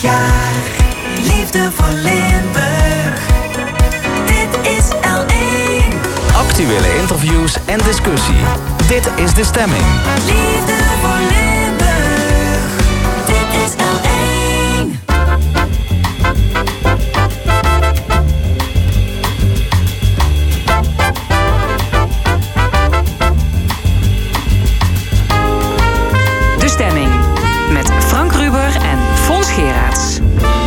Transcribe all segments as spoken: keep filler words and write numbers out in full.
jaar. Liefde voor Limburg. Dit is L één. Actuele interviews en discussie. Dit is De Stemming. Liefde voor Limburg. Dit is L één. De Stemming. Met Frank Ruber en Fons Geraerts.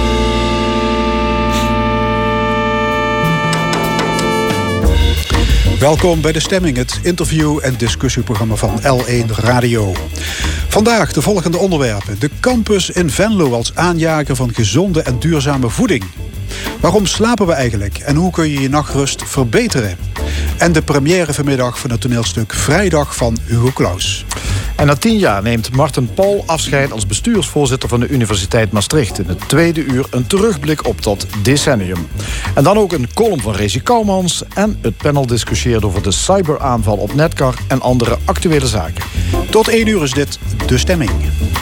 Welkom bij De Stemming, het interview- en discussieprogramma van L één Radio. Vandaag de volgende onderwerpen. De campus in Venlo als aanjager van gezonde en duurzame voeding. Waarom slapen we eigenlijk en hoe kun je je nachtrust verbeteren? En de première vanmiddag van het toneelstuk Vrijdag van Hugo Claus. En na tien jaar neemt Marten Paul afscheid als bestuursvoorzitter van de Universiteit Maastricht. In het tweede uur een terugblik op dat decennium. En dan ook een column van Rezi Kouwmans. En het panel discussieert over de cyberaanval op Netcar en andere actuele zaken. Tot één uur is dit De Stemming.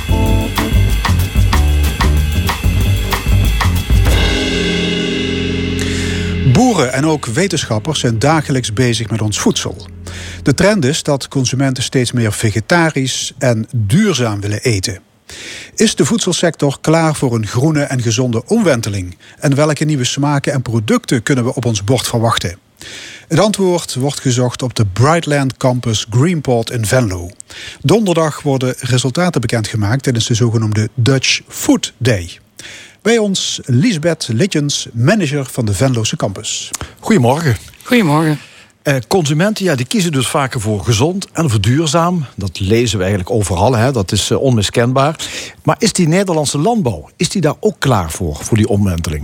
Boeren en ook wetenschappers zijn dagelijks bezig met ons voedsel. De trend is dat consumenten steeds meer vegetarisch en duurzaam willen eten. Is de voedselsector klaar voor een groene en gezonde omwenteling? En welke nieuwe smaken en producten kunnen we op ons bord verwachten? Het antwoord wordt gezocht op de Brightland Campus Greenport in Venlo. Donderdag worden resultaten bekendgemaakt tijdens de zogenoemde Dutch Food Day. Bij ons Liesbeth Litjens, manager van de Venlose campus. Goedemorgen. Goedemorgen. Eh, consumenten ja, die kiezen dus vaker voor gezond en voor duurzaam. Dat lezen we eigenlijk overal, hè. Dat is uh, onmiskenbaar. Maar is die Nederlandse landbouw, is die daar ook klaar voor, voor die omwenteling?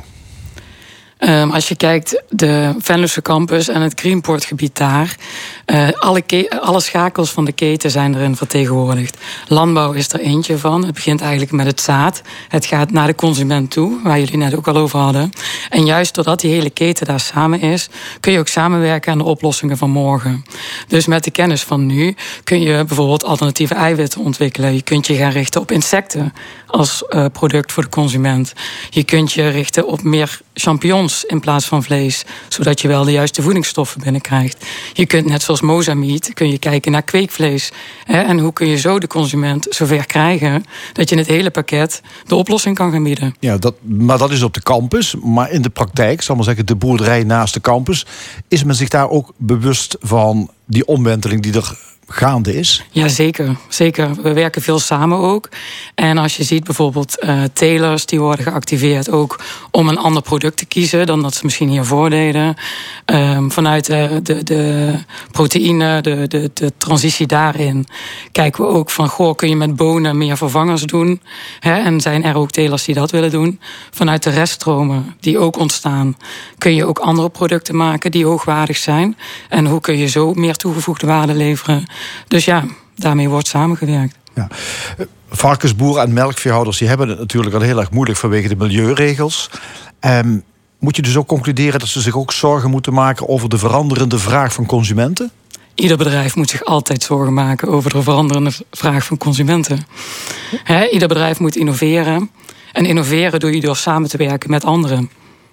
Um, als je kijkt, de Venlose campus en het Greenportgebied daar, uh, alle, ke- alle schakels van de keten zijn erin vertegenwoordigd. Landbouw is er eentje van. Het begint eigenlijk met het zaad. Het gaat naar de consument toe, waar jullie net ook al over hadden. En juist doordat die hele keten daar samen is, kun je ook samenwerken aan de oplossingen van morgen. Dus met de kennis van nu kun je bijvoorbeeld alternatieve eiwitten ontwikkelen. Je kunt je gaan richten op insecten als uh, product voor de consument. Je kunt je richten op meer champignons in plaats van vlees, zodat je wel de juiste voedingsstoffen binnenkrijgt. Je kunt net zoals Mozameat, kun je kijken naar kweekvlees. Hè, en hoe kun je zo de consument zover krijgen dat je in het hele pakket de oplossing kan gaan bieden. Ja, dat, maar dat is op de campus. Maar in de praktijk, zal maar zeggen, de boerderij naast de campus, is men zich daar ook bewust van die omwenteling die er gaande is? Ja, zeker. zeker. We werken veel samen ook. En als je ziet bijvoorbeeld uh, telers die worden geactiveerd ook om een ander product te kiezen dan dat ze misschien hiervoor deden. Um, vanuit de, de, de proteïne, de, de, de transitie daarin, kijken we ook van, goh, kun je met bonen meer vervangers doen? Hè? En zijn er ook telers die dat willen doen? Vanuit de reststromen die ook ontstaan, kun je ook andere producten maken die hoogwaardig zijn. En hoe kun je zo meer toegevoegde waarde leveren? Dus ja, daarmee wordt samengewerkt. Ja. Varkensboeren en melkveehouders die hebben het natuurlijk al heel erg moeilijk vanwege de milieuregels. Um, moet je dus ook concluderen dat ze zich ook zorgen moeten maken over de veranderende vraag van consumenten? Ieder bedrijf moet zich altijd zorgen maken over de veranderende vraag van consumenten. He, ieder bedrijf moet innoveren. En innoveren doe je door samen te werken met anderen.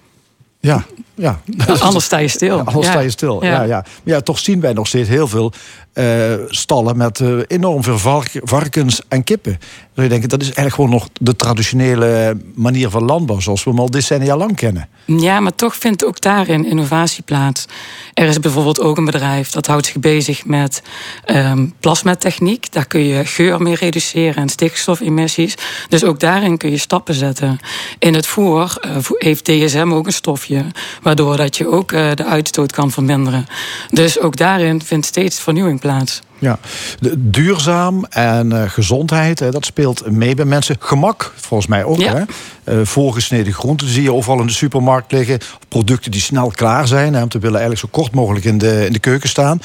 Ja, ja. Anders sta je stil. Ja, anders ja. sta je stil. Ja. Ja. Ja, ja. Maar ja, toch zien wij nog steeds heel veel uh, stallen met uh, enorm veel vark- varkens en kippen. Dus je denkt, dat is eigenlijk gewoon nog de traditionele manier van landbouw, zoals we hem al decennia lang kennen. Ja, maar toch vindt ook daarin innovatie plaats. Er is bijvoorbeeld ook een bedrijf dat houdt zich bezig met um, plasmatechniek. Daar kun je geur mee reduceren en stikstofemissies. Dus ook daarin kun je stappen zetten. In het voer uh, heeft D S M ook een stofje, waardoor dat je ook uh, de uitstoot kan verminderen. Dus ook daarin vindt steeds vernieuwing plaats. Ja, de, duurzaam en uh, gezondheid, hè, dat speelt mee bij mensen. Gemak, volgens mij ook. Ja. Hè? Uh, voorgesneden groenten zie je overal in de supermarkt liggen. Producten die snel klaar zijn. Hè, want we willen eigenlijk zo kort mogelijk in de, in de keuken staan.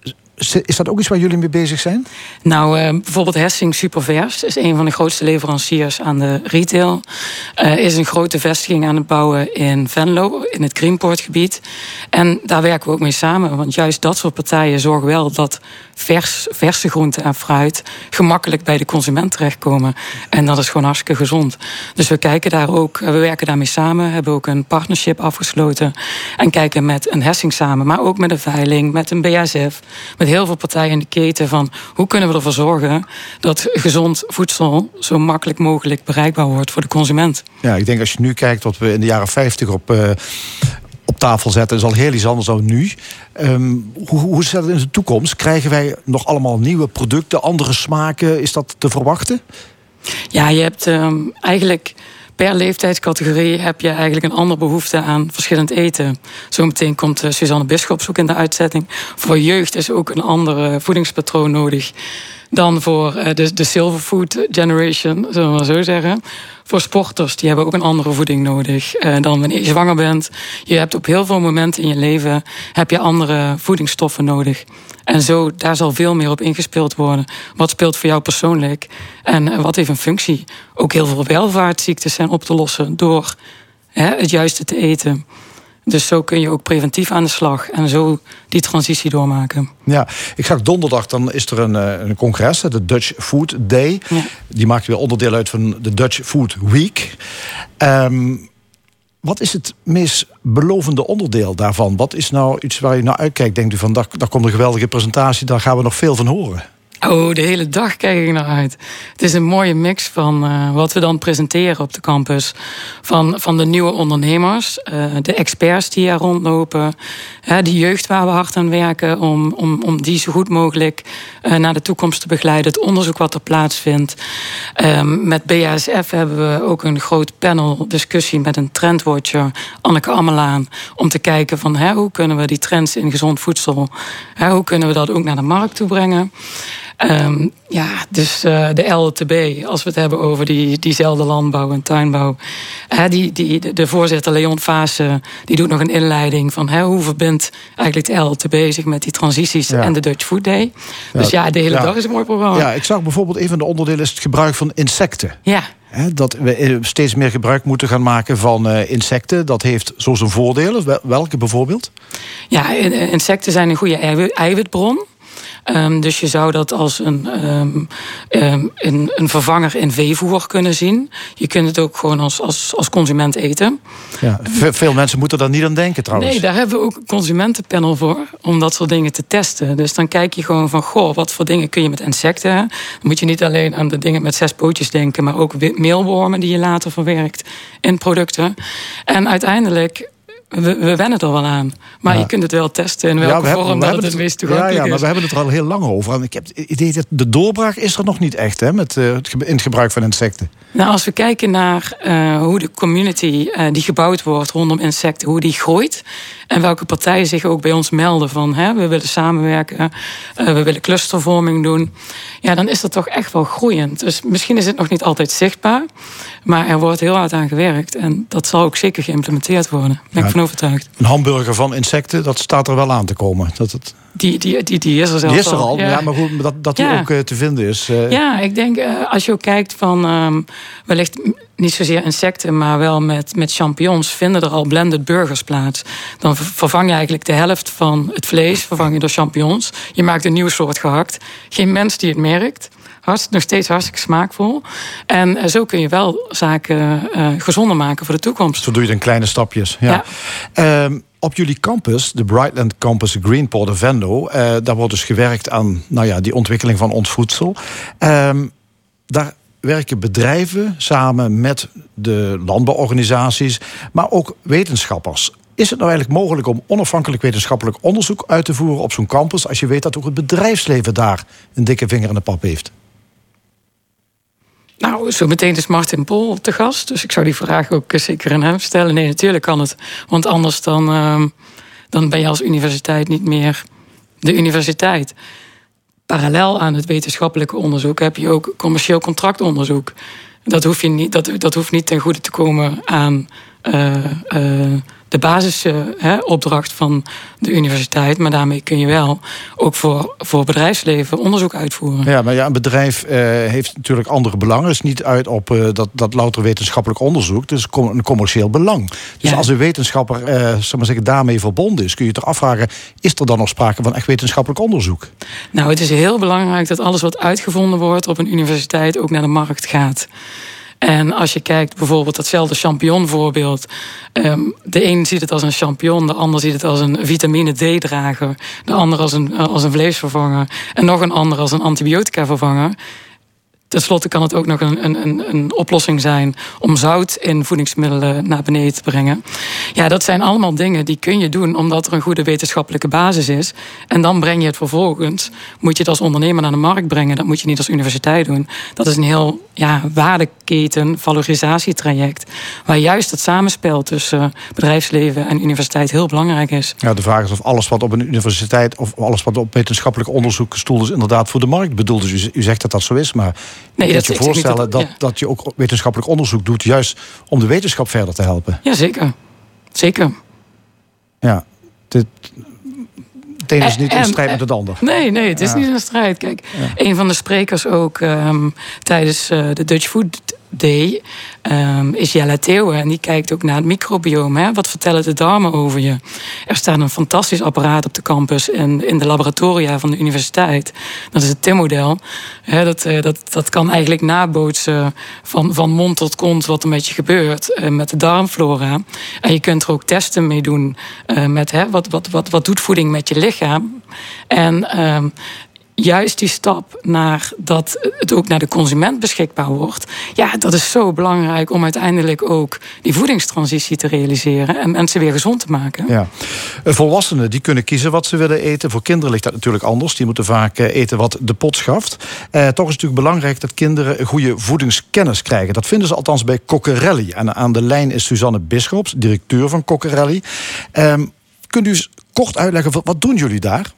Is dat ook iets waar jullie mee bezig zijn? Nou, uh, bijvoorbeeld Hessing Supervers is een van de grootste leveranciers aan de retail. Uh, is een grote vestiging aan het bouwen in Venlo, in het Greenportgebied. En daar werken we ook mee samen. Want juist dat soort partijen zorgen wel dat vers, verse groenten en fruit gemakkelijk bij de consument terechtkomen. En dat is gewoon hartstikke gezond. Dus we kijken daar ook, we werken daarmee samen, hebben ook een partnership afgesloten en kijken met een Hessing samen, maar ook met een veiling, met een B A S F, met heel veel partijen in de keten van hoe kunnen we ervoor zorgen dat gezond voedsel zo makkelijk mogelijk bereikbaar wordt voor de consument. Ja, ik denk als je nu kijkt wat we in de jaren vijftig op, uh, op tafel zetten, is al heel iets anders dan nu. Um, hoe, hoe is dat in de toekomst? Krijgen wij nog allemaal nieuwe producten, andere smaken? Is dat te verwachten? Ja, je hebt um, eigenlijk per leeftijdscategorie heb je eigenlijk een andere behoefte aan verschillend eten. Zometeen komt uh, Suzanne Bisschops ook in de uitzetting. Voor jeugd is ook een ander voedingspatroon nodig dan voor uh, de, de silverfood generation, zullen we maar zo zeggen. Voor sporters, die hebben ook een andere voeding nodig uh, dan wanneer je zwanger bent. Je hebt op heel veel momenten in je leven heb je andere voedingsstoffen nodig. En zo, daar zal veel meer op ingespeeld worden. Wat speelt voor jou persoonlijk? En uh, wat heeft een functie? Ook heel veel welvaartsziektes zijn op te lossen door hè, het juiste te eten. Dus zo kun je ook preventief aan de slag en zo die transitie doormaken. Ja, ik zag donderdag, dan is er een, een congres, de Dutch Food Day. Ja. Die maakt weer onderdeel uit van de Dutch Food Week. Um, wat is het meest belovende onderdeel daarvan? Wat is nou iets waar je naar uitkijkt? Denkt u van, daar, daar komt een geweldige presentatie, daar gaan we nog veel van horen. Oh, de hele dag kijk ik naar uit. Het is een mooie mix van uh, wat we dan presenteren op de campus. Van, van de nieuwe ondernemers, uh, de experts die er rondlopen. Hè, de jeugd waar we hard aan werken om, om, om die zo goed mogelijk uh, naar de toekomst te begeleiden. Het onderzoek wat er plaatsvindt. Um, met B A S F hebben we ook een groot panel discussie met een trendwatcher, Anneke Ammelaan. Om te kijken van hè, hoe kunnen we die trends in gezond voedsel, hè, hoe kunnen we dat ook naar de markt toe brengen. Um, ja, dus uh, de L T B, als we het hebben over die, diezelfde landbouw en tuinbouw. Hè, die, die, de, de voorzitter Leon Vaassen, die doet nog een inleiding van hè, hoe verbindt eigenlijk de L T B zich met die transities ja. en de Dutch Food Day. Ja, dus ja, de hele ja. dag is een mooi programma. Ja, ik zag bijvoorbeeld een van de onderdelen is het gebruik van insecten. Ja. He, dat we steeds meer gebruik moeten gaan maken van uh, insecten. Dat heeft zo zijn voordelen. Welke bijvoorbeeld? Ja, insecten zijn een goede eiwitbron. Um, dus je zou dat als een, um, um, een, een vervanger in veevoer kunnen zien. Je kunt het ook gewoon als, als, als consument eten. Ja, veel mensen moeten daar niet aan denken trouwens. Nee, daar hebben we ook een consumentenpanel voor. Om dat soort dingen te testen. Dus dan kijk je gewoon van, goh, wat voor dingen kun je met insecten. Hè? Dan moet je niet alleen aan de dingen met zes pootjes denken. Maar ook meelwormen die je later verwerkt in producten. En En We, we wennen er wel aan. Maar ja. je kunt het wel testen in welke ja, vorm hebben, dat het het, het meest toegankelijk ja, ja, is. maar we hebben het er al heel lang over. En ik heb het idee dat de doorbraak is er nog niet echt hè, met, uh, het, in het gebruik van insecten. Nou, als we kijken naar uh, hoe de community uh, die gebouwd wordt rondom insecten, hoe die groeit. En welke partijen zich ook bij ons melden van hè, we willen samenwerken, uh, we willen clustervorming doen. Ja, dan is dat toch echt wel groeiend. Dus misschien is het nog niet altijd zichtbaar. Maar er wordt heel hard aan gewerkt. En dat zal ook zeker geïmplementeerd worden. Daar ben ik ja, van overtuigd. Een hamburger van insecten, dat staat er wel aan te komen. Dat het... Die, die, die, die is er zelfs Die is er al, al. Ja. ja, maar goed, dat, dat die ja. ook uh, te vinden is. Uh... Ja, ik denk uh, als je ook kijkt van um, wellicht niet zozeer insecten, maar wel met, met champignons, vinden er al blended burgers plaats. Dan vervang je eigenlijk de helft van het vlees, vervang je door champignons. Je maakt een nieuw soort gehakt. Geen mens die het merkt. Hartst, nog steeds hartstikke smaakvol. En uh, zo kun je wel zaken uh, gezonder maken voor de toekomst. Zo doe je het in kleine stapjes. Ja. Ja. Um, op jullie campus, de Brightland Campus Greenport of Venlo, uh, daar wordt dus gewerkt aan nou ja, die ontwikkeling van ons voedsel. Um, daar werken bedrijven samen met de landbouworganisaties, maar ook wetenschappers. Is het nou eigenlijk mogelijk om onafhankelijk wetenschappelijk onderzoek uit te voeren op zo'n campus, als je weet dat ook het bedrijfsleven daar een dikke vinger in de pap heeft? Nou, zo meteen is Martin Pol te gast. Dus ik zou die vraag ook zeker aan hem stellen. Nee, natuurlijk kan het. Want anders dan, uh, dan ben je als universiteit niet meer de universiteit. Parallel aan het wetenschappelijke onderzoek heb je ook commercieel contractonderzoek. Dat, hoef je niet, dat, dat hoeft niet ten goede te komen aan uh, uh, de basisopdracht uh, van de universiteit. Maar daarmee kun je wel ook voor, voor bedrijfsleven onderzoek uitvoeren. Ja, maar ja, een bedrijf uh, heeft natuurlijk andere belangen. Het is niet uit op uh, dat, dat louter wetenschappelijk onderzoek. Het is een commercieel belang. Dus ja. als een wetenschapper uh, zal maar zeggen, daarmee verbonden is, kun je je toch afvragen, is er dan nog sprake van echt wetenschappelijk onderzoek? Nou, het is heel belangrijk dat alles wat uitgevonden wordt op een universiteit ook naar de markt gaat. En als je kijkt bijvoorbeeld datzelfde champignonvoorbeeld. Um, de een ziet het als een champignon, de ander ziet het als een vitamine D-drager, de ander als een, als een vleesvervanger en nog een ander als een antibiotica-vervanger. Ten slotte kan het ook nog een, een, een oplossing zijn om zout in voedingsmiddelen naar beneden te brengen. Ja, dat zijn allemaal dingen die kun je doen omdat er een goede wetenschappelijke basis is. En dan breng je het vervolgens, moet je het als ondernemer naar de markt brengen. Dat moet je niet als universiteit doen. Dat is een heel ja, waardeketen, valorisatietraject, waar juist het samenspel tussen bedrijfsleven en universiteit heel belangrijk is. Ja, de vraag is of alles wat op een universiteit of alles wat op wetenschappelijk onderzoek gestoeld is, inderdaad voor de markt bedoeld is. U, u zegt dat dat zo is, maar nee, dat je je voorstellen dat, dat, ja. dat je ook wetenschappelijk onderzoek doet, juist om de wetenschap verder te helpen. Ja, zeker. Zeker. Ja, dit, het een is niet in strijd met het ander. Nee, nee, het is ja. niet een strijd. Kijk, ja. een van de sprekers ook um, tijdens uh, de Dutch Food Day um, is Jelle Theeuwen. En die kijkt ook naar het microbiome. Hè? Wat vertellen de darmen over je? Er staat een fantastisch apparaat op de campus en in de laboratoria van de universiteit. Dat is het T I M-model. Hè, dat, uh, dat, dat kan eigenlijk nabootsen van, van mond tot kont wat er met je gebeurt uh, met de darmflora. En je kunt er ook testen mee doen uh, met hè, wat, wat, wat, wat doet voeding met je lichaam. En um, juist die stap naar dat het ook naar de consument beschikbaar wordt, ja, dat is zo belangrijk om uiteindelijk ook die voedingstransitie te realiseren en mensen weer gezond te maken. Ja. Volwassenen die kunnen kiezen wat ze willen eten. Voor kinderen ligt dat natuurlijk anders. Die moeten vaak eten wat de pot schaft. Eh, toch is het natuurlijk belangrijk dat kinderen een goede voedingskennis krijgen. Dat vinden ze althans bij Coccherelli. En aan de lijn is Suzanne Bisschops, directeur van Coccherelli. Eh, kunt u eens kort uitleggen, wat doen jullie daar?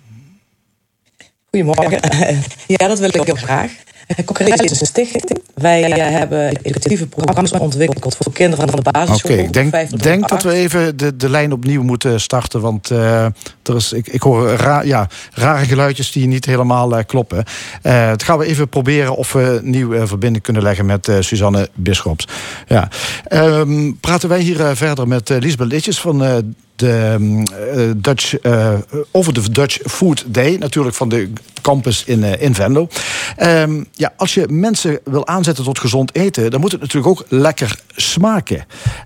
Goedemorgen. Ja, dat wil ik ook heel graag. Coccherelli is een stichting. Wij hebben educatieve programma's ontwikkeld voor kinderen van de basisschool. Oké, okay, ik denk, denk dat we even de, de lijn opnieuw moeten starten. Want uh, er is, ik, ik hoor ra, ja, rare geluidjes die niet helemaal uh, kloppen. Uh, het gaan we even proberen of we een nieuwe uh, verbinding kunnen leggen met uh, Suzanne Bisschops. Ja. Um, praten wij hier uh, verder met uh, Liesbeth Litjes van Uh, de uh, Dutch, uh, over de Dutch Food Day, natuurlijk van de campus in, uh, in Venlo. Um, ja, als je mensen wil aanzetten tot gezond eten, dan moet het natuurlijk ook lekker smaken.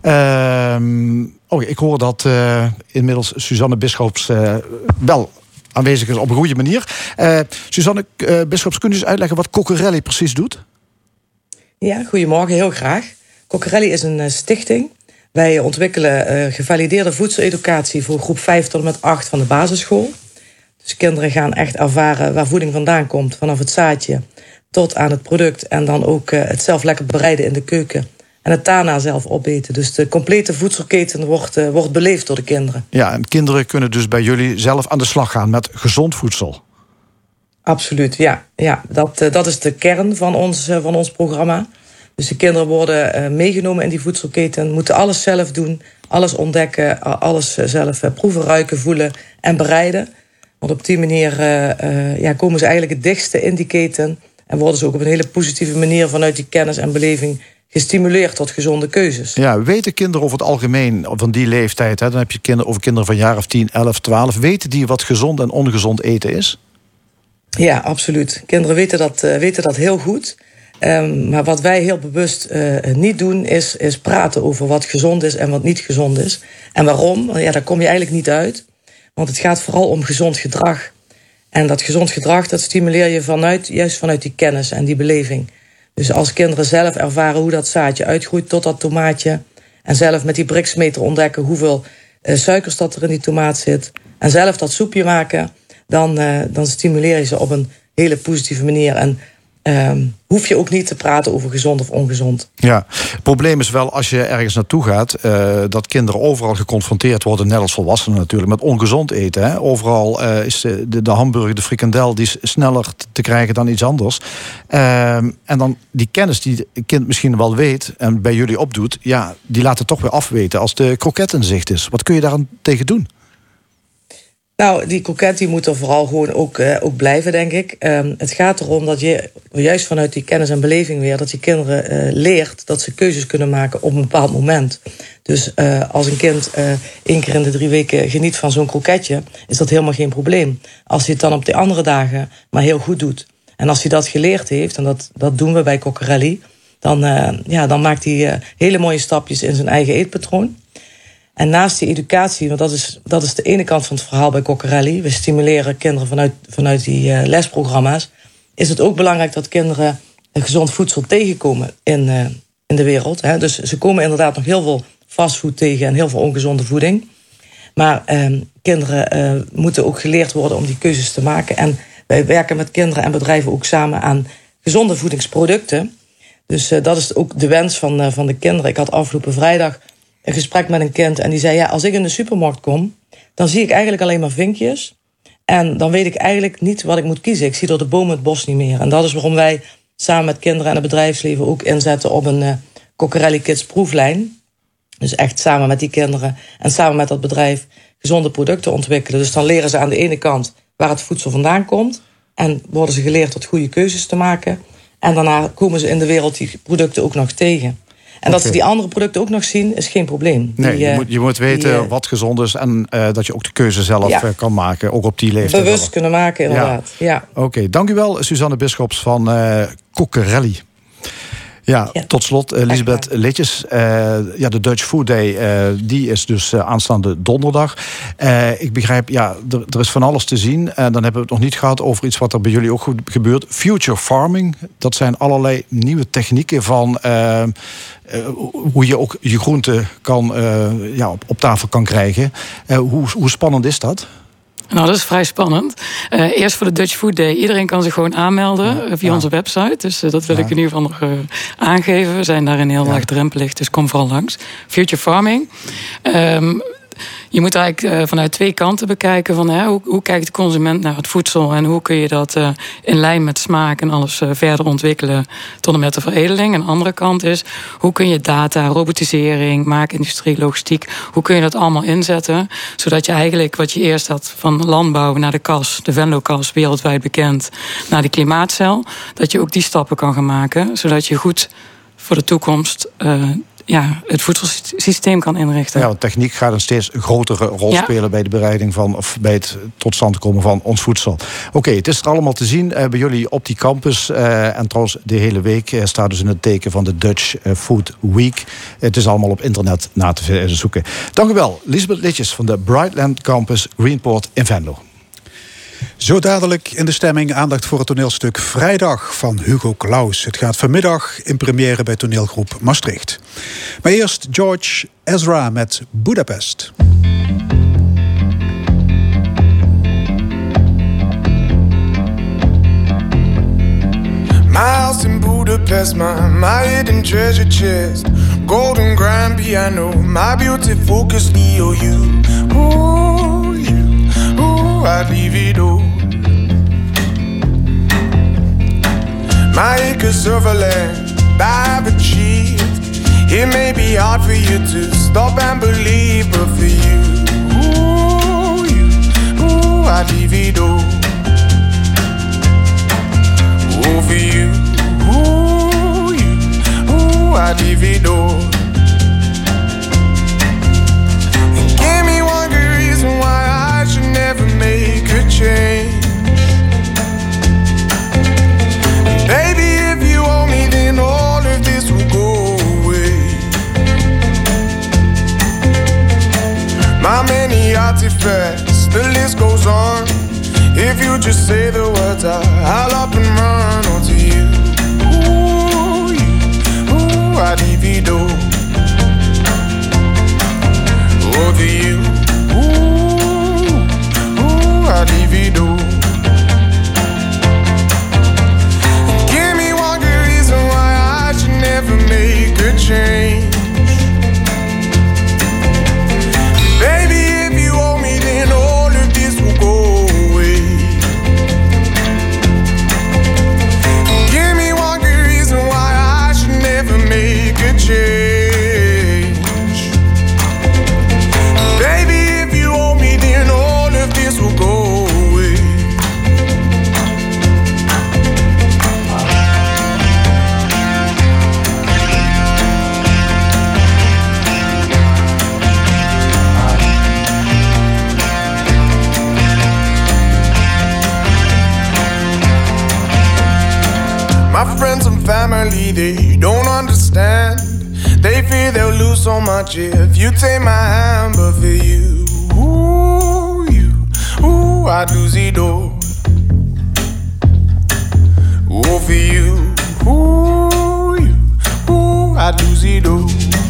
Um, oh, ik hoor dat uh, inmiddels Suzanne Bisschops uh, wel aanwezig is op een goede manier. Uh, Suzanne uh, Bisschops, kun je eens uitleggen wat Coccherelli precies doet? Ja, goedemorgen, heel graag. Coccherelli is een uh, stichting. Wij ontwikkelen uh, gevalideerde voedseleducatie voor groep vijf tot en met acht van de basisschool. Dus kinderen gaan echt ervaren waar voeding vandaan komt, vanaf het zaadje tot aan het product. En dan ook uh, het zelf lekker bereiden in de keuken. En het daarna zelf opeten. Dus de complete voedselketen wordt, uh, wordt beleefd door de kinderen. Ja, en kinderen kunnen dus bij jullie zelf aan de slag gaan met gezond voedsel. Absoluut, ja. ja dat, uh, dat is de kern van ons, uh, van ons programma. Dus de kinderen worden uh, meegenomen in die voedselketen, moeten alles zelf doen, alles ontdekken, alles zelf uh, proeven, ruiken, voelen en bereiden. Want op die manier uh, uh, ja, komen ze eigenlijk het dichtste in die keten en worden ze ook op een hele positieve manier vanuit die kennis en beleving gestimuleerd tot gezonde keuzes. Ja, weten kinderen over het algemeen van die leeftijd, hè, dan heb je kinderen over kinderen van jaar of tien, elf, twaalf, weten die wat gezond en ongezond eten is? Ja, absoluut. Kinderen weten dat, uh, weten dat heel goed. Um, maar wat wij heel bewust uh, niet doen, is, is praten over wat gezond is en wat niet gezond is. En waarom? Ja, daar kom je eigenlijk niet uit. Want het gaat vooral om gezond gedrag. En dat gezond gedrag, dat stimuleer je vanuit, juist vanuit die kennis en die beleving. Dus als kinderen zelf ervaren hoe dat zaadje uitgroeit tot dat tomaatje, en zelf met die briksmeter ontdekken hoeveel uh, suikers dat er in die tomaat zit, en zelf dat soepje maken, dan, uh, dan stimuleer je ze op een hele positieve manier. En Um, hoef je ook niet te praten over gezond of ongezond. Ja, het probleem is wel als je ergens naartoe gaat, Uh, dat kinderen overal geconfronteerd worden, net als volwassenen natuurlijk, met ongezond eten. Hè? Overal uh, is de, de hamburger, de frikandel, die is sneller te krijgen dan iets anders. Uh, en dan die kennis die het kind misschien wel weet en bij jullie opdoet, ja, die laat het toch weer afweten als de kroket in zicht is. Wat kun je daar aan tegen doen? Nou, die kroket die moet er vooral gewoon ook, uh, ook blijven, denk ik. Um, het gaat erom dat je, juist vanuit die kennis en beleving weer, dat je kinderen uh, leert dat ze keuzes kunnen maken op een bepaald moment. Dus uh, als een kind uh, één keer in de drie weken geniet van zo'n kroketje, is dat helemaal geen probleem. Als hij het dan op de andere dagen maar heel goed doet. En als hij dat geleerd heeft, en dat, dat doen we bij Cockerelli, dan, uh, ja, dan maakt hij uh, hele mooie stapjes in zijn eigen eetpatroon. En naast die educatie, want dat is, dat is de ene kant van het verhaal bij Cockerelli, we stimuleren kinderen vanuit, vanuit die uh, lesprogramma's, is het ook belangrijk dat kinderen gezond voedsel tegenkomen in, uh, in de wereld. Hè. Dus ze komen inderdaad nog heel veel fastfood tegen en heel veel ongezonde voeding. Maar uh, kinderen uh, moeten ook geleerd worden om die keuzes te maken. En wij werken met kinderen en bedrijven ook samen aan gezonde voedingsproducten. Dus uh, dat is ook de wens van, uh, van de kinderen. Ik had afgelopen vrijdag een gesprek met een kind en die zei, ja, als ik in de supermarkt kom, dan zie ik eigenlijk alleen maar vinkjes. En dan weet ik eigenlijk niet wat ik moet kiezen. Ik zie door de bomen het bos niet meer. En dat is waarom wij samen met kinderen en het bedrijfsleven ook inzetten op een uh, Cockerelli Kids proeflijn. Dus echt samen met die kinderen en samen met dat bedrijf gezonde producten ontwikkelen. Dus dan leren ze aan de ene kant waar het voedsel vandaan komt. En worden ze geleerd tot goede keuzes te maken. En daarna komen ze in de wereld die producten ook nog tegen. En okay. Dat ze die andere producten ook nog zien, is geen probleem. Nee, die, je, moet, je moet weten die, uh, wat gezond is en uh, dat je ook de keuze zelf ja. uh, kan maken. Ook op die leeftijd. Bewust kunnen maken, inderdaad. Ja. Ja. Oké, okay, dank u wel, Suzanne Bisschops van uh, Cockerelli. Ja, ja, tot slot, uh, Lisbeth Litjes. Uh, ja, de Dutch Food Day, uh, die is dus uh, aanstaande donderdag. Uh, ik begrijp, ja, er, er is van alles te zien. En uh, dan hebben we het nog niet gehad over iets wat er bij jullie ook gebeurt. Future farming, dat zijn allerlei nieuwe technieken van Uh, Uh, hoe je ook je groenten kan, uh, ja, op, op tafel kan krijgen. Uh, hoe, hoe spannend is dat? Nou, dat is vrij spannend. Uh, eerst voor de Dutch Food Day. Iedereen kan zich gewoon aanmelden ja, via ja. onze website. Dus uh, dat wil ja. ik in ieder geval nog uh, aangeven. We zijn daarin heel ja. laagdrempelig, dus kom vooral langs. Future farming. Um, Je moet eigenlijk uh, vanuit twee kanten bekijken. Van, hè, hoe, hoe kijkt de consument naar het voedsel en hoe kun je dat uh, in lijn met smaak en alles uh, verder ontwikkelen tot en met de veredeling. En de andere kant is, hoe kun je data, robotisering, maakindustrie, logistiek, hoe kun je dat allemaal inzetten, zodat je eigenlijk wat je eerst had van landbouw naar de kas, de Venlo-kas, wereldwijd bekend, naar de klimaatcel, dat je ook die stappen kan gaan maken, zodat je goed voor de toekomst Uh, ja, het voedselsysteem kan inrichten. Ja, want techniek gaat een steeds grotere rol ja. spelen bij de bereiding van, of bij het tot stand komen van ons voedsel. Oké, okay, het is er allemaal te zien uh, bij jullie op die campus. Uh, en trouwens, de hele week uh, staat dus in het teken van de Dutch uh, Food Week. Het is allemaal op internet na te zoeken. Dank u wel, Lisbeth Litjes van de Brightland Campus Greenport in Venlo. Zo dadelijk in de stemming aandacht voor het toneelstuk Vrijdag van Hugo Claus. Het gaat vanmiddag in première bij toneelgroep Maastricht. Maar eerst George Ezra met Budapest. My house in Budapest, my, my hidden treasure chest, golden grand piano, my beauty focus E O U. Ooh, you, ooh, I'd leave it all. My acres of land I've achieved. It may be hard for you to stop and believe, but for you, ooh, you, ooh, I'd leave it all. Ooh, for you, ooh, you, ooh, I'd leave it all. And give me one good reason why I should never make a change. Baby, if you owe me, then all of this will go away. My many artifacts, the list goes on. If you just say the words, I'll up and run onto you. Ooh, you, ooh, I'd divido. Over you, ooh, ooh, I'd divido. Give me so much if you take my hand, but for you, ooh, you, ooh, I'd lose it all. Ooh, for you, ooh, you, ooh, I'd lose it all.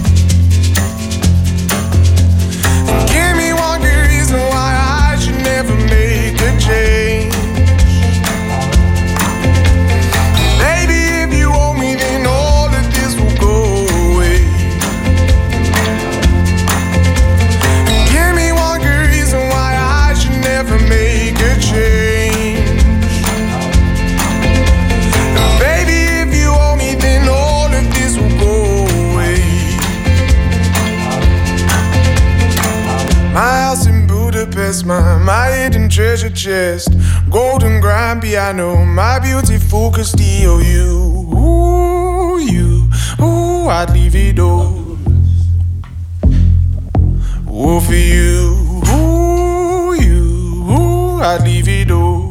Give me one good reason why I should never make a change. Baby, if you owe me, then all of this will go away. Give me one good reason why I should never make a change. Baby, if you owe me, then all of this will go away. My house in Budapest, my, my hidden treasure chest, golden grand piano, my beautiful Castillo. You, ooh, you, ooh, I'd leave it all. Ooh, for you, ooh, you, ooh, I'd leave it all.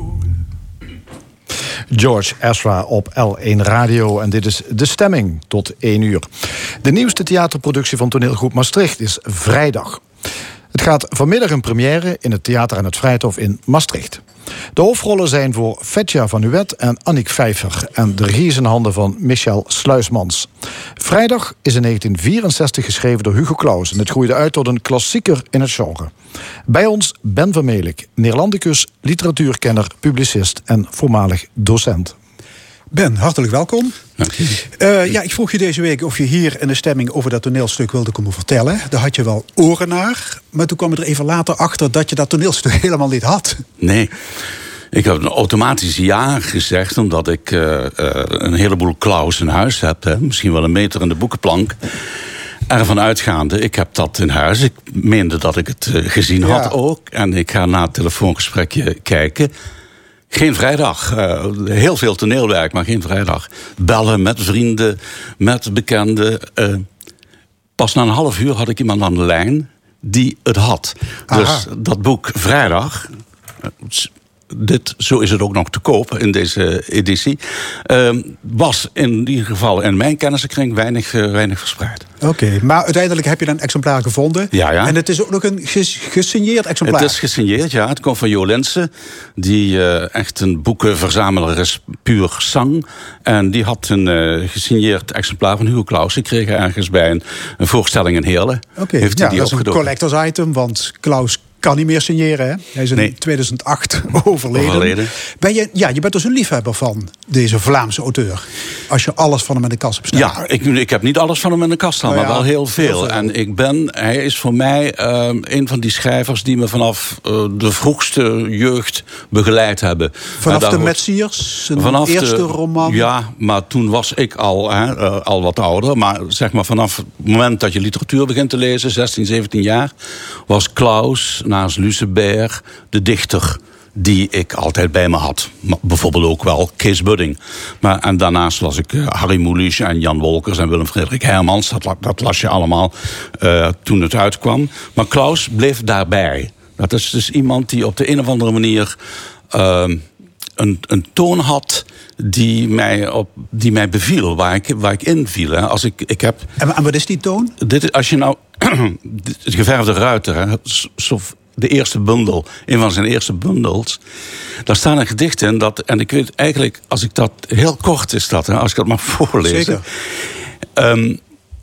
George Ezra op L één Radio en dit is De Stemming tot één uur. De nieuwste theaterproductie van toneelgroep Maastricht is vrijdag. Het gaat vanmiddag in première in het Theater aan het Vrijthof in Maastricht. De hoofdrollen zijn voor Fetja van Nuet en Annick Vijver en de regie is in handen van Michel Sluismans. Vrijdag is in negentien vierenzestig geschreven door Hugo Claus en het groeide uit tot een klassieker in het genre. Bij ons Ben van Melick, Neerlandicus, literatuurkenner, publicist en voormalig docent. Ben, hartelijk welkom. Uh, ja, ik vroeg je deze week of je hier in de stemming over dat toneelstuk wilde komen vertellen. Daar had je wel oren naar, maar toen kwam je er even later achter dat je dat toneelstuk helemaal niet had. Nee, ik heb een automatisch ja gezegd, omdat ik uh, uh, een heleboel Claus in huis heb. Hè. Misschien wel een meter in de boekenplank. Ervan uitgaande, ik heb dat in huis. Ik meende dat ik het uh, gezien had ja. ook. En ik ga na het telefoongesprekje kijken. Geen vrijdag. Uh, heel veel toneelwerk, maar geen vrijdag. Bellen met vrienden, met bekenden. Uh, pas na een half uur had ik iemand aan de lijn die het had. Aha. Dus dat boek Vrijdag, dit, zo is het ook nog te koop in deze editie, uh, was in ieder geval in mijn kennissenkring weinig, uh, weinig verspreid. Oké, okay, maar uiteindelijk heb je dan een exemplaar gevonden. Ja, ja. En het is ook nog een ges- gesigneerd exemplaar. Het is gesigneerd, ja. Het komt van Jo Linssen, die uh, echt een boekenverzamelaar is, puur sang. En die had een uh, gesigneerd exemplaar van Hugo Claus gekregen ergens bij een, een voorstelling in Heerlen. Oké, okay. Ja, dat is een collectors item, want Claus kan niet meer signeren, hè? Hij is in nee. tweeduizend acht overleden. overleden. Ben je, ja, je bent dus een liefhebber van deze Vlaamse auteur. Als je alles van hem in de kast hebt staan. Ja, ik, ik heb niet alles van hem in de kast staan, nou ja, maar wel heel veel. heel veel. En ik ben, hij is voor mij uh, een van die schrijvers die me vanaf uh, de vroegste jeugd begeleid hebben. Vanaf de Metsiers, zijn eerste de, roman? Ja, maar toen was ik al, hè, uh, al wat ouder. Maar zeg maar vanaf het moment dat je literatuur begint te lezen, zestien, zeventien jaar, was Claus naast Lucebert de dichter die ik altijd bij me had. Maar bijvoorbeeld ook wel Kees Budding. Maar, en daarnaast las ik uh, Harry Mulisch en Jan Wolkers en Willem Frederik Hermans. Dat, dat las je allemaal uh, toen het uitkwam. Maar Claus bleef daarbij. Dat is dus iemand die op de een of andere manier uh, een, een toon had die mij, op, die mij beviel, waar ik, waar ik inviel. Hè. Als ik, ik heb, en, en wat is die toon? Dit, als je nou het Geverfde Ruiter, hè, zo, de eerste bundel, een van zijn eerste bundels, daar staan een gedicht in dat, en ik weet eigenlijk, als ik dat, heel kort is dat, hè, als ik dat mag voorlezen. Zeker. Um,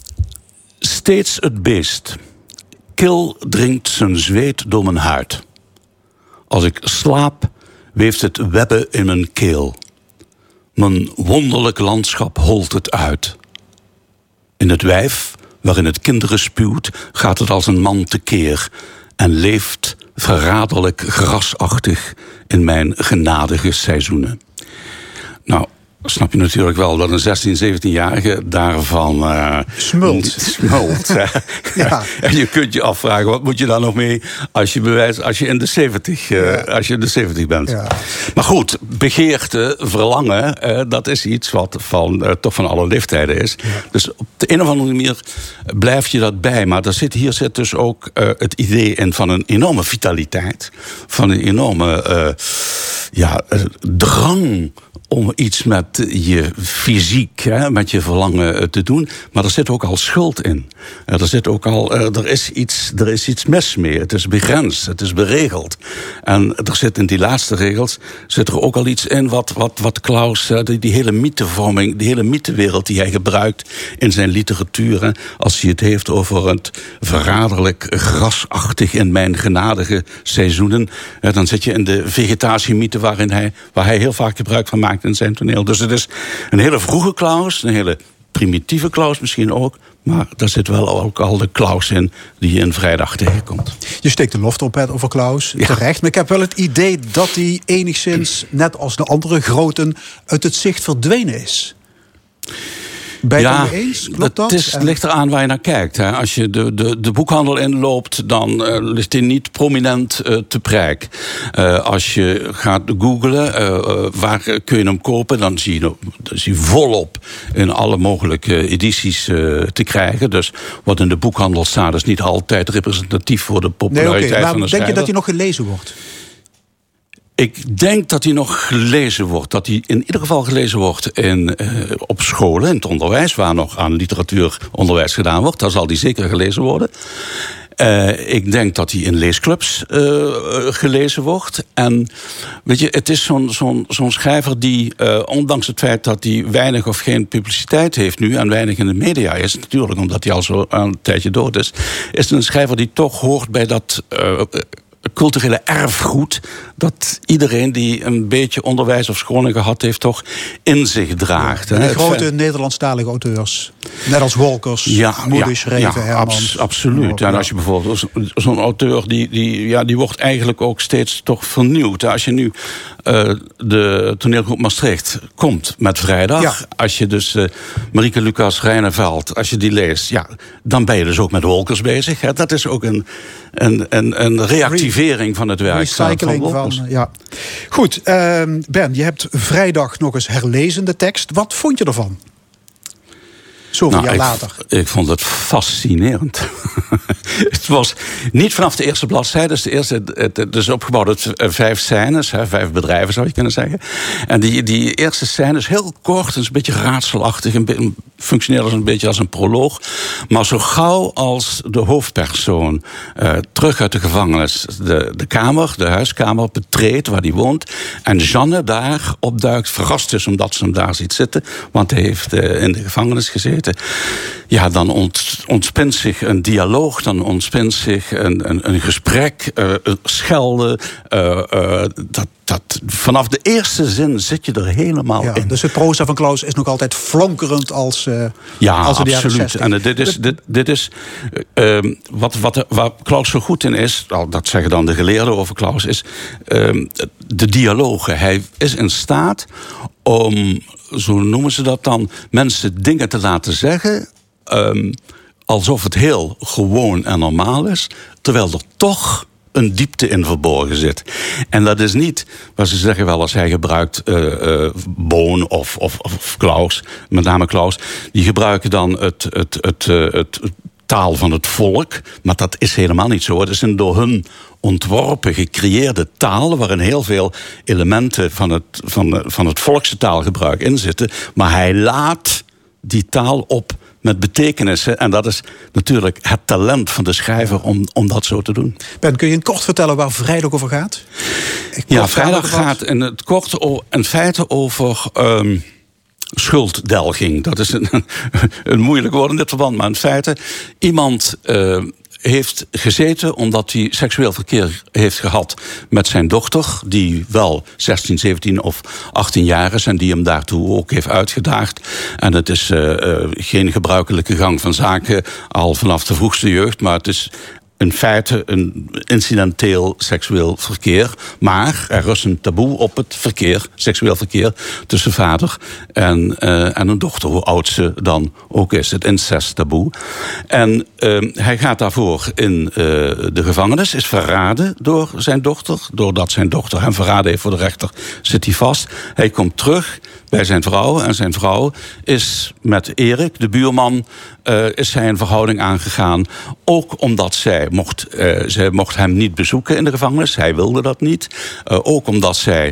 steeds het beest, kil dringt zijn zweet door mijn huid. Als ik slaap, weeft het webben in mijn keel. Mijn wonderlijk landschap holt het uit. In het wijf, waarin het kinderen spuwt, gaat het als een man tekeer en leeft verraderlijk grasachtig in mijn genadige seizoenen. Nou, snap je natuurlijk wel dat een zestien, zeventienjarige daarvan Uh, smult. smult ja. En je kunt je afvragen, wat moet je daar nog mee als je bewijst, als je in de zeventig, uh, ja. als je in de zeventig bent. Ja. Maar goed, begeerte, verlangen, uh, dat is iets wat van, uh, toch van alle leeftijden is. Ja. Dus op de een of andere manier blijf je dat bij. Maar daar zit, hier zit dus ook uh, het idee in van een enorme vitaliteit, van een enorme Uh, ja, drang om iets met je fysiek, hè, met je verlangen te doen. Maar er zit ook al schuld in. Er zit ook al, er is iets, er is iets mis mee. Het is begrensd, het is beregeld. En er zit in die laatste regels zit er ook al iets in wat, wat, wat Klaus, die, die hele mythevorming, die hele mythewereld die hij gebruikt in zijn literatuur. Hè, als hij het heeft over het verraderlijk grasachtig in mijn genadige seizoenen, hè, dan zit je in de vegetatiemythe waarin hij, waar hij heel vaak gebruik van maakt in zijn toneel. Dus het is een hele vroege Klaus, een hele primitieve Klaus misschien ook, maar daar zit wel ook al de Klaus in die je in Vrijdag tegenkomt. Je steekt de loft op het over Klaus, ja. terecht. Maar ik heb wel het idee dat hij enigszins, net als de andere groten, uit het zicht verdwenen is. Ben je ja, het mee eens? Klopt dat? Het is, En... ligt eraan waar je naar kijkt. Hè. Als je de, de, de boekhandel inloopt, dan uh, ligt hij niet prominent uh, te prijk. Uh, als je gaat googlen, uh, uh, waar kun je hem kopen, dan zie je, dan is hij volop in alle mogelijke edities uh, te krijgen. Dus wat in de boekhandel staat is niet altijd representatief voor de populariteit nee, okay. van de denk schrijver. je dat hij nog gelezen wordt? Ik denk dat hij nog gelezen wordt. Dat hij in ieder geval gelezen wordt in, uh, op scholen, in het onderwijs, waar nog aan literatuuronderwijs gedaan wordt. Daar zal hij zeker gelezen worden. Uh, ik denk dat hij in leesclubs uh, gelezen wordt. En weet je, het is zo'n, zo'n, zo'n schrijver die, uh, ondanks het feit dat hij weinig of geen publiciteit heeft nu en weinig in de media is, natuurlijk omdat hij al zo een tijdje dood is, is het een schrijver die toch hoort bij dat Uh, culturele erfgoed dat iedereen die een beetje onderwijs of scholing gehad heeft toch in zich draagt. Ja, de hè. grote het, Nederlandstalige auteurs. Net als Wolkers, ja, Moedig, ja, Schreven, ja, Hermans. abs, absoluut. En als je bijvoorbeeld zo'n, zo'n auteur die, die, ja, die wordt eigenlijk ook steeds toch vernieuwd. Als je nu uh, de toneelgroep Maastricht komt met Vrijdag, ja. Als je dus uh, Marieke Lucas Rijneveld, als je die leest, ja, dan ben je dus ook met Wolkers bezig. Hè. Dat is ook een, een, een, een reactivering van het werk. Recycling van, van, ja. Goed, uh, Ben, je hebt Vrijdag nog eens herlezen de tekst. Wat vond je ervan? Zoveel nou, jaar ik, later. Ik vond het fascinerend. Het was niet vanaf de eerste bladzijde. Dus de eerste, het, het is opgebouwd uit vijf scènes, hè, vijf bedrijven zou je kunnen zeggen. En die, die eerste scène is heel kort, is een beetje raadselachtig, een be, functioneert als een beetje als een proloog. Maar zo gauw als de hoofdpersoon uh, terug uit de gevangenis de, de kamer, de huiskamer betreedt waar hij woont, en Jeanne daar opduikt, verrast is omdat ze hem daar ziet zitten, want hij heeft uh, in de gevangenis gezeten. Ja, dan ont, ontspint zich een dialoog, dan ontspint zich een, een, een gesprek, uh, schelden. Uh, uh, dat, dat, vanaf de eerste zin zit je er helemaal ja, in. Dus het proza van Klaus is nog altijd flonkerend als, uh, ja, als de absoluut. En uh, dit is, dit, dit is uh, wat, wat, waar Klaus zo goed in is, dat zeggen dan de geleerden over Klaus, is uh, de dialogen. Hij is in staat om, zo noemen ze dat dan, mensen dingen te laten zeggen Um, alsof het heel gewoon en normaal is, terwijl er toch een diepte in verborgen zit. En dat is niet, wat ze zeggen wel als hij gebruikt uh, uh, Boon of, of, of Klaus, met name Klaus, die gebruiken dan het, het, het, uh, het, het taal van het volk, maar dat is helemaal niet zo. Het is een door hun ontworpen, gecreëerde taal, waarin heel veel elementen van het, van, van het volkse taalgebruik in zitten, maar hij laat die taal op met betekenissen. En dat is natuurlijk het talent van de schrijver om, om dat zo te doen. Ben, kun je in kort vertellen waar Vrijdag over gaat? Kort ja, Vrijdag gaat in het kort in feite over Um, schulddelging. Dat is een, een moeilijk woord in dit verband, maar in feite iemand Uh, heeft gezeten omdat hij seksueel verkeer heeft gehad met zijn dochter, die wel zestien, zeventien of achttien jaar is en die hem daartoe ook heeft uitgedaagd. En het is uh, uh, geen gebruikelijke gang van zaken al vanaf de vroegste jeugd, maar het is in feite een incidenteel seksueel verkeer. Maar er rust een taboe op het verkeer, seksueel verkeer, tussen vader en, uh, en een dochter, hoe oud ze dan ook is. Het incesttaboe. En uh, hij gaat daarvoor in uh, de gevangenis, is verraden door zijn dochter. Doordat zijn dochter hem verraden heeft voor de rechter, zit hij vast. Hij komt terug bij zijn vrouw en zijn vrouw is met Erik, de buurman, uh, is zij een verhouding aangegaan. Ook omdat zij mocht, uh, zij mocht hem niet bezoeken in de gevangenis. Hij wilde dat niet. Uh, ook omdat zij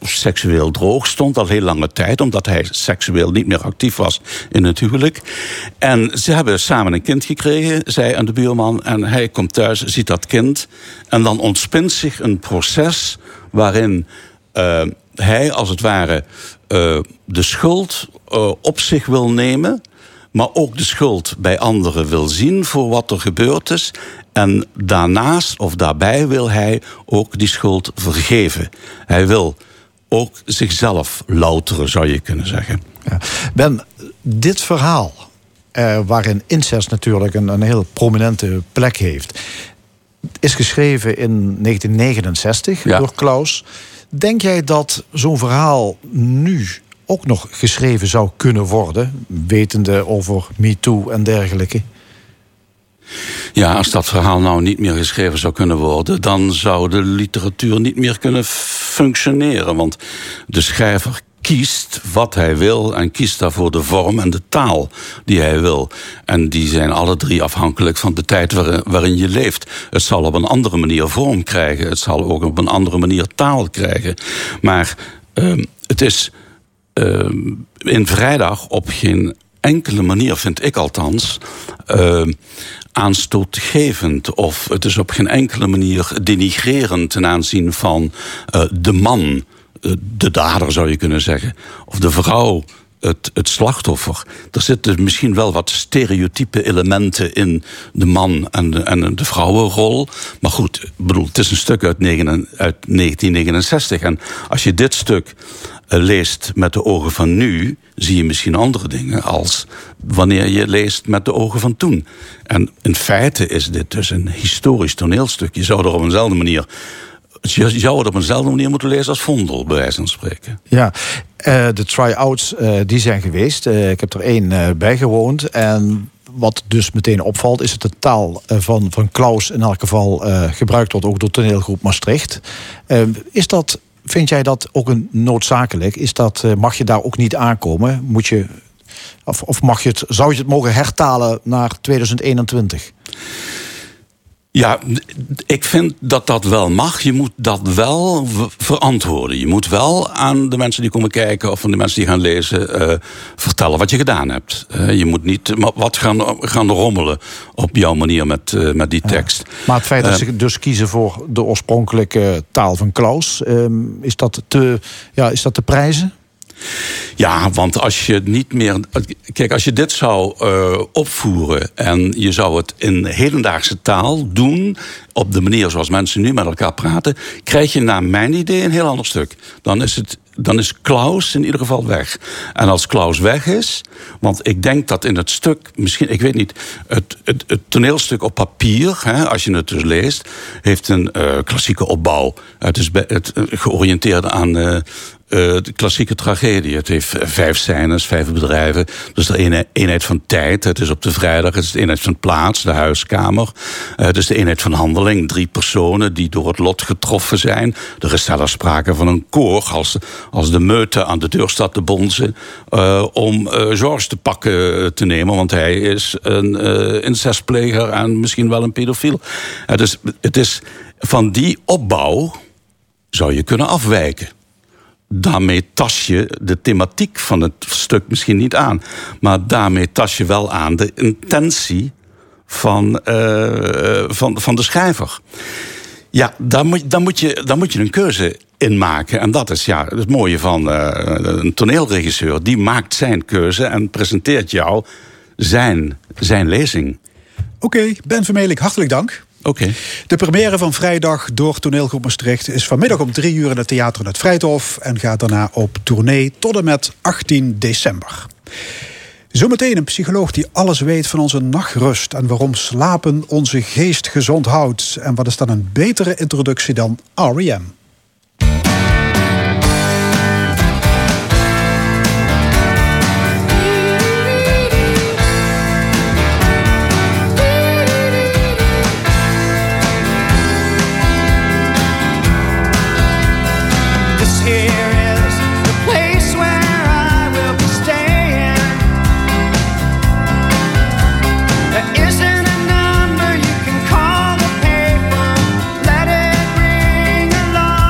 seksueel droog stond al heel lange tijd, omdat hij seksueel niet meer actief was in het huwelijk. En ze hebben samen een kind gekregen, zij en de buurman. En hij komt thuis, ziet dat kind. En dan ontspint zich een proces waarin uh, hij als het ware uh, de schuld uh, op zich wil nemen, maar ook de schuld bij anderen wil zien voor wat er gebeurd is. En daarnaast of daarbij wil hij ook die schuld vergeven. Hij wil ook zichzelf louteren, zou je kunnen zeggen. Ja. Ben, dit verhaal, eh, waarin incest natuurlijk een, een heel prominente plek heeft, is geschreven in negentien negenenzestig ja. door Klaus. Denk jij dat zo'n verhaal nu ook nog geschreven zou kunnen worden, wetende over MeToo en dergelijke? Ja, als dat verhaal nou niet meer geschreven zou kunnen worden, dan zou de literatuur niet meer kunnen functioneren. Want de schrijver kiest wat hij wil en kiest daarvoor de vorm en de taal die hij wil. En die zijn alle drie afhankelijk van de tijd waarin, waarin je leeft. Het zal op een andere manier vorm krijgen. Het zal ook op een andere manier taal krijgen. Maar uh, het is uh, in Vrijdag op geen enkele manier, vind ik althans, Uh, aanstootgevend, of het is op geen enkele manier denigrerend ten aanzien van uh, de man, uh, de dader zou je kunnen zeggen, of de vrouw, het, het slachtoffer. Er zitten misschien wel wat stereotype elementen in de man en de, en de vrouwenrol. Maar goed, ik bedoel, het is een stuk uit, negen, uit negentien negenenzestig. En als je dit stuk uh, leest met de ogen van nu, zie je misschien andere dingen als wanneer je leest met de ogen van toen. En in feite is dit dus een historisch toneelstuk. Je zou er op eenzelfde manier, je zou het op eenzelfde manier moeten lezen als Vondel, bij wijze van spreken. Ja, uh, de try-outs uh, die zijn geweest. Uh, ik heb er één uh, bijgewoond. En wat dus meteen opvalt, is dat de taal uh, van, van Klaus in elk geval uh, gebruikt wordt, ook door toneelgroep Maastricht. Uh, is dat, vind jij dat ook een noodzakelijk? Is dat, uh, mag je daar ook niet aankomen? Moet je, of, of mag je het, zou je het mogen hertalen naar tweeduizend eenentwintig? Ja, ik vind dat dat wel mag. Je moet dat wel verantwoorden. Je moet wel aan de mensen die komen kijken of aan de mensen die gaan lezen uh, vertellen wat je gedaan hebt. Uh, je moet niet wat gaan, gaan rommelen op jouw manier met, uh, met die tekst. Ja. Maar het feit dat uh, ze dus kiezen voor de oorspronkelijke taal van Klaus, um, is dat te, ja, is dat te prijzen? Ja, want als je niet meer. Kijk, als je dit zou uh, opvoeren en je zou het in hedendaagse taal doen, op de manier zoals mensen nu met elkaar praten, krijg je naar mijn idee een heel ander stuk. Dan is het. Dan is Klaus in ieder geval weg. En als Klaus weg is, want ik denk dat in het stuk, misschien, ik weet niet, het, het, het toneelstuk op papier, hè, als je het dus leest, heeft een uh, klassieke opbouw. Het is be, het, uh, georiënteerd aan uh, uh, de klassieke tragedie. Het heeft vijf scènes, vijf bedrijven. Dus de ene, eenheid van tijd. Het is op de vrijdag. Het is de eenheid van plaats, de huiskamer. Uh, het is de eenheid van handeling. Drie personen die door het lot getroffen zijn. Er is zelfs sprake van een koor als als de meute aan de deur staat te bonzen uh, om uh, Georges te pakken te nemen, want hij is een uh, incestpleger en misschien wel een pedofiel. Uh, dus het is van die opbouw zou je kunnen afwijken. Daarmee tas je de thematiek van het stuk misschien niet aan, maar daarmee tas je wel aan de intentie van, uh, van, van de schrijver. Ja, daar moet, daar, moet je, daar moet je een keuze in maken. En dat is ja, het mooie van uh, een toneelregisseur. Die maakt zijn keuze en presenteert jou zijn, zijn lezing. Oké, okay, Ben Vermeulen, hartelijk dank. Oké. Okay. De première van Vrijdag door Toneelgroep Maastricht is vanmiddag om drie uur in het Theater in het Vrijthof en gaat daarna op tournee tot en met achttien december. Zometeen een psycholoog die alles weet van onze nachtrust en waarom slapen onze geest gezond houdt. En wat is dan een betere introductie dan R E M? Let it ring along.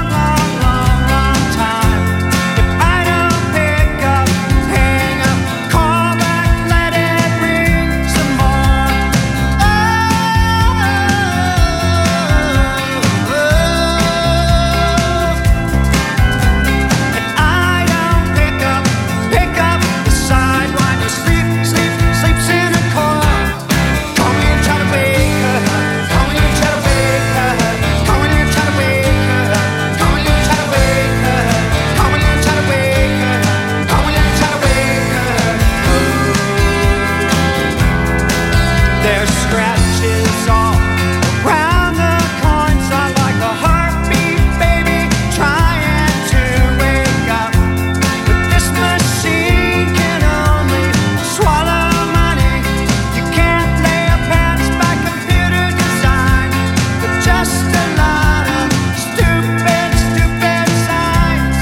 us all. Around the corners are like a heartbeat, baby, trying to wake up. But this machine can only swallow money. You can't lay your pants by computer design. But just a lot of stupid, stupid signs.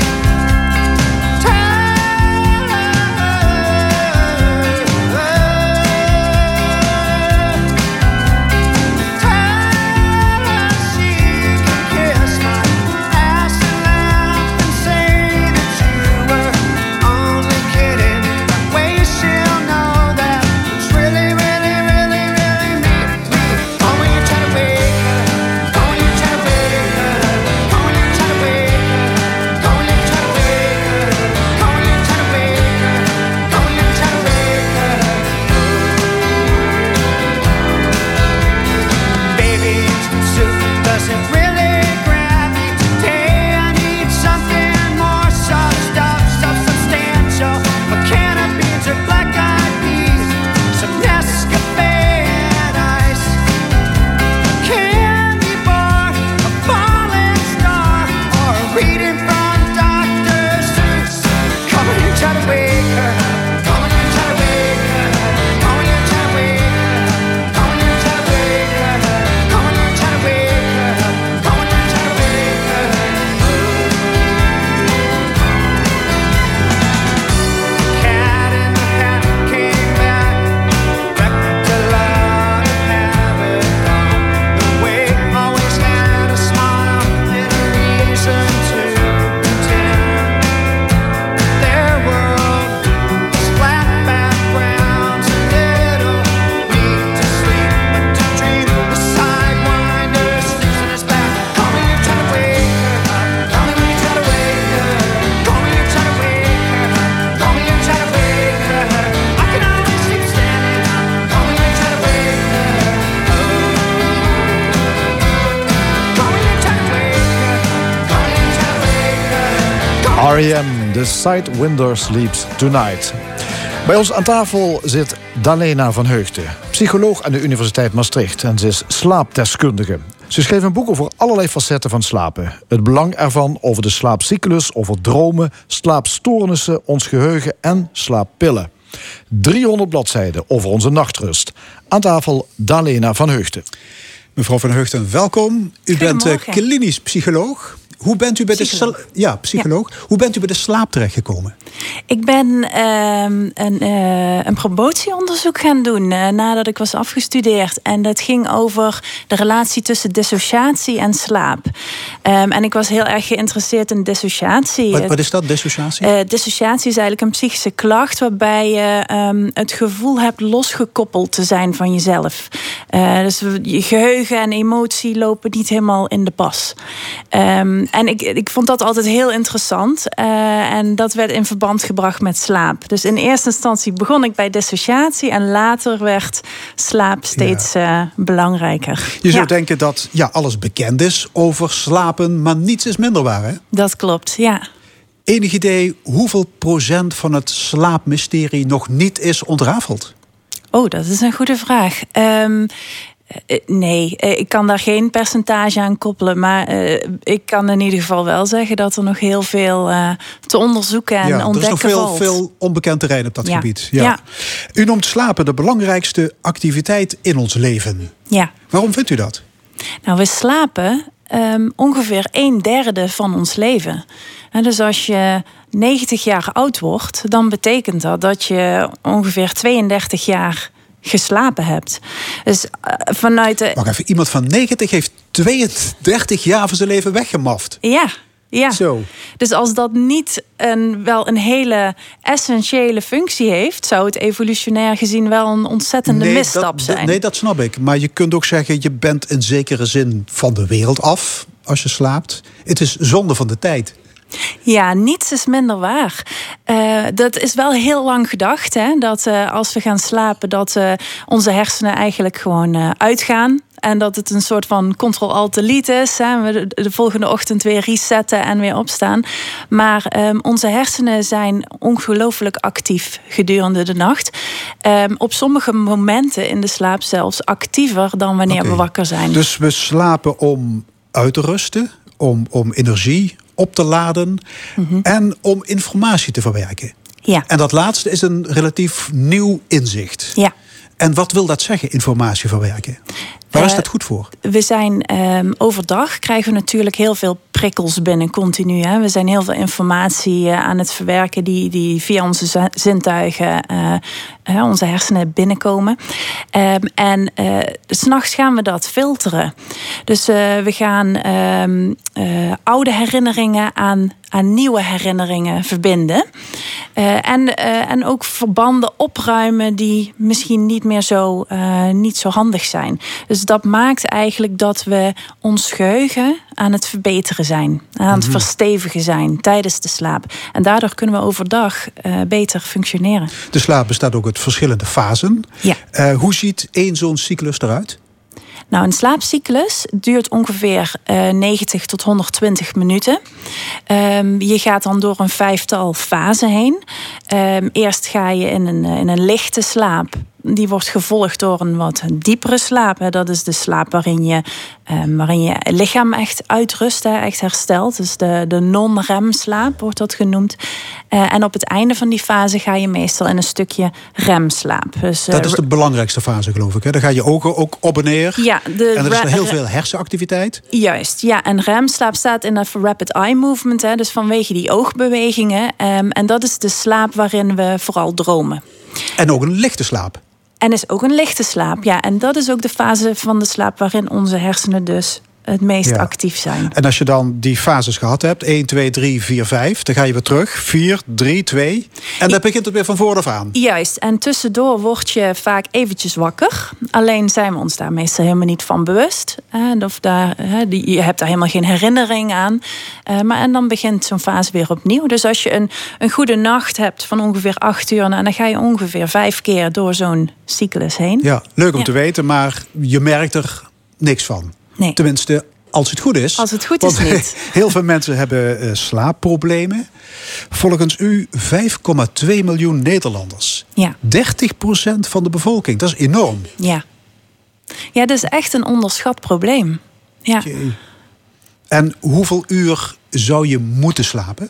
Tell her, tell her she can kiss my ass and laugh and say that you were only kidding. That way she'll know that it's really, really, really, really me. Oh, when you try to wake her, oh, when you try to wake her, oh, when you try to wake her, oh, when you try to wake her, oh, when you try to wake her, oh, when you try to wake her. Baby, soup doesn't really grab me today. I need something more soft stuff, substantial. A can of beans or black-eyed peas, some Nescafe and ice. A candy bar, a falling star, or a reading from Doctor Seuss. Come on, you try to wake her. Come on, you try to wake her. Come on, you try to wake her. Come on, you try to wake her. Come on, you try to wake her. Come on, you try to wake her. Cat in the Hat came back, wrecked a lot of havoc on the way. Always had a smile and a reason to pretend. Their world was flat backgrounds, a little weak to sleep, but to dream. The sidewinder sleeps in his back. Call me, you try to wake her. Call me when you try to wake her. Call me, you try to wake her. Call me, you try to wake her. I can always sleep standing up. Call me when you try to wake her. Oh. Call me, you try to wake her. Call me, you try to wake her. Call R E M, The Sidewinder Sleeps Tonight. Bij ons aan tafel zit Dalena van Heugden, psycholoog aan de Universiteit Maastricht. En ze is slaapdeskundige. Ze schreef een boek over allerlei facetten van slapen. Het belang ervan, over de slaapcyclus, over dromen, slaapstoornissen, ons geheugen en slaappillen. driehonderd bladzijden over onze nachtrust. Aan tafel Dalena van Heugden. Mevrouw van Heugden, welkom. U bent eh, Goedemorgen. klinisch psycholoog. Hoe bent u bij de Psycholoog. sla- ja, psycholoog. Hoe bent u bij de slaap terechtgekomen? Ik ben ehm, een, eh, een promotieonderzoek gaan doen eh, nadat ik was afgestudeerd. En dat ging over de relatie tussen dissociatie en slaap. Ehm, en ik was heel erg geïnteresseerd in dissociatie. Wat, wat is dat, dissociatie? Eh, dissociatie is eigenlijk een psychische klacht waarbij je ehm, het gevoel hebt losgekoppeld te zijn van jezelf. Eh, dus je geheugen en emotie lopen niet helemaal in de pas. Ehm, en ik, ik vond dat altijd heel interessant. Uh, en dat werd in verband gebracht met slaap. Dus in eerste instantie begon ik bij dissociatie en later werd slaap steeds uh, belangrijker. Je zou Ja, denken dat ja, alles bekend is over slapen, maar niets is minder waar, hè? dat klopt, ja. Enig idee hoeveel procent van het slaapmysterie nog niet is ontrafeld? Oh, dat is een goede vraag. Um, uh, nee, uh, ik kan daar geen percentage aan koppelen. Maar uh, ik kan in ieder geval wel zeggen dat er nog heel veel uh, te onderzoeken en ja, er ontdekken is nog veel, valt. veel onbekend terrein op dat Ja. gebied. Ja. Ja. U noemt slapen de belangrijkste activiteit in ons leven. Ja. Waarom vindt u dat? Nou, we slapen um, ongeveer een derde van ons leven. En dus als je negentig jaar oud wordt, dan betekent dat dat je ongeveer tweeëndertig jaar geslapen hebt. Dus uh, vanuit de... Wacht even, iemand van negentig heeft tweeëndertig jaar van zijn leven weggemaft. Ja. Ja, Zo. Dus als dat niet een, wel een hele essentiële functie heeft, zou het evolutionair gezien wel een ontzettende Nee, misstap dat, zijn. Nee, dat snap ik. Maar je kunt ook zeggen, je bent in zekere zin van de wereld af als je slaapt. Het is zonde van de tijd. Ja, niets is minder waar. Uh, dat is wel heel lang gedacht. Hè? Dat uh, als we gaan slapen, dat uh, onze hersenen eigenlijk gewoon uh, uitgaan. En dat het een soort van control-alt-delete is. Hè? We de, de volgende ochtend weer resetten en weer opstaan. Maar um, onze hersenen zijn ongelooflijk actief gedurende de nacht. Um, op sommige momenten in de slaap zelfs actiever dan wanneer okay. we wakker zijn. Dus we slapen om uit te rusten, om, om energie op te laden mm-hmm. en om informatie te verwerken. Ja. En dat laatste is een relatief nieuw inzicht. Ja. En wat wil dat zeggen, informatie verwerken? Waar is dat goed voor? Uh, we zijn um, overdag krijgen we natuurlijk heel veel prikkels binnen continu. Hè. We zijn heel veel informatie uh, aan het verwerken die, die via onze zintuigen, uh, uh, onze hersenen binnenkomen. Um, en uh, 's nachts gaan we dat filteren. Dus uh, we gaan um, uh, oude herinneringen aan, aan nieuwe herinneringen verbinden. Uh, en, uh, en ook verbanden opruimen die misschien niet meer zo, uh, niet zo handig zijn. Dus dat maakt eigenlijk dat we ons geheugen aan het verbeteren zijn. Aan het mm-hmm. verstevigen zijn tijdens de slaap. En daardoor kunnen we overdag uh, beter functioneren. De slaap bestaat ook uit verschillende fasen. Ja. Uh, hoe ziet één zo'n cyclus eruit? Nou, een slaapcyclus duurt ongeveer uh, negentig tot honderdtwintig minuten. Um, je gaat dan door een vijftal fasen heen. Um, eerst ga je in een, in een lichte slaap. Die wordt gevolgd door een wat diepere slaap. Dat is de slaap waarin je, um, waarin je lichaam echt uitrust, echt herstelt. Dus de, de non-remslaap wordt dat genoemd. Uh, en op het einde van die fase ga je meestal in een stukje remslaap. Dus, uh, dat is de belangrijkste fase, geloof ik. Hè? Dan gaan je ogen ook op en neer. Ja, de en er is er heel veel hersenactiviteit. Juist, ja. En remslaap staat in dat rapid eye movement. Hè, dus vanwege die oogbewegingen. Um, en dat is de slaap waarin we vooral dromen. En ook een lichte slaap. En is ook een lichte slaap, ja. En dat is ook de fase van de slaap waarin onze hersenen dus het meest ja. actief zijn. En als je dan die fases gehad hebt, één, twee, drie, vier, vijf... dan ga je weer terug, vier, drie, twee... en dan begint het weer van vooraf aan. Juist, en tussendoor word je vaak eventjes wakker. Alleen zijn we ons daar meestal helemaal niet van bewust. Of daar, je hebt daar helemaal geen herinnering aan. Maar en dan begint zo'n fase weer opnieuw. Dus als je een, een goede nacht hebt van ongeveer acht uur... Nou, dan ga je ongeveer vijf keer door zo'n cyclus heen. Ja, leuk om ja. te weten, maar je merkt er niks van. Nee. Tenminste, als het goed is. Als het goed Want is niet. Heel veel mensen hebben uh, slaapproblemen. Volgens u vijf komma twee miljoen Nederlanders. Ja. dertig procent van de bevolking. Dat is enorm. Ja. Ja, dat is echt een onderschat probleem. Ja. Okay. En hoeveel uur zou je moeten slapen?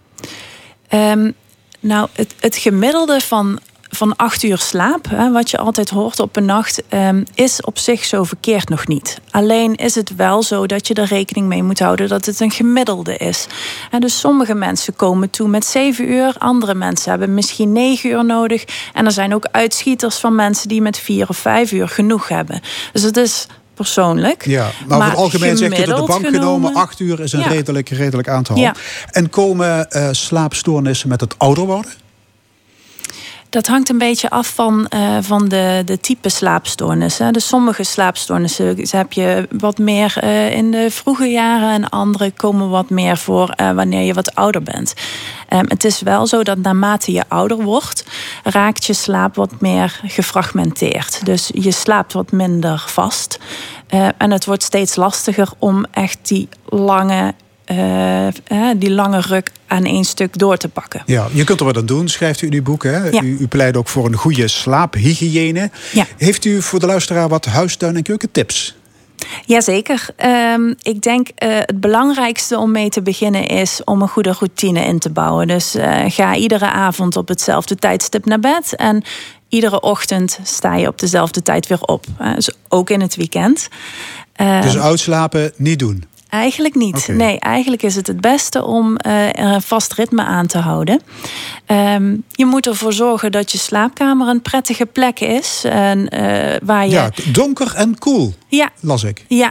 Um, nou, het, het gemiddelde van... van acht uur slaap, wat je altijd hoort op een nacht, is op zich zo verkeerd nog niet. Alleen is het wel zo dat je er rekening mee moet houden dat het een gemiddelde is. En dus sommige mensen komen toe met zeven uur, andere mensen hebben misschien negen uur nodig. En er zijn ook uitschieters van mensen die met vier of vijf uur genoeg hebben. Dus het is persoonlijk. Ja, maar, maar over het algemeen zegt je door de bank genomen, genomen, acht uur is een ja. redelijk, redelijk aantal. Ja. En komen uh, slaapstoornissen met het ouder worden? Dat hangt een beetje af van, uh, van de, de type slaapstoornissen. Dus sommige slaapstoornissen heb je wat meer uh, in de vroege jaren... en andere komen wat meer voor uh, wanneer je wat ouder bent. Um, het is wel zo dat naarmate je ouder wordt... raakt je slaap wat meer gefragmenteerd. Dus je slaapt wat minder vast. Uh, en het wordt steeds lastiger om echt die lange... Uh, uh, die lange ruk aan één stuk door te pakken. Ja, je kunt er wat aan doen, schrijft u in uw boek. Hè? Ja. U, u pleit ook voor een goede slaaphygiëne. Ja. Heeft u voor de luisteraar wat huistuin- en keukentips? Jazeker. Um, ik denk uh, het belangrijkste om mee te beginnen is om een goede routine in te bouwen. Dus uh, ga iedere avond op hetzelfde tijdstip naar bed. En iedere ochtend sta je op dezelfde tijd weer op. Uh, dus ook in het weekend. Uh, dus uitslapen niet doen? Eigenlijk niet. Okay. Nee, eigenlijk is het het beste om uh, een vast ritme aan te houden. Um, je moet ervoor zorgen dat je slaapkamer een prettige plek is. En, uh, waar je... Ja, donker en koel, ja. las ik. Ja,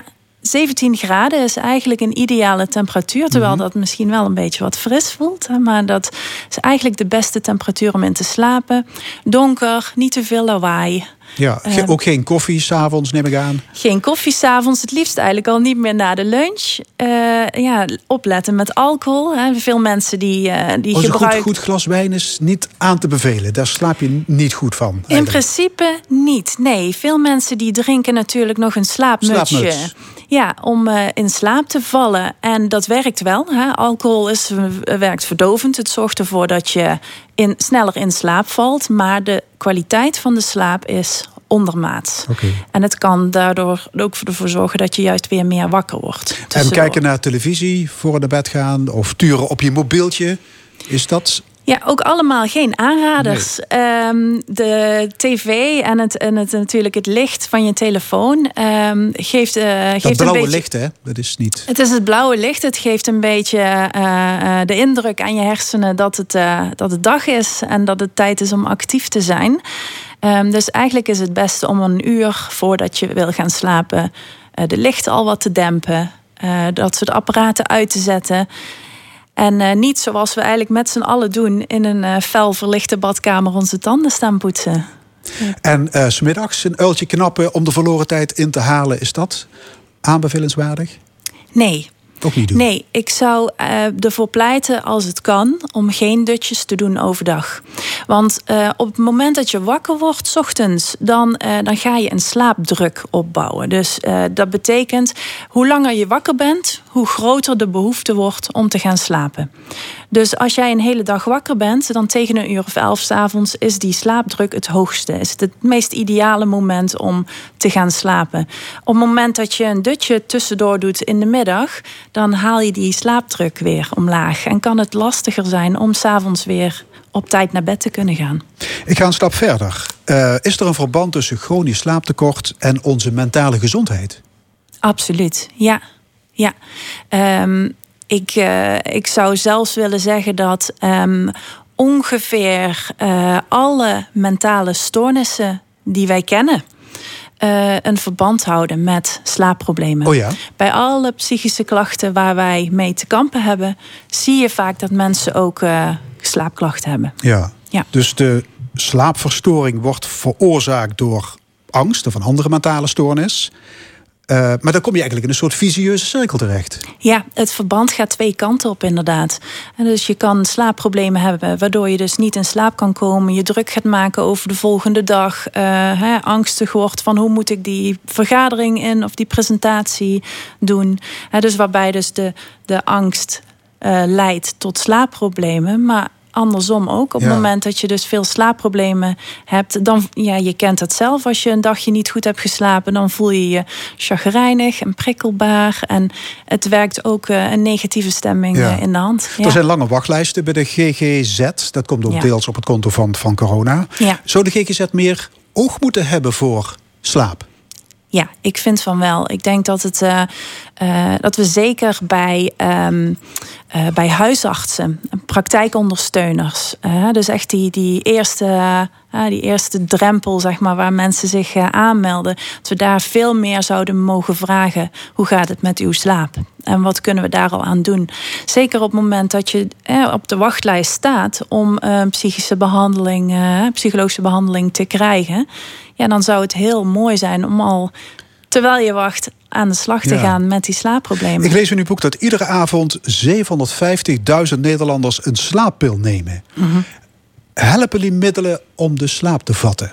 zeventien graden is eigenlijk een ideale temperatuur. Terwijl mm-hmm. dat misschien wel een beetje wat fris voelt. Hè, maar dat is eigenlijk de beste temperatuur om in te slapen. Donker, niet te veel lawaai. Ja, ge- uh, ook geen koffie 's avonds, neem ik aan. Geen koffie 's avonds, het liefst eigenlijk al niet meer na de lunch. Uh, ja, opletten met alcohol. Hè. Veel mensen die, uh, die oh, gebruiken... Een goed, goed glas wijn is niet aan te bevelen. Daar slaap je niet goed van. Eigenlijk. In principe niet, nee. Veel mensen die drinken natuurlijk nog een slaapmutsje. Slaapmuts. Ja, om uh, in slaap te vallen. En dat werkt wel. Hè. Alcohol is, uh, werkt verdovend. Het zorgt ervoor dat je in, sneller in slaap valt. Maar de kwaliteit van de slaap is ondermaats. Okay. En het kan daardoor ook ervoor zorgen dat je juist weer meer wakker wordt. En kijken naar televisie voor naar bed gaan of turen op je mobieltje, is dat... Ja, ook allemaal geen aanraders. Nee. Um, de tv en het, en het natuurlijk het licht van je telefoon um, geeft, uh, geeft dat blauwe een beetje... licht, hè? Dat is niet... Het is het blauwe licht. Het geeft een beetje uh, uh, de indruk aan je hersenen dat het, uh, dat het dag is en dat het tijd is om actief te zijn. Um, dus eigenlijk is het beste om een uur voordat je wil gaan slapen uh, de lichten al wat te dempen. Uh, dat soort apparaten uit te zetten. En uh, niet zoals we eigenlijk met z'n allen doen in een uh, fel verlichte badkamer onze tanden staan poetsen. Ja. En uh, 's middags een uiltje knappen om de verloren tijd in te halen, is dat aanbevelenswaardig? Nee. Ook niet doen? Nee, ik zou uh, ervoor pleiten als het kan om geen dutjes te doen overdag. Want uh, op het moment dat je wakker wordt 's ochtends, dan, uh, dan ga je een slaapdruk opbouwen. Dus uh, dat betekent, hoe langer je wakker bent, hoe groter de behoefte wordt om te gaan slapen. Dus als jij een hele dag wakker bent, dan tegen een uur of elf 's avonds is die slaapdruk het hoogste. Is het het meest ideale moment om te gaan slapen. Op het moment dat je een dutje tussendoor doet in de middag, dan haal je die slaapdruk weer omlaag. En kan het lastiger zijn om 's avonds weer op tijd naar bed te kunnen gaan. Ik ga een stap verder. Uh, is er een verband tussen chronisch slaaptekort en onze mentale gezondheid? Absoluut, ja. ja. Um, ik, uh, ik zou zelfs willen zeggen dat um, ongeveer uh, alle mentale stoornissen die wij kennen Uh, een verband houden met slaapproblemen. Oh ja? Bij alle psychische klachten waar wij mee te kampen hebben, zie je vaak dat mensen ook uh, slaapklachten hebben. Ja. ja, dus de slaapverstoring wordt veroorzaakt door angst of een andere mentale stoornis. Uh, maar dan kom je eigenlijk in een soort visieuze cirkel terecht. Ja, het verband gaat twee kanten op inderdaad. En dus je kan slaapproblemen hebben, waardoor je dus niet in slaap kan komen. Je druk gaat maken over de volgende dag. Uh, hè, angstig wordt van hoe moet ik die vergadering in of die presentatie doen. Uh, dus waarbij dus de, de angst uh, leidt tot slaapproblemen. Maar andersom ook. Op het ja. moment dat je dus veel slaapproblemen hebt, dan, ja, je kent het zelf. Als je een dagje niet goed hebt geslapen, dan voel je je chagrijnig en prikkelbaar. En het werkt ook uh, een negatieve stemming ja. uh, in de hand. Ja. Er zijn lange wachtlijsten bij de G G Z. Dat komt ook ja. deels op het konto van, van corona. Ja. Zou de G G Z meer oog moeten hebben voor slaap? Ja, ik vind van wel. Ik denk dat, het, uh, uh, dat we zeker bij, um, uh, bij huisartsen, praktijkondersteuners, uh, dus echt die, die, eerste, uh, die eerste drempel, zeg maar, waar mensen zich uh, aanmelden, dat we daar veel meer zouden mogen vragen. Hoe gaat het met uw slaap? En wat kunnen we daar al aan doen? Zeker op het moment dat je eh, op de wachtlijst staat om uh, psychische behandeling, uh, psychologische behandeling te krijgen, ja, dan zou het heel mooi zijn om al, terwijl je wacht, aan de slag te ja. gaan met die slaapproblemen. Ik lees in uw boek dat iedere avond zevenhonderdvijftigduizend Nederlanders een slaappil nemen. Mm-hmm. Helpen die middelen om de slaap te vatten?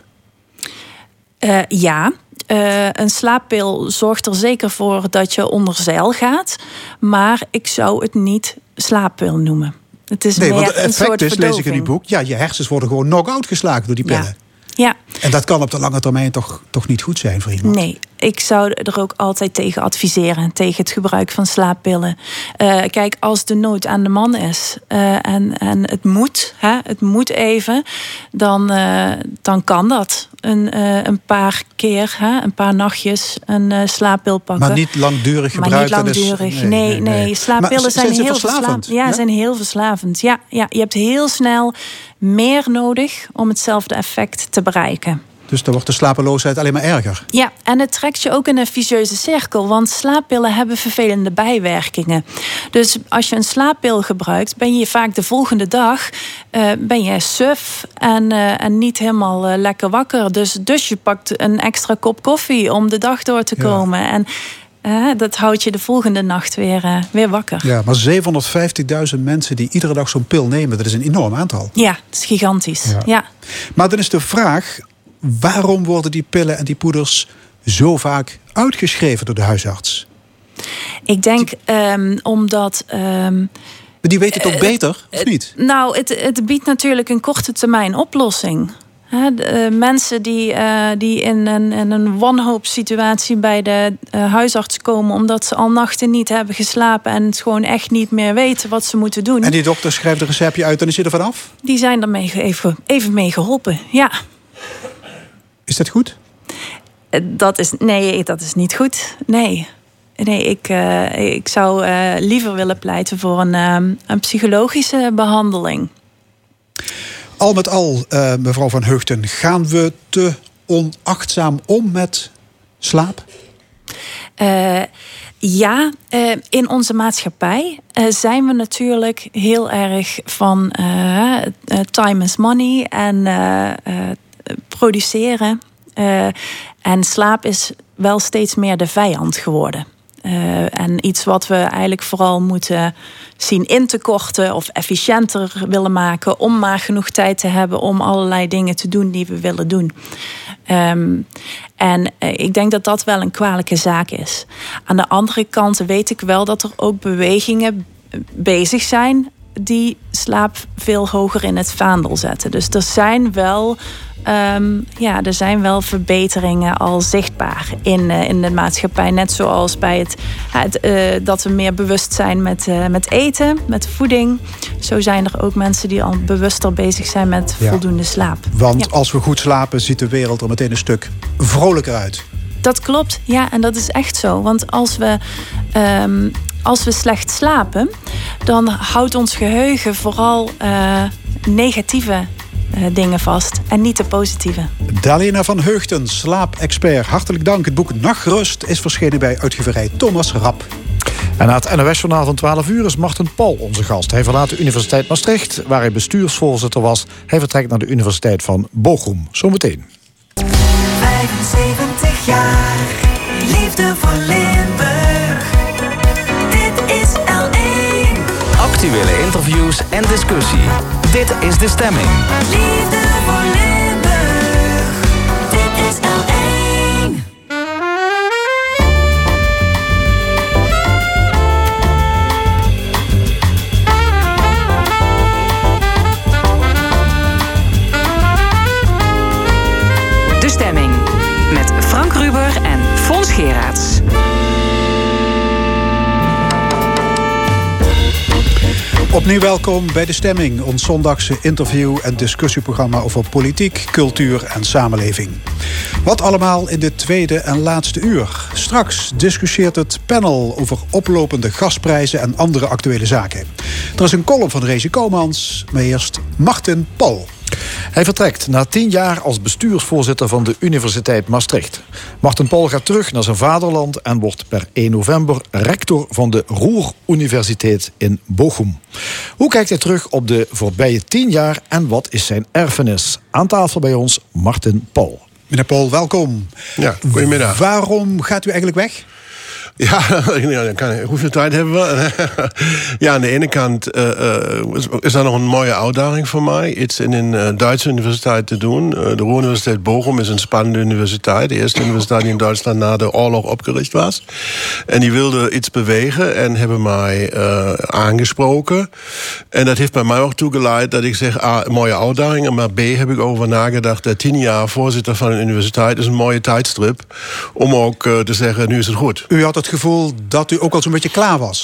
Uh, ja. Uh, een slaappil zorgt er zeker voor dat je onder zeil gaat. Maar ik zou het niet slaappil noemen. Het is nee, meer want het effect een soort is, verdoving. lees ik in uw boek, ja, je hersens worden gewoon knock-out geslagen door die pillen. Ja. Ja. En dat kan op de lange termijn toch, toch niet goed zijn voor iemand? Nee, ik zou er ook altijd tegen adviseren. Tegen het gebruik van slaappillen. Uh, kijk, als de nood aan de man is uh, en, en het moet, hè, het moet even, dan, uh, dan kan dat. Een, uh, een paar keer, hè, een paar nachtjes een uh, slaappil pakken. Maar niet langdurig gebruiken. Maar niet langdurig, dus, nee, nee, nee. nee. Slaappillen maar, zijn, zijn heel verslavend. verslavend. Ja, ja, zijn heel verslavend. Ja, ja, je hebt heel snel meer nodig om hetzelfde effect te bereiken. Dus dan wordt de slapeloosheid alleen maar erger. Ja, en het trekt je ook in een vicieuze cirkel. Want slaappillen hebben vervelende bijwerkingen. Dus als je een slaappil gebruikt, ben je vaak de volgende dag uh, ben je suf en, uh, en niet helemaal uh, lekker wakker. Dus, dus je pakt een extra kop koffie om de dag door te komen. Ja. En uh, dat houdt je de volgende nacht weer, uh, weer wakker. Ja, maar zevenhonderdvijftigduizend mensen die iedere dag zo'n pil nemen, dat is een enorm aantal. Ja, dat is gigantisch. Ja. Ja. Maar dan is de vraag, waarom worden die pillen en die poeders zo vaak uitgeschreven door de huisarts? Ik denk um, omdat... Um, die weten het ook uh, beter, of niet? Uh, nou, het, het biedt natuurlijk een korte termijn oplossing. He, de, uh, mensen die, uh, die in een, in een wanhoopssituatie bij de uh, huisarts komen omdat ze al nachten niet hebben geslapen en het gewoon echt niet meer weten wat ze moeten doen. En die dokter schrijft een receptje uit en is je er vanaf? Die zijn ermee even, even mee geholpen, ja. Is dat goed? Dat is, nee, dat is niet goed. Nee, nee ik, uh, ik zou uh, liever willen pleiten voor een, um, een psychologische behandeling. Al met al, uh, mevrouw Van Heugten, gaan we te onachtzaam om met slaap? Uh, ja, uh, in onze maatschappij uh, zijn we natuurlijk heel erg van uh, uh, time is money en uh, uh, produceren. Uh, en slaap is wel steeds meer de vijand geworden. Uh, en iets wat we eigenlijk vooral moeten zien in te korten of efficiënter willen maken om maar genoeg tijd te hebben om allerlei dingen te doen die we willen doen. Um, en uh, ik denk dat dat wel een kwalijke zaak is. Aan de andere kant weet ik wel dat er ook bewegingen bezig zijn die slaap veel hoger in het vaandel zetten. Dus er zijn wel Um, ja, er zijn wel verbeteringen al zichtbaar in, uh, in de maatschappij. Net zoals bij het, het uh, dat we meer bewust zijn met, uh, met eten, met voeding. Zo zijn er ook mensen die al bewuster bezig zijn met ja. voldoende slaap. Want ja. als we goed slapen, ziet de wereld er meteen een stuk vrolijker uit. Dat klopt, ja, en dat is echt zo. Want als we, um, als we slecht slapen, dan houdt ons geheugen vooral uh, negatieve Uh, dingen vast en niet de positieve. Dalena van Heugten, slaapexpert. Hartelijk dank. Het boek Nachtrust is verschenen bij uitgeverij Thomas Rapp. En na het N O S-journaal van twaalf uur is Marten Pol onze gast. Hij verlaat de Universiteit Maastricht, waar hij bestuursvoorzitter was. Hij vertrekt naar de Universiteit van Bochum. Zometeen. vijfenzeventig jaar, liefde voor Limburg. Dit is L één. Actuele interviews en discussie. Dit is De Stemming. Liefde voor Limburg. Dit is L één. De Stemming. Met Frank Ruber en Fons Geraerts. Opnieuw welkom bij De Stemming, ons zondagse interview- en discussieprogramma over politiek, cultuur en samenleving. Wat allemaal in dit tweede en laatste uur. Straks discussieert het panel over oplopende gasprijzen en andere actuele zaken. Er is een column van Rezi Koumans, maar eerst Marten Pol. Hij vertrekt na tien jaar als bestuursvoorzitter van de Universiteit Maastricht. Marten Pol gaat terug naar zijn vaderland en wordt per één november rector van de Ruhr-Universiteit in Bochum. Hoe kijkt hij terug op de voorbije tien jaar en wat is zijn erfenis? Aan tafel bij ons Marten Pol. Meneer Pol, welkom. Ja, goedemiddag. Waarom gaat u eigenlijk weg? Ja, hoeveel tijd hebben we? Ja, aan de ene kant uh, uh, is dat nog een mooie uitdaging voor mij. Iets in een uh, Duitse universiteit te doen. Uh, de Ruhr-Universiteit Bochum is een spannende universiteit. De eerste universiteit die in Duitsland na de oorlog opgericht was. En die wilde iets bewegen en hebben mij uh, aangesproken. En dat heeft bij mij ook toegeleid dat ik zeg, ah, een mooie uitdaging. Maar B, heb ik over nagedacht dat tien jaar voorzitter van een universiteit is een mooie tijdstrip. Om ook uh, te zeggen, nu is het goed. U had het gevoel dat u ook al zo'n beetje klaar was?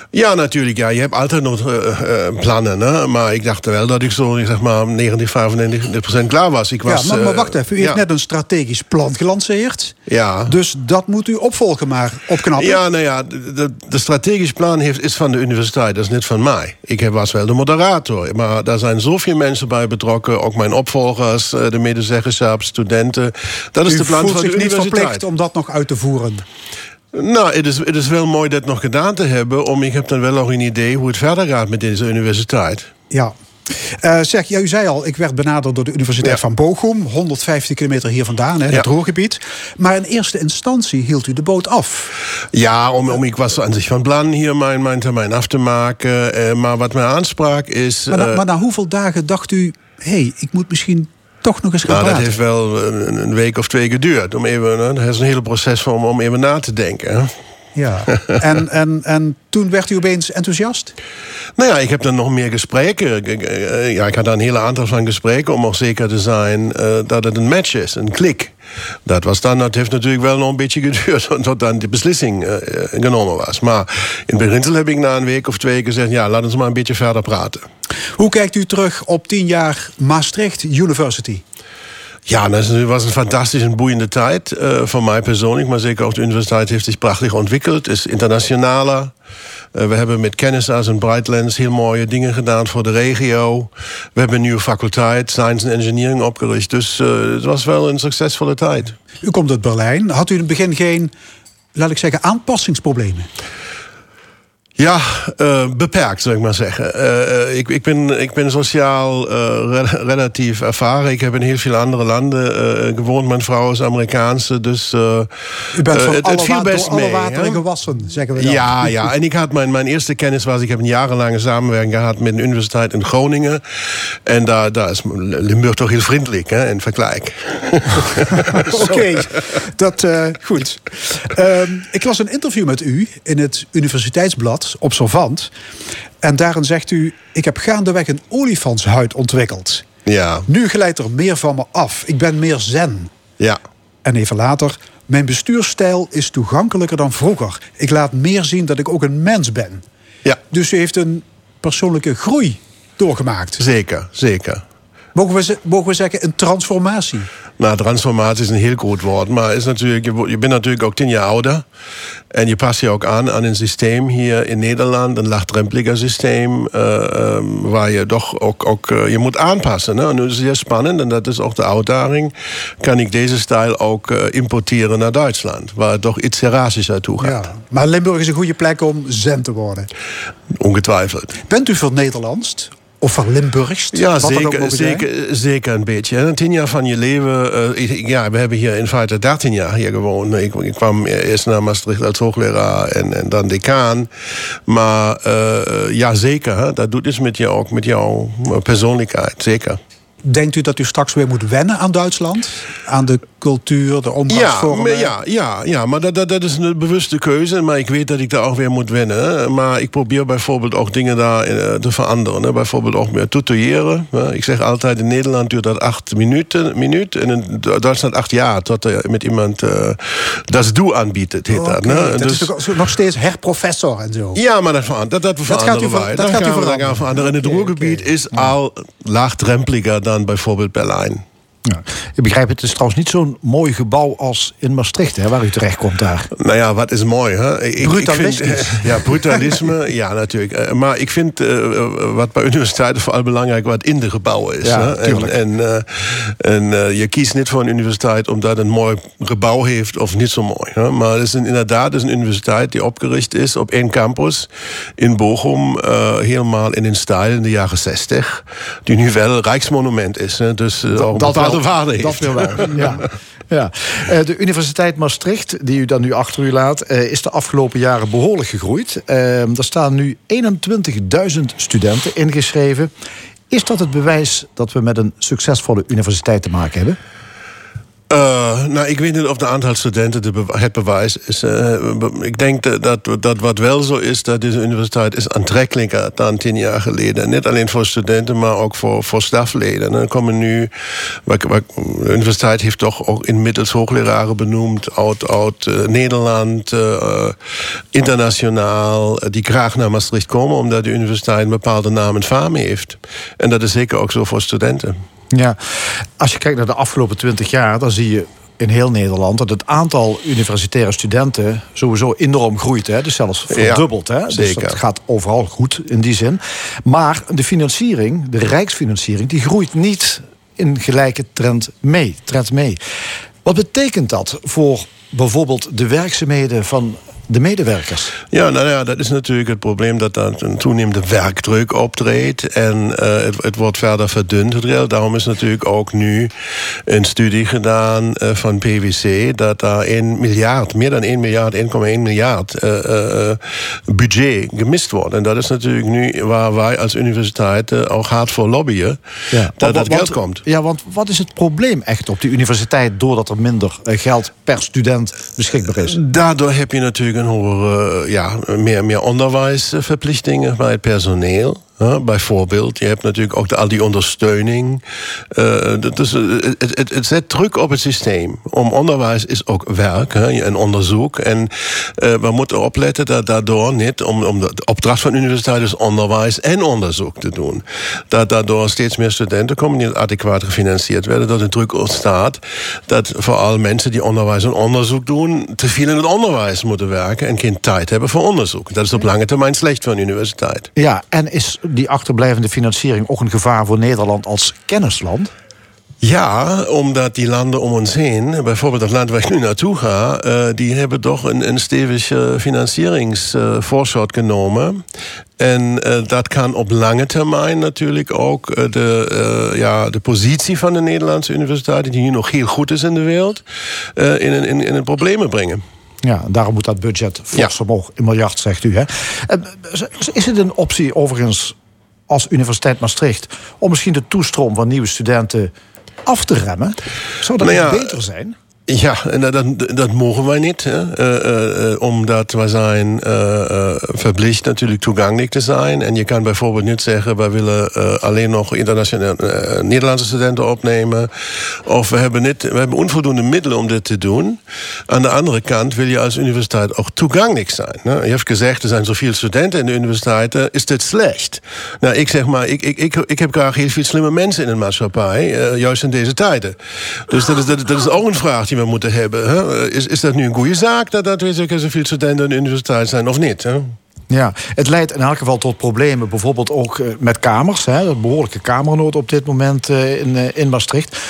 Ja, natuurlijk. Ja. Je hebt altijd nog uh, uh, plannen. Hè? Maar ik dacht wel dat ik zo zeg maar negentig, vijfennegentig procent klaar was. Ik was ja, maar, maar wacht uh, even. U ja. heeft net een strategisch plan gelanceerd. Ja. Dus dat moet u opvolgen maar opknappen. Ja, nou ja, de, de, de strategisch plan heeft, is van de universiteit. Dat is niet van mij. Ik was wel de moderator. Maar daar zijn zoveel mensen bij betrokken. Ook mijn opvolgers, de medezeggenschap, studenten. Dat is u de plan van de universiteit. U voelt zich niet verplicht om dat nog uit te voeren? Nou, het is, het is wel mooi dat nog gedaan te hebben. Om, ik heb dan wel nog een idee hoe het verder gaat met deze universiteit. Ja. Uh, zeg, ja, u zei al, ik werd benaderd door de Universiteit ja. van Bochum. honderdvijftig kilometer hier vandaan, hè, ja. het Ruhrgebied. Maar in eerste instantie hield u de boot af. Ja, om, om, ik was aan zich van plan hier mijn, mijn termijn af te maken. Uh, maar wat mij aansprak is... Maar, na, uh, maar na hoeveel dagen dacht u... hé, hey, ik moet misschien... toch nog eens gaan nou, praten? Dat heeft wel een, een week of twee geduurd. Om even, dat is een hele proces om, om even na te denken. Hè? Ja, en, en, en toen werd u opeens enthousiast? Nou ja, ik heb dan nog meer gesprekken. Ja, ik had daar een hele aantal van gesprekken... om ook zeker te zijn uh, dat het een match is, een klik. Dat, was dan, dat heeft natuurlijk wel nog een beetje geduurd... tot dan de beslissing uh, genomen was. Maar in het beginsel heb ik na een week of twee gezegd... ja, laten we maar een beetje verder praten. Hoe kijkt u terug op tien jaar Maastricht University? Ja, dat was een fantastisch en boeiende tijd uh, voor mij persoonlijk. Maar zeker ook de universiteit heeft zich prachtig ontwikkeld. Het is internationaler. Uh, we hebben met Kennesaars en Brightlands heel mooie dingen gedaan voor de regio. We hebben een nieuwe faculteit, Science and Engineering, opgericht. Dus uh, het was wel een succesvolle tijd. U komt uit Berlijn. Had u in het begin geen, laat ik zeggen, aanpassingsproblemen? Ja, uh, beperkt, zou ik maar zeggen. Uh, ik, ik, ben, ik ben sociaal uh, re- relatief ervaren. Ik heb in heel veel andere landen uh, gewoond. Mijn vrouw is Amerikaanse, dus uh, U bent van uh, het, alle, het viel wa- best door alle mee, wateren hè? gewassen, zeggen we dan. Ja, ja, en ik had mijn, mijn eerste kennis was... ik heb een jarenlange samenwerking gehad met een universiteit in Groningen. En daar, daar is Limburg toch heel vriendelijk, hè, in vergelijk. Oké, okay, dat uh, goed. Um, ik las een interview met u in het Universiteitsblad, Observant. En daarin zegt u... ik heb gaandeweg een olifantshuid ontwikkeld. Ja. Nu glijdt er meer van me af. Ik ben meer zen. Ja. En even later... mijn bestuursstijl is toegankelijker dan vroeger. Ik laat meer zien dat ik ook een mens ben. Ja. Dus u heeft een persoonlijke groei doorgemaakt. Zeker, zeker. Mogen we, mogen we zeggen een transformatie? Nou, transformatie is een heel groot woord. Maar is natuurlijk, je, je bent natuurlijk ook tien jaar ouder. En je past je ook aan aan een systeem hier in Nederland. Een laagdrempeliger systeem. Uh, um, waar je toch ook, ook uh, je moet aanpassen. Hè? En nu is het heel spannend. En dat is ook de uitdaging. Kan ik deze stijl ook uh, importeren naar Duitsland? Waar het toch iets Serasischer toe gaat. Ja, maar Limburg is een goede plek om zen te worden. Ongetwijfeld. Bent u voor Nederlands? Of van Limburgs? Ja, zeker, zeker, zeker een beetje. En tien jaar van je leven... Uh, ja, we hebben hier in feite dertien jaar hier gewoond. Ik, ik kwam eerst naar Maastricht als hoogleraar en, en dan decaan. Maar uh, ja, zeker. Hè, dat doet iets met, jou, ook met jouw persoonlijkheid, zeker. Denkt u dat u straks weer moet wennen aan Duitsland? Aan de cultuur, de omgangsvormen? Ja, ja, ja, ja, maar dat, dat, dat is een bewuste keuze. Maar ik weet dat ik daar ook weer moet wennen. Maar ik probeer bijvoorbeeld ook dingen daar te veranderen. Hè. Bijvoorbeeld ook meer tutoyeren. Ik zeg altijd, in Nederland duurt dat acht minuten. Minuut, en in Duitsland acht jaar. Tot er met iemand uh, dat doe aanbiedt. Het heet okay. dat. Hè. Dat dus, is toch nog steeds herprofessor en zo? Ja, maar dat, dat, dat, dat veranderen wij. Dat gaat u veranderen. veranderen. En het okay, Ruhrgebied okay. is al laagdrempeliger dan bijvoorbeeld Berlijn. Ja. Ik begrijp, het is trouwens niet zo'n mooi gebouw als in Maastricht, hè, waar u terecht komt daar. Nou ja, wat is mooi, hè? Ik, Brutalisme. Ik vind, ja, brutalisme, ja, natuurlijk. Maar ik vind, uh, wat bij universiteiten vooral belangrijk, wat in de gebouwen is. Ja, hè? En, en, uh, en uh, je kiest niet voor een universiteit omdat het een mooi gebouw heeft of niet zo mooi. Hè? Maar het is een, inderdaad het is een universiteit die opgericht is op één campus in Bochum, uh, helemaal in een stijl in de jaren zestig, die nu wel Rijksmonument is. Hè? Dus uh, ook dat wel. Waarde heeft. Dat wil wel, ja. ja. Uh, de Universiteit Maastricht, die u dan nu achter u laat, uh, is de afgelopen jaren behoorlijk gegroeid. Uh, er staan nu eenentwintigduizend studenten ingeschreven. Is dat het bewijs dat we met een succesvolle universiteit te maken hebben? Uh, nou, ik weet niet of de aantal studenten de bew- het bewijs is. Uh, ik denk dat, dat wat wel zo is, dat deze universiteit is aantrekkelijker dan tien jaar geleden. Niet alleen voor studenten, maar ook voor, voor stafleden. Er komen nu, de universiteit heeft toch ook inmiddels hoogleraren benoemd, uit, uit uh, Nederland, uh, internationaal, die graag naar Maastricht komen, omdat de universiteit een bepaalde naam en faam heeft. En dat is zeker ook zo voor studenten. Ja, als je kijkt naar de afgelopen twintig jaar, dan zie je in heel Nederland dat het aantal universitaire studenten sowieso enorm groeit. Hè? Dus zelfs verdubbeld. Hè? Dus zeker. dat gaat overal goed in die zin. Maar de financiering, de rijksfinanciering, die groeit niet in gelijke trend mee. Trend mee. Wat betekent dat voor bijvoorbeeld de werkzaamheden van de medewerkers? Ja, nou ja, dat is natuurlijk het probleem dat er een toenemende werkdruk optreedt en uh, het, het wordt verder verdund. Daarom is natuurlijk ook nu een studie gedaan uh, van P W C dat daar één miljard, meer dan één miljard, één komma één miljard uh, uh, budget gemist wordt. En dat is natuurlijk nu waar wij als universiteit uh, ook hard voor lobbyen, ja, dat dat want, geld komt. Ja, want wat is het probleem echt op de universiteit doordat er minder uh, geld per student beschikbaar is? Daardoor heb je natuurlijk een hogere, ja, meer, meer onderwijsverplichtingen bij het personeel. Ja, bijvoorbeeld, je hebt natuurlijk ook de, al die ondersteuning. Uh, dus het, het, het zet druk op het systeem. Om onderwijs is ook werk hè, en onderzoek. En uh, we moeten opletten dat daardoor niet, om, om de opdracht van de universiteit is onderwijs en onderzoek te doen. Dat daardoor steeds meer studenten komen die adequaat gefinancierd werden. Dat er druk ontstaat dat vooral mensen die onderwijs en onderzoek doen te veel in het onderwijs moeten werken en geen tijd hebben voor onderzoek. Dat is op lange termijn slecht voor een universiteit. Ja, en is die achterblijvende financiering ook een gevaar voor Nederland als kennisland? Ja, omdat die landen om ons heen, bijvoorbeeld het land waar ik nu naartoe ga, uh, die hebben toch een, een stevig uh, financieringsvoorschot uh, genomen. En uh, dat kan op lange termijn natuurlijk ook uh, de, uh, ja, de positie van de Nederlandse universiteit, die nu nog heel goed is in de wereld, uh, in, in, in problemen brengen. Ja, daarom moet dat budget fors ja. omhoog, een miljard, zegt u. Hè? Is het een optie overigens als Universiteit Maastricht om misschien de toestroom van nieuwe studenten af te remmen? Zou dat nou ja, beter zijn? Ja, en dat, dat, dat mogen wij niet. Hè? Uh, uh, omdat wij zijn uh, uh, verplicht natuurlijk toegankelijk te zijn. En je kan bijvoorbeeld niet zeggen, wij willen uh, alleen nog internationale uh, Nederlandse studenten opnemen. Of we hebben, niet, we hebben onvoldoende middelen om dit te doen. Aan de andere kant wil je als universiteit ook toegankelijk zijn. Hè? Je hebt gezegd, er zijn zoveel studenten in de universiteiten. Is dit slecht? Nou, ik zeg maar, ik, ik, ik, ik heb graag heel veel slimme mensen in de maatschappij. Uh, juist in deze tijden. Dus dat is, dat, dat is ook een vraag die we moeten hebben. Hè? Is, is dat nu een goede zaak dat, dat er zoveel studenten aan de universiteit zijn of niet? Hè? Ja, het leidt in elk geval tot problemen, bijvoorbeeld ook met kamers. Hè? Een behoorlijke kamernood op dit moment in, in Maastricht.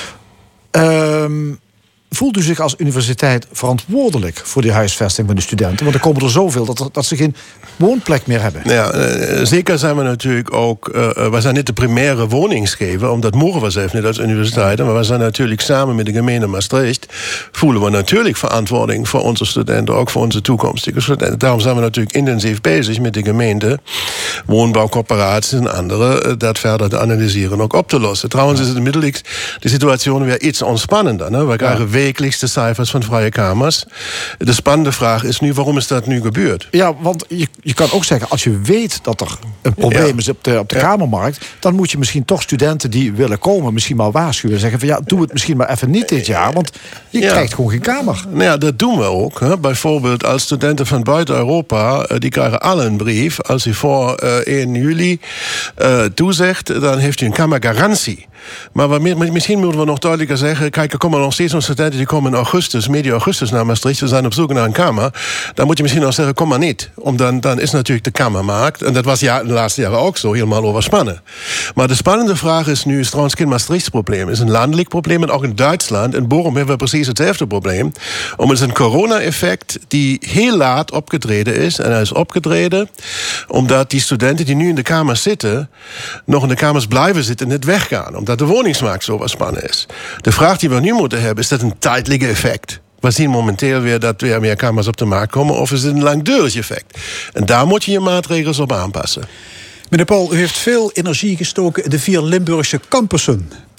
Um, Voelt u zich als universiteit verantwoordelijk voor die huisvesting van de studenten? Want er komen er zoveel dat, dat ze geen woonplek meer hebben. Ja, uh, zeker zijn we natuurlijk ook... Uh, we zijn niet de primaire woningsgever, omdat mogen we zelf niet als universiteit. Maar we zijn natuurlijk samen met de gemeente Maastricht... voelen we natuurlijk verantwoording voor onze studenten, ook voor onze toekomstige studenten. Daarom zijn we natuurlijk intensief bezig met de gemeente, woonbouwcorporaties en anderen, uh, dat verder te analyseren en ook op te lossen. Trouwens is het inmiddels de situatie weer iets ontspannender. Hè? We krijgen ja. wekelijks de cijfers van vrije kamers. De spannende vraag is nu, waarom is dat nu gebeurd? Ja, want je, je kan ook zeggen, als je weet dat er een probleem ja. is op de, op de ja. kamermarkt, dan moet je misschien toch studenten die willen komen misschien maar waarschuwen en zeggen van ja, doe het misschien maar even niet dit jaar, want je ja. krijgt gewoon geen kamer. Nou ja, dat doen we ook. Hè. Bijvoorbeeld als studenten van buiten Europa, die krijgen alle een brief. Als u voor uh, één juli uh, toezegt, dan heeft u een kamergarantie. Maar wat, misschien moeten we nog duidelijker zeggen, kijk, er komen nog steeds nog studenten die komen in augustus, medio augustus naar Maastricht, ze zijn op zoek naar een kamer. Dan moet je misschien nog zeggen, kom maar niet. Om dan, dan is natuurlijk de kamermarkt, en dat was ja, de laatste jaren ook zo, helemaal overspannen. Maar de spannende vraag is nu, is trouwens geen Maastrichts probleem. Het is een landelijk probleem, en ook in Duitsland. In Bochum hebben we precies hetzelfde probleem. Om het is een corona-effect die heel laat opgetreden is. En hij is opgetreden omdat die studenten die nu in de kamers zitten, nog in de kamers blijven zitten en niet weggaan. Omdat de woningsmarkt zo overspannen is. De vraag die we nu moeten hebben, is dat een tijdelijk effect? We zien momenteel weer dat er meer kamers op de markt komen, of is het een langdurig effect? En daar moet je je maatregelen op aanpassen. Meneer Paul, u heeft veel energie gestoken in de vier Limburgse campussen.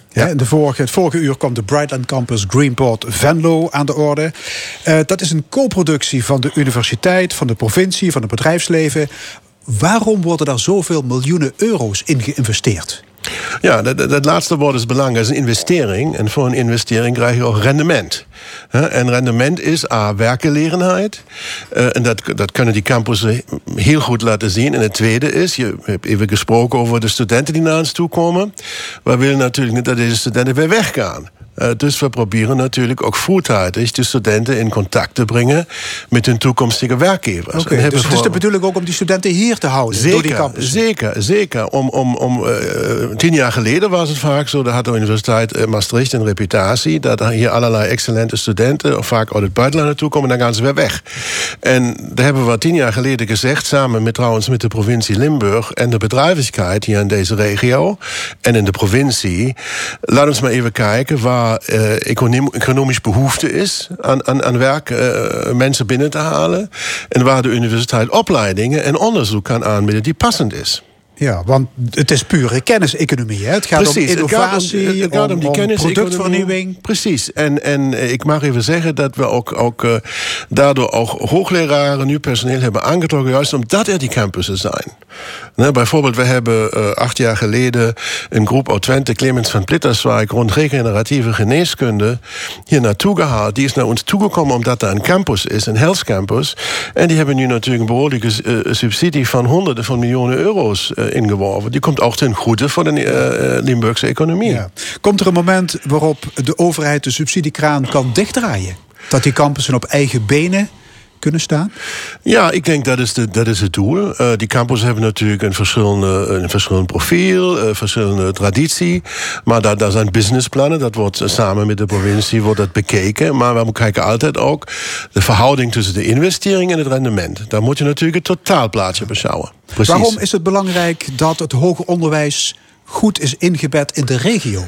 Ja, in de vorige, het vorige uur kwam de Brightland Campus Greenport Venlo aan de orde. Uh, dat is een co-productie van de universiteit, van de provincie, van het bedrijfsleven. Waarom worden daar zoveel miljoenen euro's in geïnvesteerd? Ja, dat, dat laatste woord is belangrijk. Het is een investering. En voor een investering krijg je ook rendement. En rendement is A, werkgelegenheid. Uh, en dat, dat kunnen die campussen heel goed laten zien. En het tweede is, je hebt even gesproken over de studenten die naar ons toe komen. We willen natuurlijk niet dat deze studenten weer weggaan. Uh, dus we proberen natuurlijk ook vroegtijdig de studenten in contact te brengen met hun toekomstige werkgevers. Okay, dus het is de bedoeling ook om die studenten hier te houden? Zeker, door die campus. zeker, zeker. Om, om, om, uh, tien jaar geleden was het vaak zo, daar had de Universiteit Maastricht een reputatie, dat er hier allerlei excellente studenten, vaak uit het buitenland naartoe komen, en dan gaan ze weer weg. En daar hebben we tien jaar geleden gezegd, samen met trouwens met de provincie Limburg en de bedrijvigheid hier in deze regio en in de provincie, laat ons maar even kijken waar Uh, economisch behoefte is aan, aan, aan werk, uh, mensen binnen te halen. En waar de universiteit opleidingen en onderzoek kan aanbieden die passend is. Ja, want het is pure kenniseconomie. Hè? Het gaat Precies, om innovatie, het gaat om, het gaat om, om, die om productvernieuwing. Precies. En, en ik mag even zeggen dat we ook, ook uh, daardoor ook hoogleraren nu personeel hebben aangetrokken, juist omdat er die campussen zijn. Nou, bijvoorbeeld, we hebben uh, acht jaar geleden een groep uit Twente, Clemens van Plitterswijk, rond regeneratieve geneeskunde, hier naartoe gehaald. Die is naar ons toegekomen omdat er een campus is, een health campus. En die hebben nu natuurlijk een behoorlijke uh, subsidie van honderden van miljoenen euro's uh, ingeworven. Die komt ook ten goede voor de uh, Limburgse economie. Ja. Komt er een moment waarop de overheid de subsidiekraan kan dichtdraaien? Dat die campussen op eigen benen kunnen staan? Ja, ik denk dat is, de, dat is het doel. Uh, die campussen hebben natuurlijk een verschillende, een verschillend profiel, een verschillende traditie. Maar daar, daar zijn businessplannen, dat wordt samen met de provincie wordt dat bekeken. Maar we kijken altijd ook de verhouding tussen de investering en het rendement. Daar moet je natuurlijk het totaalplaatje beschouwen. Precies. Waarom is het belangrijk dat het hoger onderwijs goed is ingebed in de regio?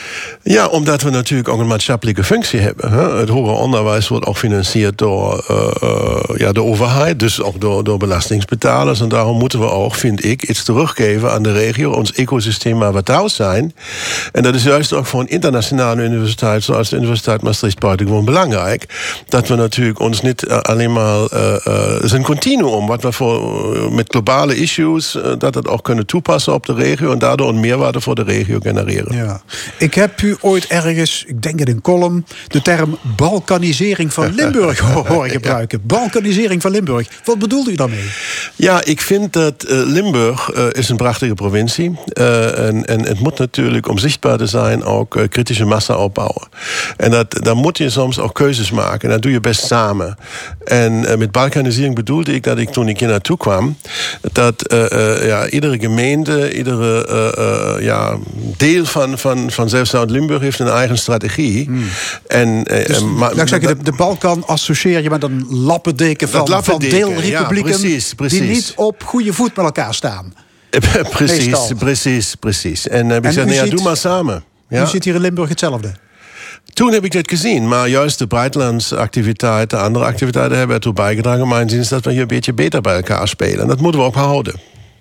Ja, omdat we natuurlijk ook een maatschappelijke functie hebben. Hè? Het hoger onderwijs wordt ook gefinancierd door uh, uh, ja, de overheid, dus ook door, door belastingbetalers. En daarom moeten we ook, vind ik, iets teruggeven aan de regio, ons ecosysteem waar we thuis zijn. En dat is juist ook voor een internationale universiteit, zoals de Universiteit Maastricht, buitengewoon belangrijk. Dat we natuurlijk ons niet uh, alleen maar, uh, uh, het is een continuum, wat we voor, uh, met globale issues, uh, dat het ook kunnen toepassen op de regio en daardoor een meerwaarde voor de regio genereren. Ja. Ik heb u ooit ergens, ik denk in een column, de term balkanisering van Limburg horen gebruiken. Balkanisering van Limburg. Wat bedoelt u daarmee? Ja, ik vind dat uh, Limburg uh, is een prachtige provincie. Uh, en, en het moet natuurlijk, om zichtbaar te zijn, ook uh, kritische massa opbouwen. En dat, dan moet je soms ook keuzes maken. En dat doe je best samen. En uh, met balkanisering bedoelde ik dat ik toen ik hier naartoe kwam, dat uh, uh, ja, iedere gemeente, iedere uh, uh, ja, deel van, van, van zelfs Zuid-Limburg heeft een eigen strategie. Hmm. En, dus, uh, maar, laat ik zeggen, de, de Balkan associeer je met een lappendeken van, lappendeken, van deelrepublieken, ja, precies, precies. Die niet op goede voet met elkaar staan. precies, Meestal. precies, precies. En uh, ik en zeg, nou ja, ziet, doe maar samen. Ja? U ziet hier in Limburg hetzelfde. Toen heb ik dat gezien, maar juist de Breitlands-activiteiten, andere activiteiten hebben ertoe bijgedragen, mijn zin is dat we hier een beetje beter bij elkaar spelen. En dat moeten we ook houden.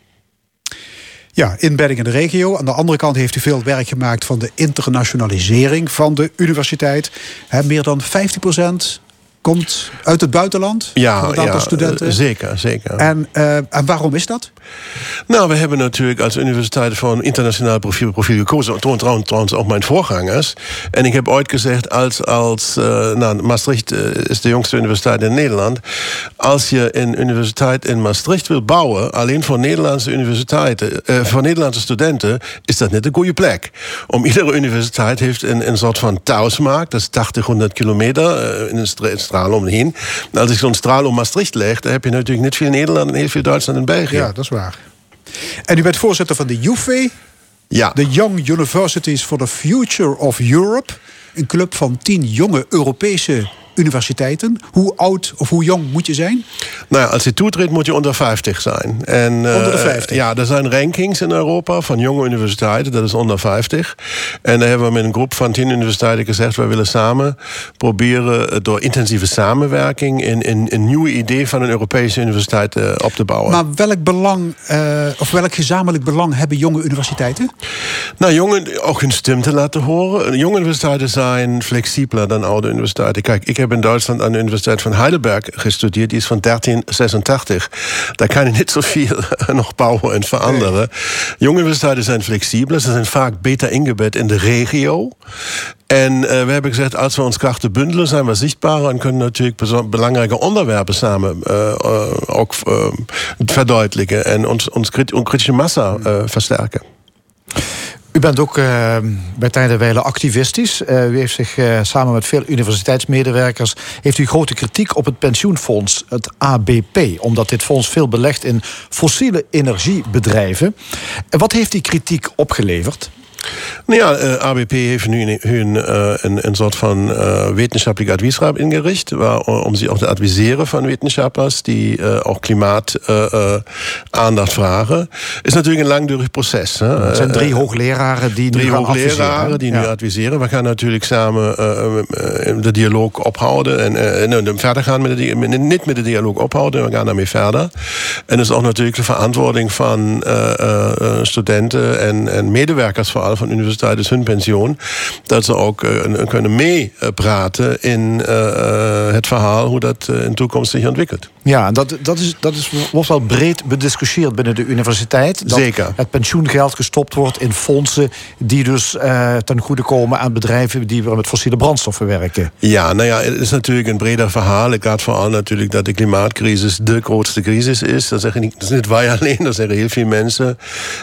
Ja, inbedding in de regio. Aan de andere kant heeft u veel werk gemaakt van de internationalisering van de universiteit. He, meer dan vijftig procent komt uit het buitenland. Ja, van het aantal ja, studenten. zeker, zeker. En, uh, en waarom is dat? Nou, we hebben natuurlijk als universiteit voor een internationaal profiel, profiel gekozen. Trouwens, trouwens ook mijn voorgangers. En ik heb ooit gezegd, als, als uh, nou, Maastricht uh, is de jongste universiteit in Nederland. Als je een universiteit in Maastricht wil bouwen, alleen voor Nederlandse universiteiten, uh, voor Nederlandse studenten, is dat niet een goede plek. Om iedere universiteit heeft een, een soort van thuismarkt, dat is tachtig, honderd kilometer uh, in een straal omheen. Als ik zo'n straal om Maastricht leg, dan heb je natuurlijk niet veel Nederland en heel veel Duitsland en België. Ja, dat is waar. En u bent voorzitter van de U V E, ja. de Young Universities for the Future of Europe. Een club van tien jonge Europese universiteiten? Hoe oud of hoe jong moet je zijn? Nou ja, als je toetreedt moet je onder vijftig zijn. En, uh, onder de vijftig? Ja, er zijn rankings in Europa van jonge universiteiten. Dat is onder vijftig. En daar hebben we met een groep van tien universiteiten gezegd... wij willen samen proberen door intensieve samenwerking... een, een, een nieuwe idee van een Europese universiteit uh, op te bouwen. Maar welk belang, uh, of welk gezamenlijk belang hebben jonge universiteiten? Nou, jongen ook hun stem te laten horen. Jonge universiteiten zijn flexibeler dan oude universiteiten. Kijk, ik heb in Duitsland aan de Universiteit van Heidelberg gestudeerd. Die is van dertien zesentachtig. Daar kan je niet zoveel nog bouwen en veranderen. Nee. Jonge universiteiten zijn flexibeler. Ze zijn vaak beter ingebed in de regio. En uh, we hebben gezegd, als we ons krachten bundelen, zijn we zichtbaar en kunnen natuurlijk belangrijke onderwerpen samen uh, uh, ook uh, verduidelijken en ons, ons krit- kritische massa uh, versterken. U bent ook uh, bij tijden wijle activistisch. Uh, u heeft zich uh, samen met veel universiteitsmedewerkers... heeft u grote kritiek op het pensioenfonds, het A B P... omdat dit fonds veel belegt in fossiele energiebedrijven. En wat heeft die kritiek opgeleverd? Nou ja, uh, A B P heeft nu een, uh, een, een soort van uh, wetenschappelijk adviesraad ingericht, waar, om sie auch te adviseren van wetenschappers die uh, ook klimaat uh, uh, aandacht vragen. Is natuurlijk een langdurig proces. Hè? Het zijn drie hoogleraren die drie nu gaan hoogleraren adviseren. die ja. nu adviseren. We gaan natuurlijk samen uh, de dialoog ophouden en uh, verder gaan met de niet met de dialoog ophouden, we gaan daarmee verder. En dat is ook natuurlijk de verantwoording van uh, uh, studenten en, en medewerkers vooral van universiteit is hun pensioen, dat ze ook uh, kunnen meepraten in uh, het verhaal hoe dat uh, in de toekomst zich ontwikkelt. Ja, dat, dat, is, dat is, wordt wel breed bediscussieerd binnen de universiteit. Dat Zeker. Het pensioengeld gestopt wordt in fondsen die dus uh, ten goede komen aan bedrijven die weer met fossiele brandstoffen werken. Ja, nou ja, het is natuurlijk een breder verhaal. Het gaat vooral natuurlijk dat de klimaatcrisis de grootste crisis is. Dat, zeggen niet, dat is niet wij alleen, dat zeggen heel veel mensen.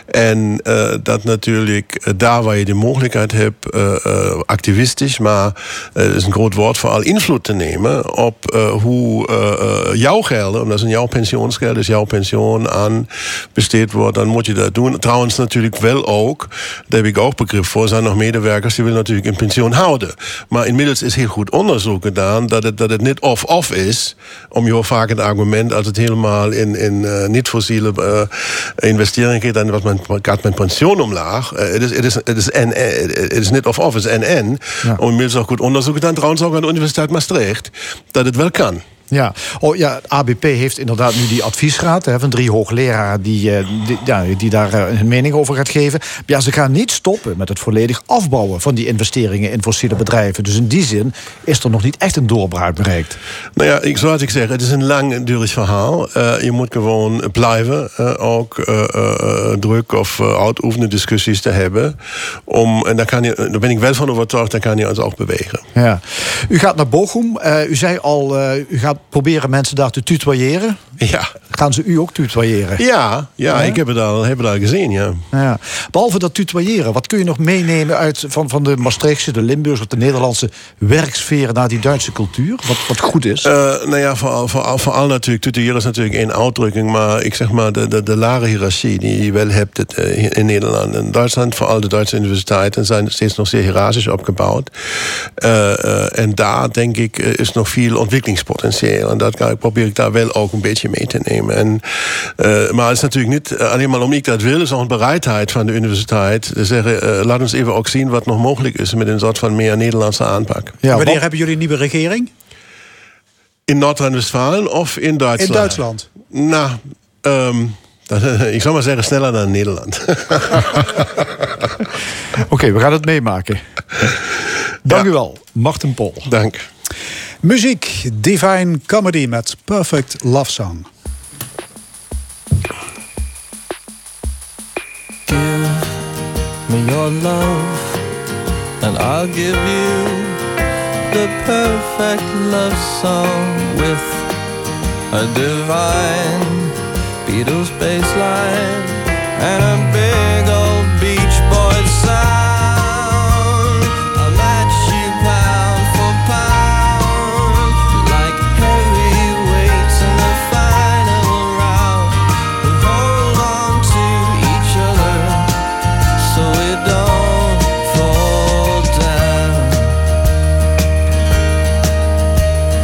En uh, dat natuurlijk uh, daar waar je de mogelijkheid hebt, uh, uh, activistisch, maar het uh, is een groot woord, vooral invloed te nemen op uh, hoe uh, uh, jouw gelden, omdat het in jouw pensioensgeld, dus jouw pensioen aan besteed wordt, dan moet je dat doen. Trouwens natuurlijk wel ook, daar heb ik ook begrip voor, zijn nog medewerkers die willen natuurlijk een pensioen houden. Maar inmiddels is heel goed onderzoek gedaan dat het, dat het niet of-of is, om je hoort vaak het argument, als het helemaal in, in uh, niet-fossiele uh, investeringen gaat, dan gaat mijn pensioen omlaag. Uh, het is, het is, het is en, het is niet of-of, het is en-en. Ja. Om inmiddels ook goed onderzoek gedaan, trouwens ook aan de Universiteit Maastricht, dat het wel kan. Ja, oh, ja, A B P heeft inderdaad nu die adviesraad hè, van drie hoogleraren die, die, ja, die daar hun mening over gaat geven. Maar ja, ze gaan niet stoppen met het volledig afbouwen van die investeringen in fossiele bedrijven. Dus in die zin is er nog niet echt een doorbraak bereikt. Nou ja, ik, zoals ik zeg, het is een langdurig verhaal. Uh, je moet gewoon blijven, uh, ook uh, uh, druk of uh, uitoefenen discussies te hebben. Om, en daar, kan je, daar ben ik wel van overtuigd, daar kan je ons ook bewegen. Ja. U gaat naar Bochum. Uh, u zei al, uh, u gaat proberen mensen daar te tutoyeren. Ja. Gaan ze u ook tutoyeren? Ja, ja, ja? ik heb het, al, heb het al gezien, ja. ja. Behalve dat tutoyeren, wat kun je nog meenemen uit van, van de Maastrichtse, de Limburgse of de Nederlandse werksfeer naar die Duitse cultuur? Wat, wat goed is? Uh, nou ja, vooral, vooral, vooral natuurlijk, tutoyeren is natuurlijk één uitdrukking, maar ik zeg maar de, de, de lage hiërarchie die je wel hebt het, uh, in Nederland. In Duitsland, vooral de Duitse universiteiten, zijn steeds nog zeer hiërarchisch opgebouwd. Uh, uh, en daar, denk ik, is nog veel ontwikkelingspotentieel. En dat probeer ik daar wel ook een beetje mee te nemen. En, uh, maar het is natuurlijk niet alleen maar omdat ik dat wil, het is ook een bereidheid van de universiteit te zeggen, uh, laat ons even ook zien wat nog mogelijk is met een soort van meer Nederlandse aanpak. Ja, wanneer wat? hebben jullie een nieuwe regering? In Noord-Rijn-Westfalen of in Duitsland? In Duitsland. Nou, um, ik zou maar zeggen sneller dan in Nederland. Oké, okay, we gaan het meemaken. Dank ja. u wel, Martin Pol. Dank. Muziek, Divine Comedy met Perfect Love Song. Give me your love and I'll give you the perfect love song with a divine Beatles bass line and a big old Beach Boys sound. I'll match you pound for pound like heavyweights in the final round. We'll hold on to each other so we don't fall down.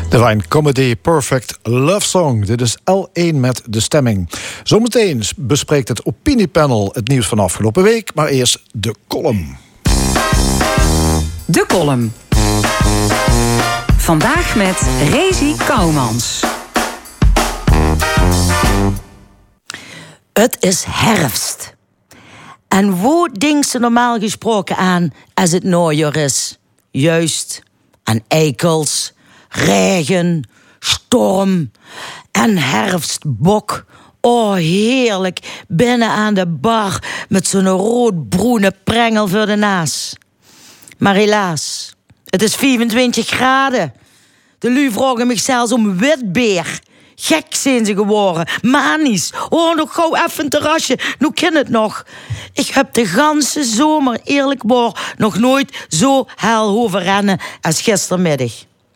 Divine Comedy Perfect Love Song. Dit is L één met De Stemming. Zometeen bespreekt het opiniepanel het nieuws van afgelopen week. Maar eerst de column. De column. Vandaag met Rezi Kouwmans. Het is herfst. En wo denkt ze normaal gesproken aan als het najaar is? Juist aan eikels, regen, storm en herfstbok. Oh, heerlijk, binnen aan de bar met zo'n roodbroene prengel voor de naas. Maar helaas, het is vijfentwintig graden. De lui vragen mij zelfs om witbeer. Gek zijn ze geworden, manisch. Oh, nog gauw even een terrasje, nu kan het nog. Ik heb de ganse zomer, eerlijk waar, nog nooit zo hel hoeven rennen als gistermiddag.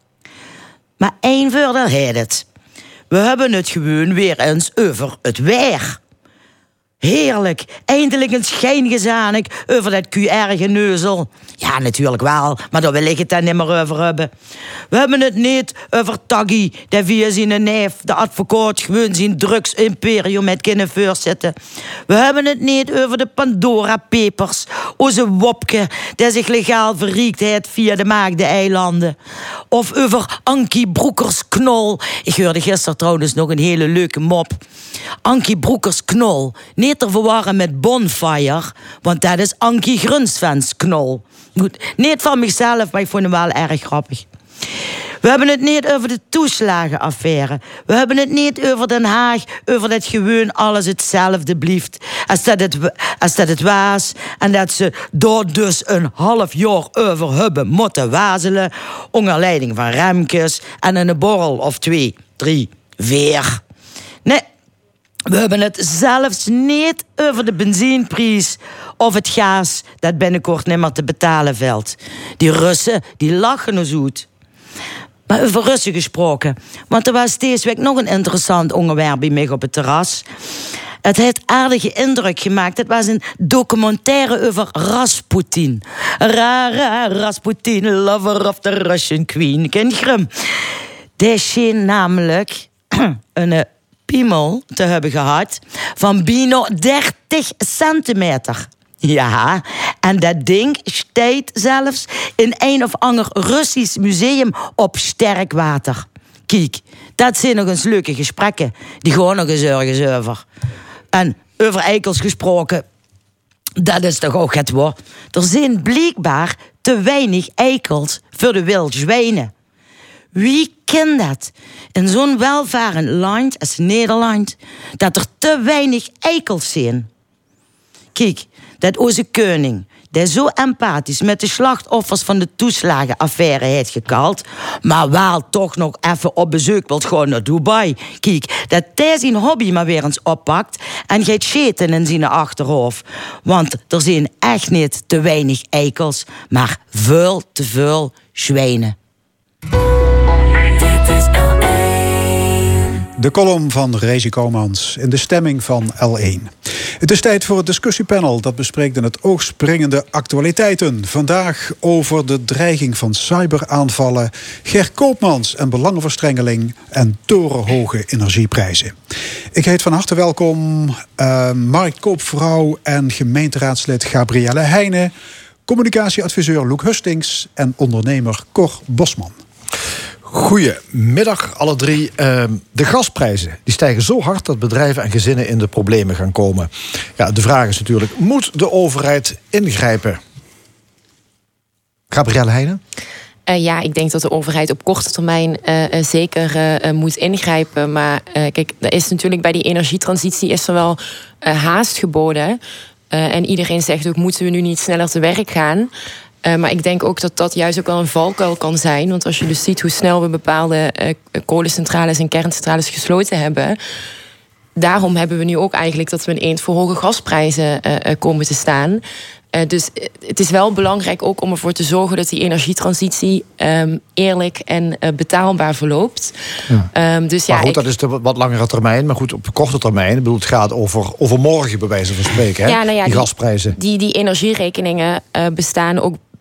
Maar één voordeel heeft het. We hebben het gewoon weer eens over het weer. Heerlijk, eindelijk een schijngezanik over dat Q R-geneuzel. Ja, natuurlijk wel, maar daar wil ik het dan niet meer over hebben. We hebben het niet over Taggy, die via zijn neef, de advocaat, gewoon zijn drugsimperium met kunnen voorzitten. We hebben het niet over de Pandora-pepers, onze Wopke, die zich legaal verriekt heeft via de Maagdeneilanden. Of over Ankie Broekers-Knol. Ik hoorde gisteren trouwens nog een hele leuke mop. Ankie Broekers-Knol, niet te verwarren met Bonfire, want dat is Ankie Grunsvens-Knol. Goed, niet van mezelf, maar ik vond hem wel erg grappig. We hebben het niet over de toeslagenaffaire. We hebben het niet over Den Haag, over dat gewoon alles hetzelfde blieft. Als dat het, als dat het was en dat ze daar dus een half jaar over hebben moeten wazelen, onder leiding van Remkes en een borrel of twee, drie, vier. Nee. We hebben het zelfs niet over de benzineprijs of het gas dat binnenkort niet meer te betalen valt. Die Russen, die lachen ons uit. Maar over Russen gesproken, want er was deze week nog een interessant onderwerp bij mij op het terras. Het heeft aardige indruk gemaakt. Het was een documentaire over Rasputin. Rara Rasputin, lover of the Russian queen. Ken je hem? Die scheen namelijk een piemel te hebben gehad van bijna dertig centimeter. Ja, en dat ding staat zelfs in een of ander Russisch museum op sterk water. Kijk, dat zijn nog eens leuke gesprekken. Die gewoon nog eens ergens over. En over eikels gesproken, dat is toch ook het woord. Er zijn blijkbaar te weinig eikels voor de wildzwijnen. Wie kent dat? In zo'n welvarend land als Nederland, dat er te weinig eikels zijn. Kijk, dat onze koning, die zo empathisch met de slachtoffers van de toeslagenaffaire heeft gekald, maar wel toch nog even op bezoek wilt gaan naar Dubai. Kijk, dat hij zijn hobby maar weer eens oppakt en gaat scheten in zijn achterhoofd. Want er zijn echt niet te weinig eikels, maar veel te veel zwijnen. De column van Rezi Kouwmans in de stemming van L één. Het is tijd voor het discussiepanel. Dat bespreekt in het oog springende actualiteiten. Vandaag over de dreiging van cyberaanvallen, Ger Koopmans en belangenverstrengeling en torenhoge energieprijzen. Ik heet van harte welkom uh, marktkoopvrouw en gemeenteraadslid Gabrielle Heijnen, communicatieadviseur Loek Hustings en ondernemer Cor Bosman. Goedemiddag alle drie. Uh, de gasprijzen die stijgen zo hard dat bedrijven en gezinnen in de problemen gaan komen. Ja, de vraag is natuurlijk, moet de overheid ingrijpen? Gabrielle Heijnen? Uh, ja, ik denk dat de overheid op korte termijn uh, uh, zeker uh, moet ingrijpen. Maar uh, kijk, er is natuurlijk bij die energietransitie is er wel uh, haast geboden. Uh, en iedereen zegt ook, moeten we nu niet sneller te werk gaan? Uh, maar ik denk ook dat dat juist ook wel een valkuil kan zijn. Want als je dus ziet hoe snel we bepaalde uh, kolencentrales en kerncentrales gesloten hebben, daarom hebben we nu ook eigenlijk dat we ineens voor hoge gasprijzen uh, uh, komen te staan. Uh, dus het is wel belangrijk ook om ervoor te zorgen dat die energietransitie um, eerlijk en uh, betaalbaar verloopt. Ja. Um, dus maar ja, goed, ik... dat is de wat langere termijn. Maar goed, op korte termijn, ik bedoel, het gaat over, over morgen bij wijze van spreken, hè? Ja, nou ja, die, die gasprijzen. Die, die energierekeningen uh, bestaan ook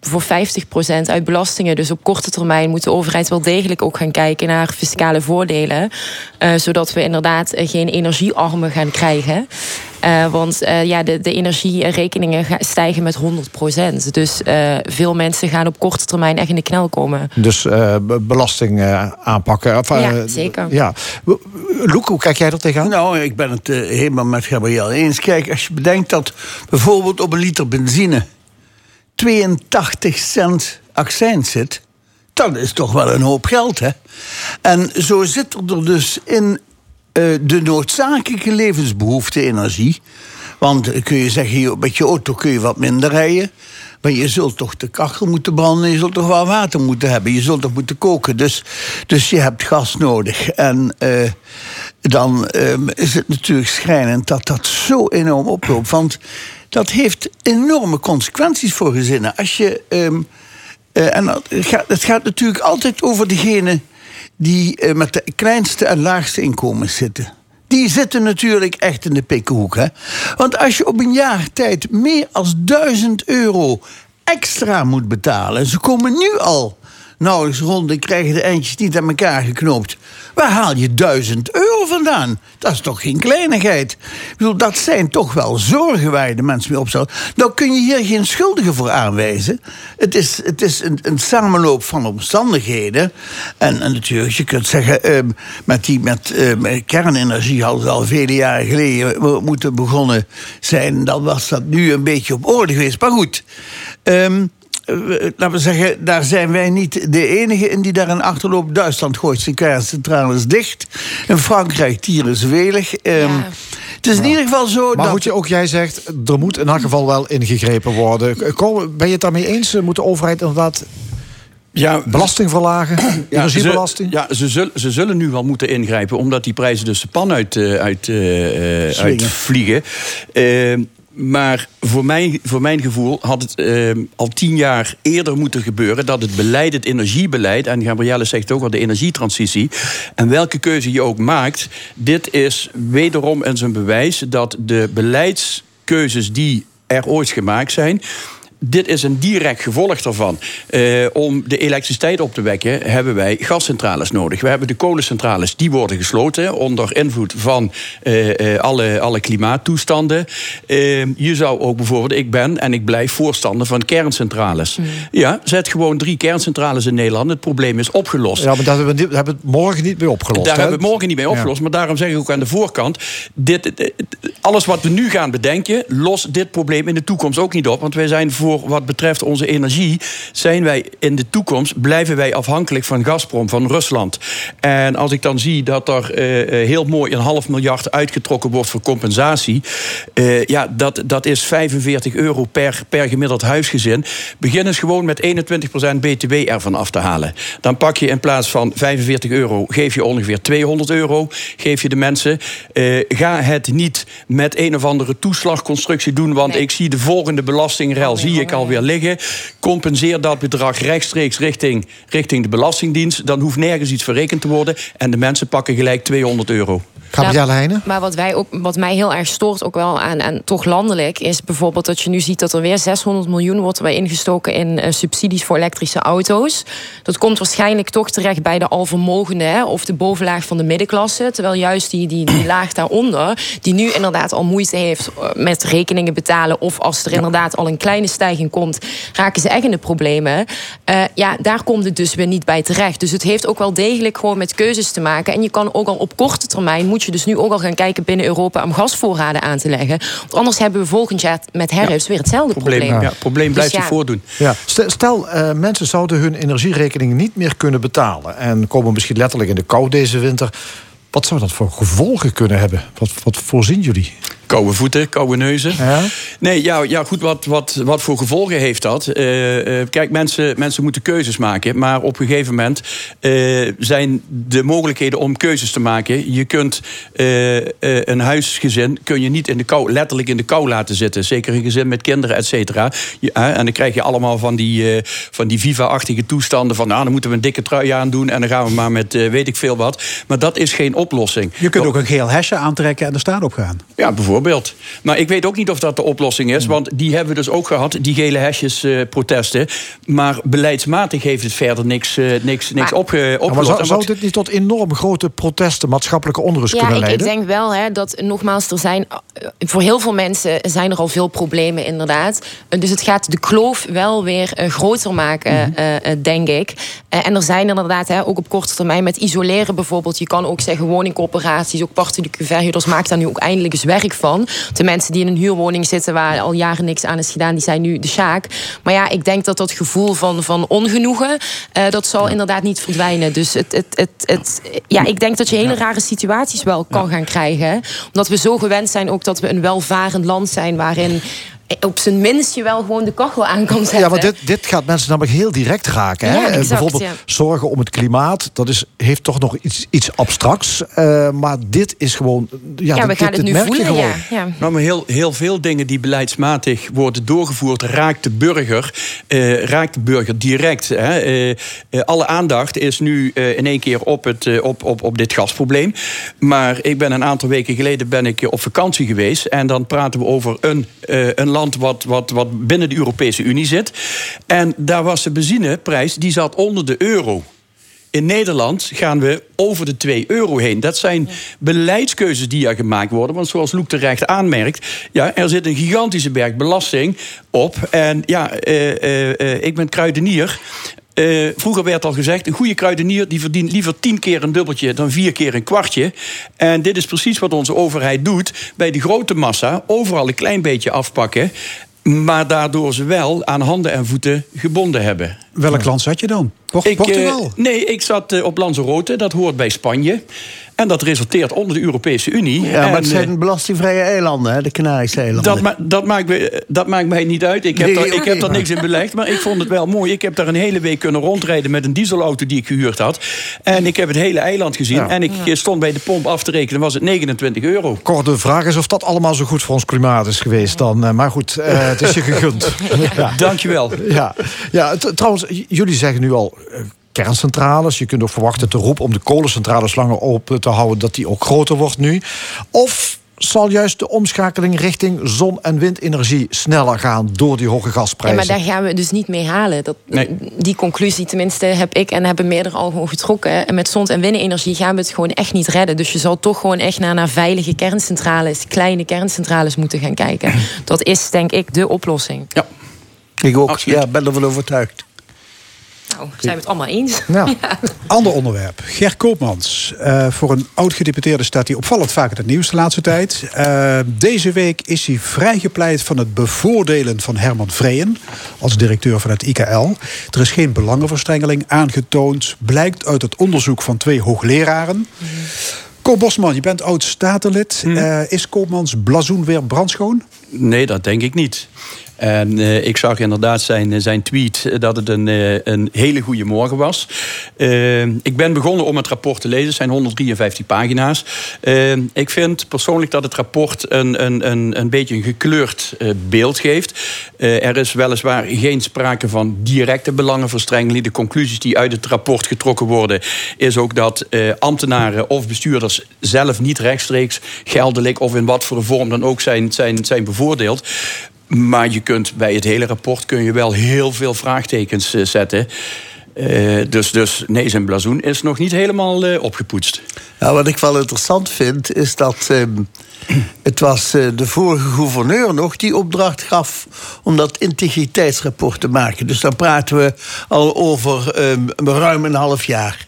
voor vijftig procent uit belastingen. Dus op korte termijn moet de overheid wel degelijk ook gaan kijken naar fiscale voordelen. Uh, zodat we inderdaad geen energiearmen gaan krijgen. Uh, want uh, ja, de, de energierekeningen stijgen met honderd procent. Dus uh, veel mensen gaan op korte termijn echt in de knel komen. Dus uh, belasting uh, aanpakken. Of, uh, ja, zeker. Ja. Loek, hoe kijk jij er tegenaan? Nou, ik ben het uh, helemaal met Gabriel eens. Kijk, als je bedenkt dat bijvoorbeeld op een liter benzine tweeëntachtig cent accijns zit, dat is toch wel een hoop geld, hè? En zo zit er dus in uh, de noodzakelijke levensbehoefte energie. Want kun je zeggen, met je auto kun je wat minder rijden, maar je zult toch de kachel moeten branden, je zult toch wel water moeten hebben, je zult toch moeten koken. Dus, dus je hebt gas nodig. En uh, dan uh, is het natuurlijk schrijnend dat dat zo enorm oploopt. Want dat heeft enorme consequenties voor gezinnen. Als je, um, uh, en het gaat, het gaat natuurlijk altijd over degene die uh, met de kleinste en laagste inkomens zitten. Die zitten natuurlijk echt in de pikkenhoek. Hè? Want als je op een jaar tijd meer dan duizend euro extra moet betalen, en ze komen nu al nauwelijks rond en krijgen de eindjes niet aan elkaar geknoopt, waar haal je duizend euro vandaan? Dat is toch geen kleinigheid? Ik bedoel, dat zijn toch wel zorgen waar je de mensen mee opstelt. Nou kun je hier geen schuldige voor aanwijzen. Het is, het is een, een samenloop van omstandigheden. En, en natuurlijk, je kunt zeggen, um, met, die, met um, kernenergie hadden ze al vele jaren geleden moeten begonnen zijn. Dan was dat nu een beetje op orde geweest. Maar goed, Um, laten we zeggen, daar zijn wij niet de enige in die daarin achterloopt. Duitsland gooit zijn kerncentrales dicht. In Frankrijk tieren ze welig. Um, ja. Het is in ieder geval zo. Maar dat goed, je, ook jij zegt, er moet in elk geval wel ingegrepen worden. Ben je het daarmee eens? Moet de overheid inderdaad ja, belasting verlagen? Ja, energiebelasting? Ze, ja, ze zullen, ze zullen nu wel moeten ingrijpen, omdat die prijzen dus de pan uit, uit, uh, uitvliegen. Uh, Maar voor mijn, voor mijn gevoel had het uh, al tien jaar eerder moeten gebeuren dat het beleid, het energiebeleid, en Gabrielle zegt ook al de energietransitie, en welke keuze je ook maakt, dit is wederom eens een bewijs dat de beleidskeuzes die er ooit gemaakt zijn, dit is een direct gevolg daarvan. Uh, om de elektriciteit op te wekken hebben wij gascentrales nodig. We hebben de kolencentrales, die worden gesloten onder invloed van uh, uh, alle, alle klimaattoestanden. Uh, je zou ook bijvoorbeeld, ik ben en ik blijf voorstander van kerncentrales. Mm. Ja, zet gewoon drie kerncentrales in Nederland. Het probleem is opgelost. Ja, maar daar hebben we, daar hebben we het morgen niet mee opgelost. Daar hè? hebben we het morgen niet mee opgelost. Ja. Maar daarom zeg ik ook aan de voorkant, dit, dit, alles wat we nu gaan bedenken, lost dit probleem in de toekomst ook niet op. Want wij zijn voor wat betreft onze energie, zijn wij in de toekomst, blijven wij afhankelijk van Gazprom, van Rusland. En als ik dan zie dat er uh, heel mooi een half miljard uitgetrokken wordt voor compensatie, uh, ja, dat, dat is vijfenveertig euro per, per gemiddeld huisgezin. Begin eens gewoon met eenentwintig procent B T W ervan af te halen. Dan pak je in plaats van vijfenveertig euro, geef je ongeveer tweehonderd euro, geef je de mensen. Uh, ga het niet met een of andere toeslagconstructie doen, want nee. ik zie de volgende belastingrel, oh, zie ik alweer liggen. Compenseer dat bedrag rechtstreeks richting, richting de Belastingdienst. Dan hoeft nergens iets verrekend te worden. En de mensen pakken gelijk tweehonderd euro. Gabrielle Heijnen? Maar wat, wij ook, wat mij heel erg stoort, ook wel aan, aan toch landelijk, is bijvoorbeeld dat je nu ziet dat er weer zeshonderd miljoen wordt erbij ingestoken in uh, subsidies voor elektrische auto's. Dat komt waarschijnlijk toch terecht bij de alvermogenden, hè, of de bovenlaag van de middenklasse. Terwijl juist die, die, die laag daaronder, die nu inderdaad al moeite heeft met rekeningen betalen, of als er ja. inderdaad al een kleine stijging komt, raken ze echt in de problemen. Uh, ja, daar komt het dus weer niet bij terecht. Dus het heeft ook wel degelijk gewoon met keuzes te maken. En je kan ook al op korte termijn, moet je dus nu ook al gaan kijken binnen Europa om gasvoorraden aan te leggen. Want anders hebben we volgend jaar met herfst ja. weer hetzelfde probleem. probleem. Ja, het probleem blijft dus zich ja. voordoen. Ja. Stel, uh, mensen zouden hun energierekening niet meer kunnen betalen en komen misschien letterlijk in de kou deze winter. Wat zou dat voor gevolgen kunnen hebben? Wat, wat voorzien jullie? Koude voeten, koude neuzen. Ja? Nee, ja, ja goed, wat, wat, wat voor gevolgen heeft dat? Uh, uh, kijk, mensen, mensen moeten keuzes maken. Maar op een gegeven moment uh, zijn de mogelijkheden om keuzes te maken. Je kunt uh, uh, een huisgezin kun je niet in de kou, letterlijk in de kou laten zitten. Zeker een gezin met kinderen, et cetera. Ja, en dan krijg je allemaal van die, uh, van die Viva-achtige toestanden. Van nou, dan moeten we een dikke trui aandoen. En dan gaan we maar met uh, weet ik veel wat. Maar dat is geen oplossing. Je kunt ook een geel hesje aantrekken en er staan op gaan. Ja, bijvoorbeeld. Bijvoorbeeld. Maar ik weet ook niet of dat de oplossing is. Want die hebben we dus ook gehad, die gele hesjes uh, protesten. Maar beleidsmatig heeft het verder niks, uh, niks, niks maar, opge, opgelost. Ja, maar zou, wat... zou dit niet tot enorm grote protesten, maatschappelijke onrust ja, kunnen ik, leiden? ik denk wel hè, dat, nogmaals, er zijn voor heel veel mensen zijn er al veel problemen inderdaad. Dus het gaat de kloof wel weer uh, groter maken, mm-hmm. uh, uh, denk ik. Uh, en er zijn inderdaad, hè, ook op korte termijn, met isoleren bijvoorbeeld. Je kan ook zeggen, woningcorporaties, ook particuliere verhuurders, maakt daar nu ook eindelijk eens werk van. De mensen die in een huurwoning zitten waar al jaren niks aan is gedaan, die zijn nu de sjaak. Maar ja, ik denk dat dat gevoel van, van ongenoegen, uh, dat zal ja. inderdaad niet verdwijnen. Dus het, het, het, het, ja, ik denk dat je hele rare situaties wel kan gaan krijgen. Hè? Omdat we zo gewend zijn ook dat we een welvarend land zijn waarin op zijn minst je wel gewoon de kachel aan kan zetten. Ja, maar dit, dit gaat mensen namelijk heel direct raken. Hè? Ja, exact, Bijvoorbeeld ja. zorgen om het klimaat. Dat is, heeft toch nog iets, iets abstracts. Uh, maar dit is gewoon... Ja, ja we dit, gaan dit, het dit nu merk je voelen. gewoon. Ja, ja. Nou, maar heel, heel veel dingen die beleidsmatig worden doorgevoerd, raakt de burger, uh, raakt de burger direct. Hè. Uh, uh, alle aandacht is nu uh, in één keer op, het, uh, op, op, op dit gasprobleem. Maar ik ben een aantal weken geleden ben ik op vakantie geweest. En dan praten we over een, uh, een land wat, wat, wat binnen de Europese Unie zit. En daar was de benzineprijs, die zat onder de euro. In Nederland gaan we over de twee euro heen. Dat zijn beleidskeuzes die er gemaakt worden. Want zoals Loek terecht aanmerkt, ja, er zit een gigantische berg belasting op. En ja, uh, uh, uh, ik ben kruidenier. Uh, vroeger werd al gezegd, een goede kruidenier die verdient liever tien keer een dubbeltje dan vier keer een kwartje. En dit is precies wat onze overheid doet. Bij de grote massa overal een klein beetje afpakken, maar daardoor ze wel aan handen en voeten gebonden hebben. Welk land zat je dan? Port- ik, Portugal? Uh, nee, ik zat uh, op Lanzarote, dat hoort bij Spanje. En dat resulteert onder de Europese Unie. Ja, maar en, het zijn belastingvrije eilanden, hè? De Canarische eilanden. Dat, ma- dat, maakt me, dat maakt mij niet uit. Ik heb, Nee, daar, okay. ik heb daar niks in belegd, maar ik vond het wel mooi. Ik heb daar een hele week kunnen rondrijden met een dieselauto die ik gehuurd had. En ik heb het hele eiland gezien. Ja. En ik ja. stond bij de pomp af te rekenen, was het negenentwintig euro. Cor, de vraag is of dat allemaal zo goed voor ons klimaat is geweest dan. Uh, maar goed, uh, het is je gegund. Ja. Dankjewel. Ja, ja t- trouwens, j- jullie zeggen nu al... Uh, kerncentrales. Je kunt ook verwachten de roep om de kolencentrales langer open te houden, dat die ook groter wordt nu. Of zal juist de omschakeling richting zon- en windenergie sneller gaan door die hoge Ja, gasprijzen? maar daar gaan we dus niet mee halen. Dat, Nee. Die conclusie, tenminste, heb ik en hebben meerdere al gewoon getrokken. En met zon- en windenergie gaan we het gewoon echt niet redden. Dus je zal toch gewoon echt naar, naar veilige kerncentrales, kleine kerncentrales moeten gaan kijken. Dat is, denk ik, de oplossing. Ja. Ik ook. Absoluut. Ja, ben ervan overtuigd. Nou, zijn we het allemaal eens? Ja. Ja. Ander onderwerp. Ger Koopmans. Uh, voor een oud-gedeputeerde staat hij opvallend vaak in het nieuws de laatste tijd. Uh, deze week is hij vrijgepleit van het bevoordelen van Herman Vreyen als directeur van het I K L. Er is geen belangenverstrengeling aangetoond. Blijkt uit het onderzoek van twee hoogleraren. Mm. Cor Bosman, je bent oud-statenlid. Mm. Uh, is Koopmans blazoen weer brandschoon? Nee, dat denk ik niet. En uh, ik zag inderdaad zijn, zijn tweet dat het een, uh, een hele goede morgen was. Uh, ik ben begonnen om het rapport te lezen. Het zijn honderddrieënvijftig pagina's. Uh, ik vind persoonlijk dat het rapport een, een, een, een beetje een gekleurd uh, beeld geeft. Uh, er is weliswaar geen sprake van directe belangenverstrengeling. De conclusies die uit het rapport getrokken worden, is ook dat uh, ambtenaren of bestuurders zelf niet rechtstreeks geldelijk of in wat voor vorm dan ook zijn, zijn, zijn bevoordeeld. Maar je kunt bij het hele rapport kun je wel heel veel vraagtekens uh, zetten. Uh, dus, dus nee, zijn blazoen is nog niet helemaal uh, opgepoetst. Ja, wat ik wel interessant vind, is dat uh, het was uh, de vorige gouverneur nog die opdracht gaf om dat integriteitsrapport te maken. Dus dan praten we al over um, ruim een half jaar.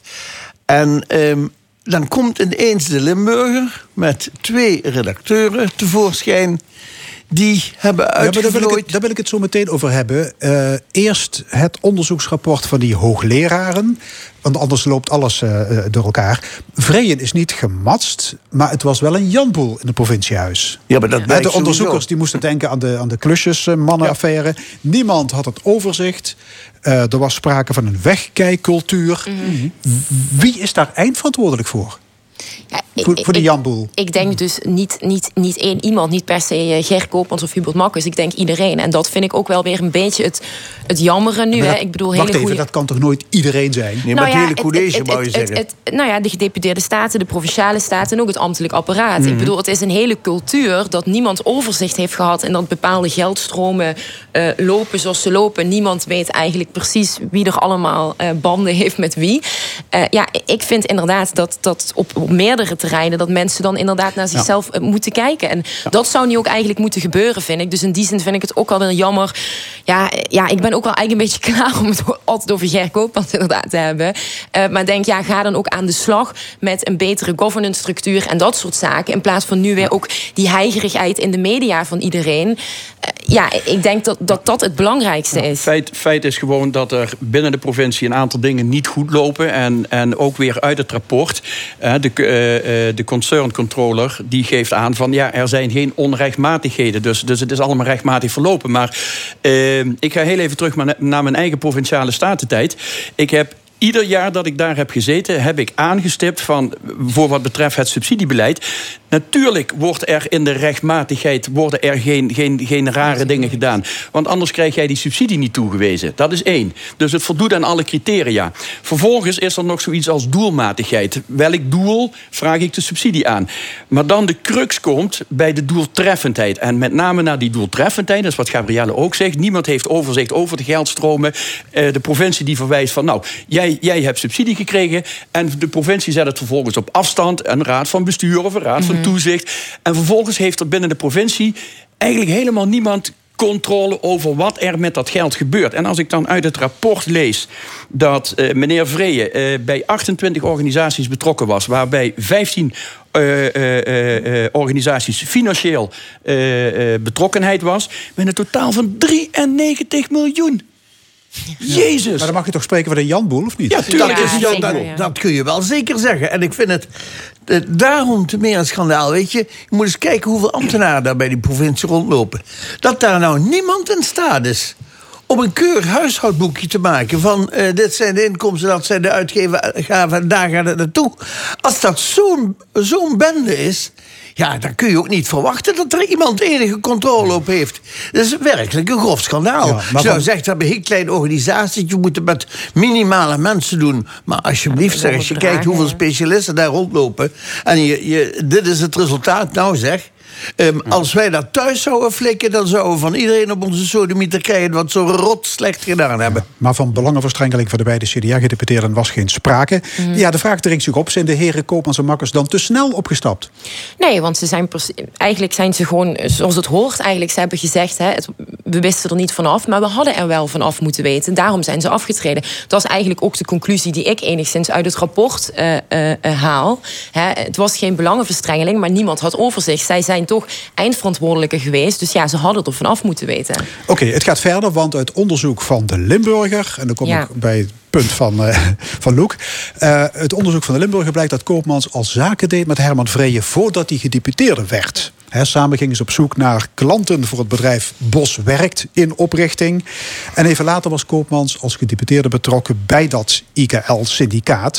En um, dan komt ineens de Limburger met twee redacteuren tevoorschijn. Die hebben uitgevlooid... Ja, maar daar, wil ik het, daar wil ik het zo meteen over hebben. Uh, eerst het onderzoeksrapport van die hoogleraren. Want anders loopt alles uh, door elkaar. Vreyen is niet gematst, maar het was wel een janboel in het provinciehuis. Ja, maar dat ja. blijkt De onderzoekers sowieso. die moesten denken aan de, aan de klusjesmannenaffaire. Ja. Niemand had het overzicht. Uh, er was sprake van een wegkijkcultuur. Mm-hmm. Wie is daar eindverantwoordelijk voor? Ja, voor, voor de ik, Jan Boel. Ik denk dus niet, niet, niet één iemand, niet per se Ger Koopmans of Hubert Makkers. Ik denk iedereen. En dat vind ik ook wel weer een beetje het, het jammere nu. Dat, hè. Ik bedoel, wacht hele even, goeie... dat kan toch nooit iedereen zijn? Nee, maar Nou het ja, hele college, het, wou je het, zeggen. het, het, nou ja, de gedeputeerde staten, de provinciale staten en ook het ambtelijk apparaat. Mm-hmm. Ik bedoel, het is een hele cultuur dat niemand overzicht heeft gehad en dat bepaalde geldstromen uh, lopen zoals ze lopen. Niemand weet eigenlijk precies wie er allemaal uh, banden heeft met wie. Uh, ja, ik vind inderdaad dat, dat op, op meerdere terreinen dat mensen dan inderdaad naar zichzelf ja. uh, moeten kijken. En ja. dat zou nu ook eigenlijk moeten gebeuren, vind ik. Dus in die zin vind ik het ook wel weer jammer. Ja, ja ik ben ook wel eigenlijk een beetje klaar om het altijd over Ger Koopmans inderdaad te hebben. Uh, maar denk, ja, ga dan ook aan de slag met een betere governance structuur en dat soort zaken. In plaats van nu weer ook die heigerigheid in de media van iedereen. Uh, ja, ik denk dat, dat dat het belangrijkste is. Feit, feit is gewoon dat er binnen de provincie een aantal dingen niet goed lopen. En, en ook weer uit het rapport. Uh, de, uh, de concern controller die geeft aan van ja, er zijn geen onrechtmatigheden. Dus, dus het is allemaal rechtmatig verlopen. Maar uh, ik ga heel even terug naar mijn eigen provinciale statentijd. Ik heb ieder jaar dat ik daar heb gezeten, heb ik aangestipt van, voor wat betreft het subsidiebeleid. Natuurlijk wordt er in de rechtmatigheid worden er geen, geen, geen rare dingen gedaan. Want anders krijg jij die subsidie niet toegewezen. Dat is één. Dus het voldoet aan alle criteria. Vervolgens is er nog zoiets als doelmatigheid. Welk doel vraag ik de subsidie aan? Maar dan de crux komt bij de doeltreffendheid. En met name naar die doeltreffendheid, dat is wat Gabrielle ook zegt. Niemand heeft overzicht over de geldstromen. De provincie die verwijst van, nou, jij, jij hebt subsidie gekregen en de provincie zet het vervolgens op afstand. Een raad van bestuur of een raad van toezicht. En vervolgens heeft er binnen de provincie eigenlijk helemaal niemand controle over wat er met dat geld gebeurt. En als ik dan uit het rapport lees dat uh, meneer Vreeën uh, bij achtentwintig organisaties betrokken was, waarbij vijftien uh, uh, uh, organisaties financieel uh, uh, betrokkenheid was, met een totaal van drieënnegentig miljoen. Jezus! Maar dan mag je toch spreken van een Jan Boel, of niet? Ja, tuurlijk Ja, is het Jan dat, Boel. dat kun je wel zeker zeggen. En ik vind het uh, daarom te meer een schandaal. Weet je, je moet eens kijken hoeveel ambtenaren daar bij die provincie rondlopen. Dat daar nou niemand in staat is om een keurig huishoudboekje te maken van uh, dit zijn de inkomsten, dat zijn de uitgaven en daar gaat het naartoe. Als dat zo'n zo'n bende is, ja, dan kun je ook niet verwachten dat er iemand enige controle op heeft. Dat is werkelijk een grof schandaal. Ja, Als je nou van... zegt, we hebben een heel kleine organisatie, je moet het met minimale mensen doen. Maar alsjeblieft, zeg, als je kijkt hoeveel specialisten daar rondlopen en je, je, dit is het resultaat, nou zeg. Um, als wij dat thuis zouden flikken, dan zouden we van iedereen op onze sodemieter krijgen wat zo rot slecht gedaan hebben. Ja, maar van belangenverstrengeling van de beide C D A-gedeputeerden was geen sprake. Mm. Ja, de vraag dringt zich op, zijn de heren Koopmans en Makkers dan te snel opgestapt? Nee, want ze zijn eigenlijk zijn ze gewoon zoals het hoort. Eigenlijk, ze hebben gezegd, hè, het, we wisten er niet vanaf, maar we hadden er wel vanaf moeten weten. Daarom zijn ze afgetreden. Dat is eigenlijk ook de conclusie die ik enigszins uit het rapport uh, uh, uh, haal. Hè, het was geen belangenverstrengeling, maar niemand had overzicht. Zij zijn toch eindverantwoordelijke geweest. Dus ja, ze hadden er vanaf moeten weten. Oké, okay, het gaat verder, want uit onderzoek van de Limburger, en dan kom ja. ik bij het punt van, uh, van Loek. Uh, het onderzoek van de Limburger blijkt dat Koopmans al zaken deed met Herman Vreeën voordat hij gedeputeerde werd. He, samen gingen ze op zoek naar klanten voor het bedrijf Bos Werkt in oprichting. En even later was Koopmans als gedeputeerde betrokken bij dat I K L-syndicaat.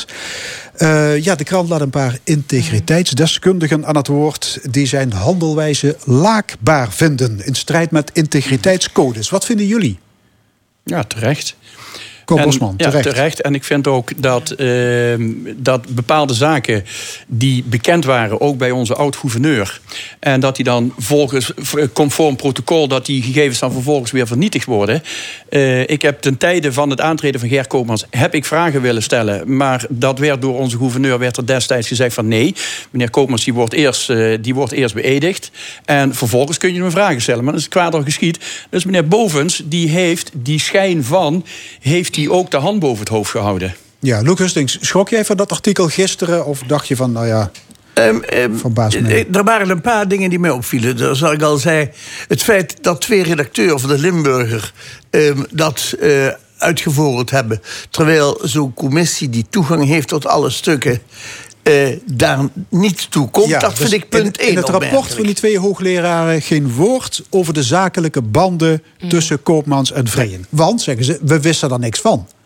Uh, ja, de krant laat een paar integriteitsdeskundigen aan het woord die zijn handelwijze laakbaar vinden in strijd met integriteitscodes. Wat vinden jullie? Ja, terecht. Koop Bosman, ja, terecht. terecht. En ik vind ook dat, uh, dat bepaalde zaken die bekend waren, ook bij onze oud-gouverneur, en dat die dan volgens conform protocol, dat die gegevens dan vervolgens weer vernietigd worden. Uh, ik heb ten tijde van het aantreden van Ger Koopmans heb ik vragen willen stellen, maar dat werd door onze gouverneur werd er destijds gezegd van nee, meneer Koopmans die wordt eerst, uh, die wordt eerst beëdigd en vervolgens kun je hem vragen stellen. Maar dat is kwaad al geschied. Dus meneer Bovens, die heeft die schijn van, heeft die ook de hand boven het hoofd gehouden. Ja, Loek Hustings, schrok jij van dat artikel gisteren of dacht je van, nou ja, um, um, verbaas me? Er waren een paar dingen die mij opvielen. Zoals ik al zei, het feit dat twee redacteurs van de Limburger um, dat uh, uitgevoerd hebben, terwijl zo'n commissie die toegang heeft tot alle stukken Uh, daar niet toe komt, ja, dat vind dus ik punt één. In het rapport van die twee hoogleraren geen woord over de zakelijke banden mm. tussen Koopmans en Vreeën. Want, zeggen ze, we wisten er niks van.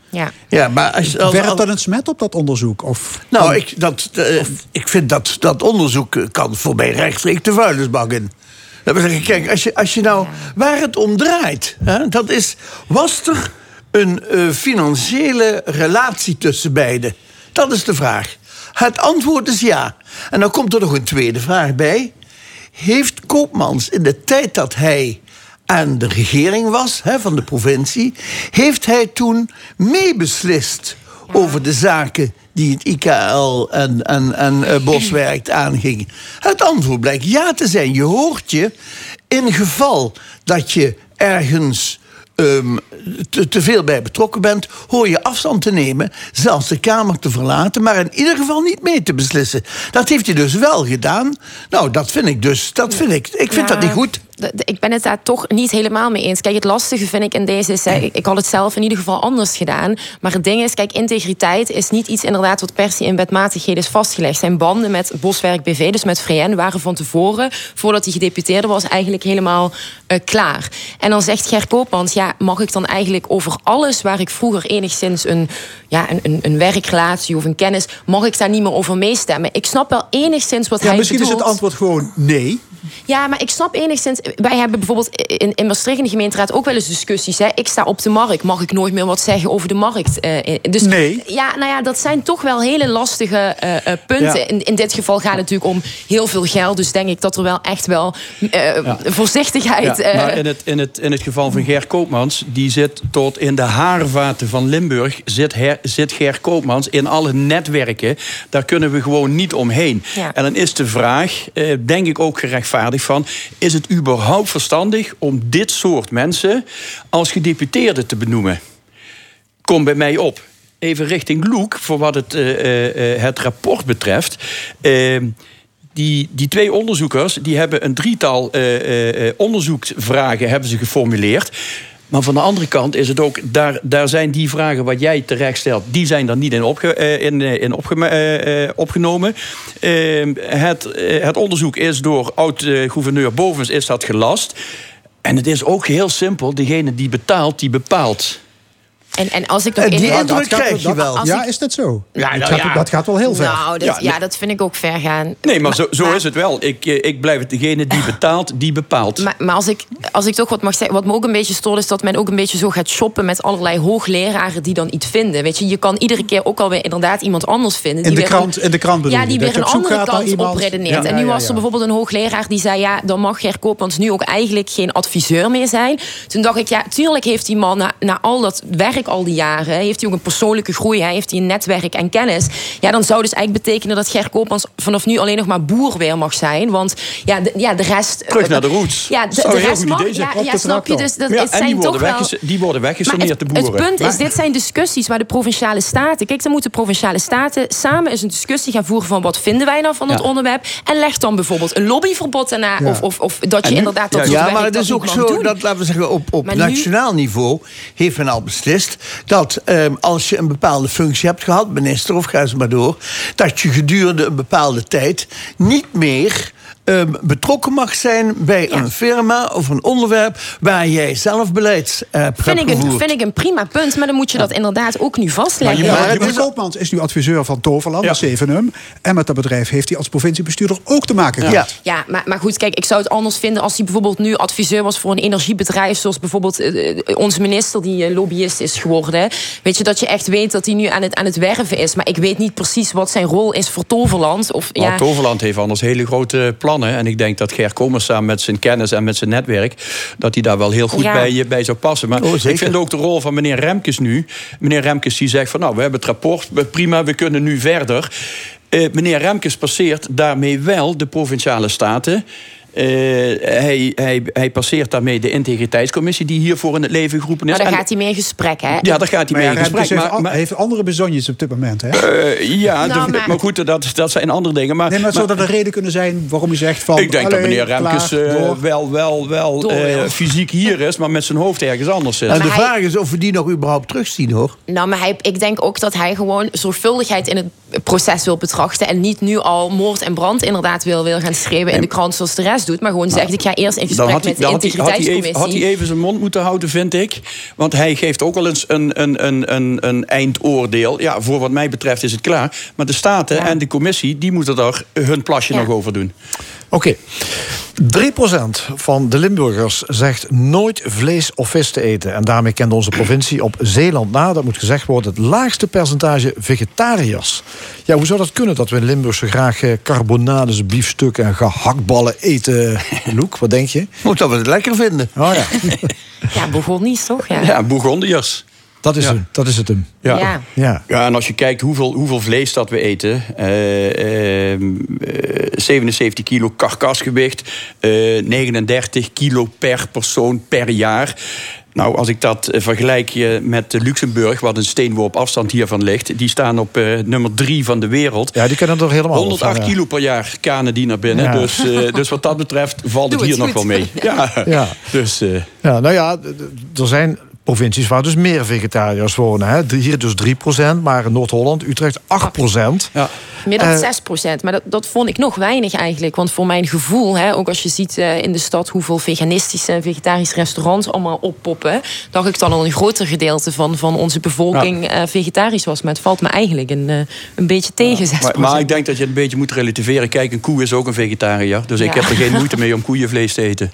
Ja. Ja, maar als, als, Werpt dat een smet op dat onderzoek? Of Nou, kan- ik, dat, uh, ik vind dat dat onderzoek uh, kan voor mij rechtstreeks de vuilnisbak in. Dat wil zeggen, kijk, als je, als je nou... Waar het om draait, hè, dat is... Was er een uh, financiële relatie tussen beiden? Dat is de vraag. Het antwoord is ja. En dan komt er nog een tweede vraag bij. Heeft Koopmans in de tijd dat hij aan de regering was, hè, van de provincie... heeft hij toen meebeslist over de zaken die het I K L en, en, en uh, Boswerkt aangingen? Het antwoord blijkt ja te zijn. Je hoort je in geval dat je ergens um, te, te veel bij betrokken bent, hoor je afstand te nemen, zelfs de Kamer te verlaten, maar in ieder geval niet mee te beslissen. Dat heeft hij dus wel gedaan. Nou, dat vind ik dus, dat vind ik, ik vind Ja, dat niet goed. d- d- Ik ben het daar toch niet helemaal mee eens. Kijk, het lastige vind ik in deze is, hè, ik, ik had het zelf in ieder geval anders gedaan. Maar het ding is, kijk, integriteit is niet iets inderdaad wat per se in wetmatigheden is vastgelegd. Zijn banden met Boswerk B V, dus met Vrijen, waren van tevoren, voordat hij gedeputeerde was, eigenlijk helemaal uh, klaar. En dan zegt Ger Koopmans, ja, mag ik dan eigenlijk over alles waar ik vroeger enigszins een, ja, een, een, een werkrelatie of een kennis, mag ik daar niet meer over meestemmen? Ik snap wel enigszins wat ja, hij misschien bedoelt. is het antwoord gewoon nee. Ja, maar ik snap enigszins... Wij hebben bijvoorbeeld in, in Maastricht in de gemeenteraad ook wel eens discussies. Hè. Ik sta op de markt. Mag ik nooit meer wat zeggen over de markt? Uh, dus, nee. Ja, nou ja, dat zijn toch wel hele lastige uh, uh, punten. Ja. In, in dit geval gaat het natuurlijk om heel veel geld. Dus denk ik dat er wel echt wel uh, Ja. voorzichtigheid... Ja, uh, maar in het, in, het, in het geval van Ger Koopmans, die zit tot in de haarvaten van Limburg, zit, her, zit Ger Koopmans in alle netwerken. Daar kunnen we gewoon niet omheen. Ja. En dan is de vraag, eh, denk ik ook gerechtvaardigd van, is het überhaupt verstandig om dit soort mensen als gedeputeerde te benoemen? Kom bij mij op. Even richting Loek, voor wat het, uh, uh, het rapport betreft. Uh, Die, die twee onderzoekers die hebben een drietal uh, uh, onderzoeksvragen hebben ze geformuleerd. Maar van de andere kant is het ook, daar, daar zijn die vragen wat jij terecht stelt, die zijn er niet in, opge, uh, in, in opge, uh, uh, opgenomen. Uh, het, uh, het onderzoek is door oud-gouverneur Bovens is dat gelast. En het is ook heel simpel, degene die betaalt, die bepaalt. En, en als ik nog En die in- indruk als- krijg je als- wel. als Ja, ik- is dat zo? Ja, dat, nou gaat, ja. dat gaat wel heel ver. Nou, dat, Ja, ja, dat vind ik ook ver gaan. Nee, maar zo, zo is het wel. Ik, eh, ik blijf het degene die betaalt, die bepaalt. Maar, maar als, ik, als ik toch wat mag zeggen, wat me ook een beetje stoort, is dat men ook een beetje zo gaat shoppen met allerlei hoogleraren die dan iets vinden. Weet je, je kan iedere keer ook alweer inderdaad iemand anders vinden. In die de weer krant- een- in de krant bedoel Ja, je, die dat weer je een op zoek andere gaat naar kant iemand- opredeneert. Ja, en nu ja, was ja. er bijvoorbeeld een hoogleraar die zei, ja, dan mag Ger Koopmans nu ook eigenlijk geen adviseur meer zijn. Toen dacht ik, ja, tuurlijk heeft die man na, na al dat werk al die jaren, heeft hij ook een persoonlijke groei, hij heeft hij een netwerk en kennis. Ja, dan zou dus eigenlijk betekenen dat Ger Koopmans vanaf nu alleen nog maar boer weer mag zijn. Want ja, de, ja, de rest... Terug naar de roots. Ja, de, Zou de een heel rest goed mag... idee zijn. Ja, Op ja de snap je? tractor. Dus dat, Ja, het en zijn die worden, toch wel... wegges- die worden Maar weggesaneerd, het, de boeren. het punt Maar- is, dit zijn discussies waar de Provinciale Staten... Kijk, dan moeten Provinciale Staten samen eens een discussie gaan voeren van wat vinden wij nou van Ja. het onderwerp. En leg dan bijvoorbeeld een lobbyverbod daarna. Ja. Of, of, of dat je En nu- inderdaad dat ja, soort ja, werk maar het dat is niet ook mag zo doen. dat, laten we zeggen, op, op Maar nu- nationaal niveau heeft men al beslist dat ehm, als je een bepaalde functie hebt gehad, minister of ga eens maar door, dat je gedurende een bepaalde tijd niet meer ehm, betrokken mag zijn bij een firma of een onderwerp waar jij zelf beleid uh, hebt Vind ik, een, gevoerd. vind ik een prima punt, maar dan moet je dat inderdaad ook nu vastleggen. Ja, Want- Jeroen Koopmans is nu adviseur van Toverland, ja. Zevenum. En met dat bedrijf heeft hij als provinciebestuurder ook te maken gehad. Ja, maar, maar goed, kijk, ik zou het anders vinden als hij bijvoorbeeld nu adviseur was voor een energiebedrijf, zoals bijvoorbeeld eh, onze minister die eh, lobbyist is geworden. Weet je, dat je echt weet dat hij nu aan het, aan het werven is. Maar ik weet niet precies wat zijn rol is voor Toverland. Of, Nou, ja, Toverland heeft anders hele grote plannen. En ik denk dat Ger Koopmans samen met zijn kennis en met zijn netwerk, dat hij daar wel heel goed Ja. bij, bij zou passen. Maar Oh, zeker. ik vind ook de rol van meneer Remkes nu. Meneer Remkes die zegt van nou, we hebben het rapport, we- prima, we kunnen nu verder. Eh, meneer Remkes passeert daarmee wel de Provinciale Staten. Eh, hij, hij, hij passeert daarmee de integriteitscommissie die hiervoor in het leven geroepen is. maar dan En- gaat hij mee in gesprek, hè? Ja, daar gaat hij Maar mee ja, in gesprek. Remkes heeft, Maar, an- maar, heeft andere bezonjes op dit moment. Hè? eh, ja, Nou, de- maar- maar goed, dat, dat zijn andere dingen. Maar, nee, maar zou dat een reden kunnen zijn waarom je zegt van... ik denk dat allee, meneer Remkes klaar, eh, door. wel, wel, wel Door, eh, joh. fysiek hier is, maar met zijn hoofd ergens anders zit. En de Maar hij- vraag is of we die nog überhaupt terugzien, hoor. Nou, maar hij, ik denk ook dat hij gewoon zorgvuldigheid in het proces wil betrachten. En niet nu al moord en brand inderdaad wil, wil gaan schreeuwen in de krant zoals de rest best doet, maar gewoon zegt: ik ga eerst in gesprek Dan had hij, met de dan had hij, had hij, even, integriteitscommissie. had hij even zijn mond moeten houden, vind ik. Want hij geeft ook wel eens een, een, een, een, een eindoordeel. Ja, voor wat mij betreft is het klaar. Maar de Staten ja. en de commissie, die moeten daar hun plasje ja. nog over doen. Oké. Okay. drie procent van de Limburgers zegt nooit vlees of vis te eten. En daarmee kent onze provincie op Zeeland na, dat moet gezegd worden, het laagste percentage vegetariërs. Ja, hoe zou dat kunnen dat we in Limburg zo graag carbonades, biefstukken en gehaktballen eten? Loek, wat denk je? Moet dat we het lekker vinden. Oh ja. Ja, Bourgondisch toch? Ja, ja Bourgondiërs. Dat is, ja. hem, dat is het hem. Ja. Ja. Ja. ja, en als je kijkt hoeveel, hoeveel vlees dat we eten. Uh, uh, zevenenzeventig kilo karkasgewicht. Uh, negenendertig kilo per persoon per jaar. Nou, als ik dat uh, vergelijk uh, met Luxemburg, wat een steenworp afstand hiervan ligt, die staan op uh, nummer drie van de wereld. Ja, die kunnen er helemaal honderdacht van, ja. kilo per jaar kanen die naar binnen. Ja. Dus, uh, dus wat dat betreft valt Doe het hier het nog wel mee. Ja. Ja. Ja. Dus, uh, ja, nou ja, er zijn provincies waar dus meer vegetariërs wonen. Hè. Hier dus drie procent, maar in Noord-Holland, Utrecht acht procent. Ja. Meer dan Uh, zes procent. Maar dat, dat vond ik nog weinig eigenlijk. Want voor mijn gevoel, hè, ook als je ziet uh, in de stad hoeveel veganistische en vegetarische restaurants allemaal oppoppen, dacht ik dan al een groter gedeelte van, van onze bevolking ja. uh, vegetarisch was. Maar het valt me eigenlijk een, uh, een beetje tegen. Ja. Maar, maar ik denk dat je het een beetje moet relativeren. Kijk, een koe is ook een vegetariër. Dus ja. ik heb er geen moeite mee om koeienvlees te eten.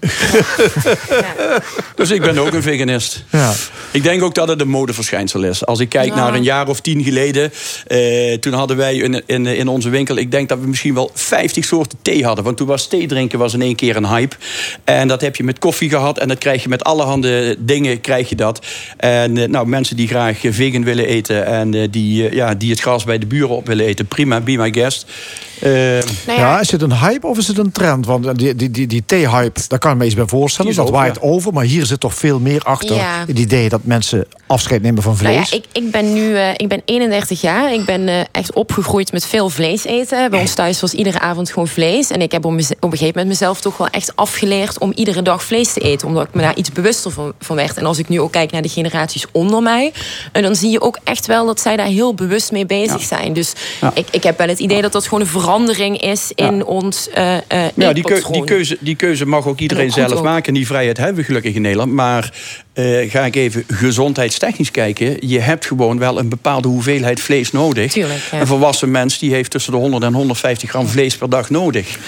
Ja. Dus ik ben ook een veganist. Ja. Ik denk ook dat het een modeverschijnsel is. Als ik kijk ja. naar een jaar of tien geleden, uh, toen hadden wij in, in, in onze winkel, ik denk dat we misschien wel vijftig soorten thee hadden. Want toen was thee drinken was in één keer een hype. En dat heb je met koffie gehad. En dat krijg je met allerhande dingen, krijg je dat. En uh, nou, mensen die graag vegan willen eten en uh, die, uh, ja, die het gras bij de buren op willen eten, prima, be my guest. Uh, nou ja, ja, is het een hype of is het een trend? Want die, die, die, die thee-hype, daar kan ik me eens bij voorstellen. Dat waait ja. over, maar hier zit toch veel meer achter. Ja. Het idee dat mensen afscheid nemen van vlees. Nou ja, ik, ik ben nu uh, ik ben eenendertig jaar. Ik ben uh, echt opgegroeid met veel vlees eten. Bij ons thuis was iedere avond gewoon vlees. En ik heb op, mez- op een gegeven moment mezelf toch wel echt afgeleerd om iedere dag vlees te eten. Omdat ik me daar iets bewuster van, van werd. En als ik nu ook kijk naar de generaties onder mij, en dan zie je ook echt wel dat zij daar heel bewust mee bezig ja. zijn. Dus ja. ik, ik heb wel het idee dat dat gewoon een verandering is in ja. ons uh, uh, ja, die, keu- die, keuze, die keuze mag ook iedereen zelf ook maken. Die vrijheid hebben we gelukkig in Nederland. Maar uh, ga ik even gezondheidstechnisch kijken. Je hebt gewoon wel een bepaalde hoeveelheid vlees nodig. Tuurlijk, ja. Een volwassen mens die heeft tussen de honderd en honderdvijftig gram vlees per dag nodig.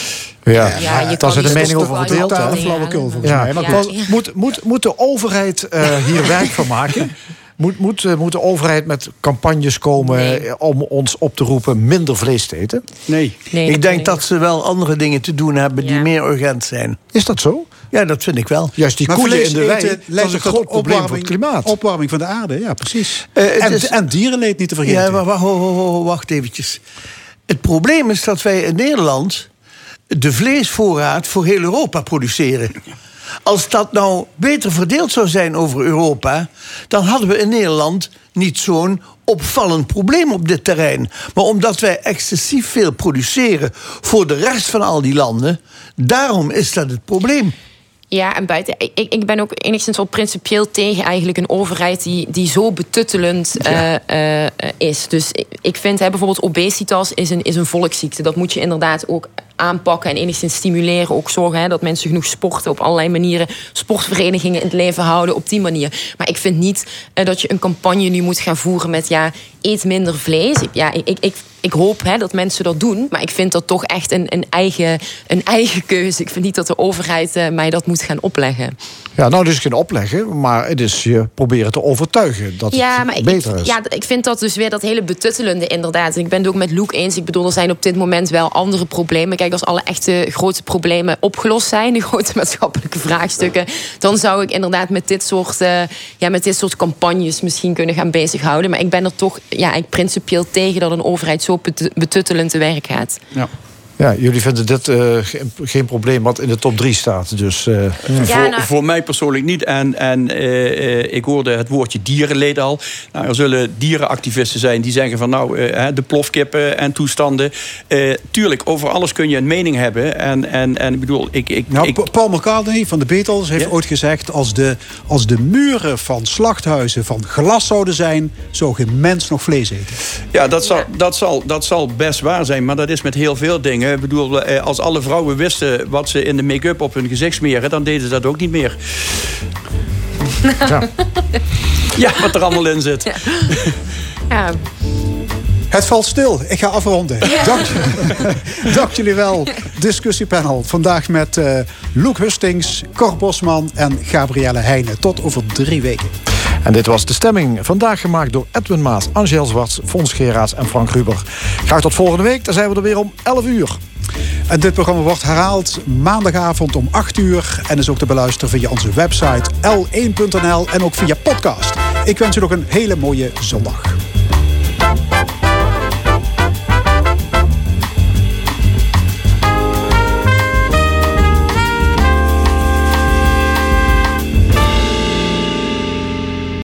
Ja, ja daar zit de mening over verdeeld. Totale flauwekul volgens ja. mij. Maar ja. Ja. Moet, moet, moet de overheid uh, hier werk van maken? Moet, moet, uh, moet de overheid met campagnes komen nee. om ons op te roepen minder vlees te eten? Nee. nee ik denk dat ze wel andere dingen te doen hebben die ja. meer urgent zijn. Is dat zo? Ja, dat vind ik wel. Juist die maar koeien in de wei, eten, dat is een groot probleem voor het klimaat. Opwarming van de aarde, ja, precies. Uh, en, is, en dierenleed niet te vergeten. Ja, maar wacht, wacht eventjes. Het probleem is dat wij in Nederland de vleesvoorraad voor heel Europa produceren. Als dat nou beter verdeeld zou zijn over Europa, dan hadden we in Nederland niet zo'n opvallend probleem op dit terrein. Maar omdat wij excessief veel produceren voor de rest van al die landen, daarom is dat het probleem. Ja, en buiten. Ik, ik ben ook enigszins wel principieel tegen eigenlijk een overheid die, die zo betuttelend ja. uh, uh, is. Dus ik, ik vind hè, bijvoorbeeld obesitas is een, is een volksziekte. Dat moet je inderdaad ook aanpakken en enigszins stimuleren. Ook zorgen hè, dat mensen genoeg sporten op allerlei manieren. Sportverenigingen in het leven houden op die manier. Maar ik vind niet uh, dat je een campagne nu moet gaan voeren met ja, eet minder vlees. Ja, ik, ik, ik, ik hoop hè, dat mensen dat doen. Maar ik vind dat toch echt een, een, eigen, een eigen keuze. Ik vind niet dat de overheid uh, mij dat moet gaan opleggen. Ja, nou, dus geen opleggen, maar het is je proberen te overtuigen dat ja, het maar ik, beter ik, is. Ja, ik vind dat dus weer dat hele betuttelende inderdaad. Ik ben het ook met Loek eens. Ik bedoel, er zijn op dit moment wel andere problemen. Kijk, als alle echte grote problemen opgelost zijn, de grote maatschappelijke vraagstukken, dan zou ik inderdaad met dit soort, uh, ja, met dit soort campagnes misschien kunnen gaan bezighouden. Maar ik ben er toch ja, ik principieel tegen dat een overheid zo betuttelend te werk gaat. Ja. Ja, jullie vinden dit uh, geen, geen probleem wat in de top drie staat. Dus, uh, ja, voor, nou... voor mij persoonlijk niet. En, en uh, ik hoorde het woordje dierenleed al. Nou, er zullen dierenactivisten zijn die zeggen van nou, uh, de plofkippen en toestanden. Uh, tuurlijk, over alles kun je een mening hebben. En, en, en ik bedoel, ik... ik, nou, ik... Paul McCartney van de Beatles heeft ja? ooit gezegd, als de, als de muren van slachthuizen van glas zouden zijn, zou geen mens nog vlees eten. Ja, dat zal, dat zal, dat zal best waar zijn. Maar dat is met heel veel dingen. dingen. Ik bedoel, eh, als alle vrouwen wisten wat ze in de make-up op hun gezicht smeren, dan deden ze dat ook niet meer. Ja, ja wat er allemaal in zit. Ja. Ja. Het valt stil. Ik ga afronden. Ja. Dank, dank jullie wel. Discussiepanel. Vandaag met uh, Loek Hustings, Cor Bosman en Gabrielle Heijnen. Tot over drie weken. En dit was De Stemming. Vandaag gemaakt door Edwin Maas, Angel Zwarts, Fons Geraerts en Frank Ruber. Graag tot volgende week. Dan zijn we er weer om elf uur. En dit programma wordt herhaald maandagavond om acht uur. En is ook te beluisteren via onze website L één punt n l en ook via podcast. Ik wens u nog een hele mooie zondag.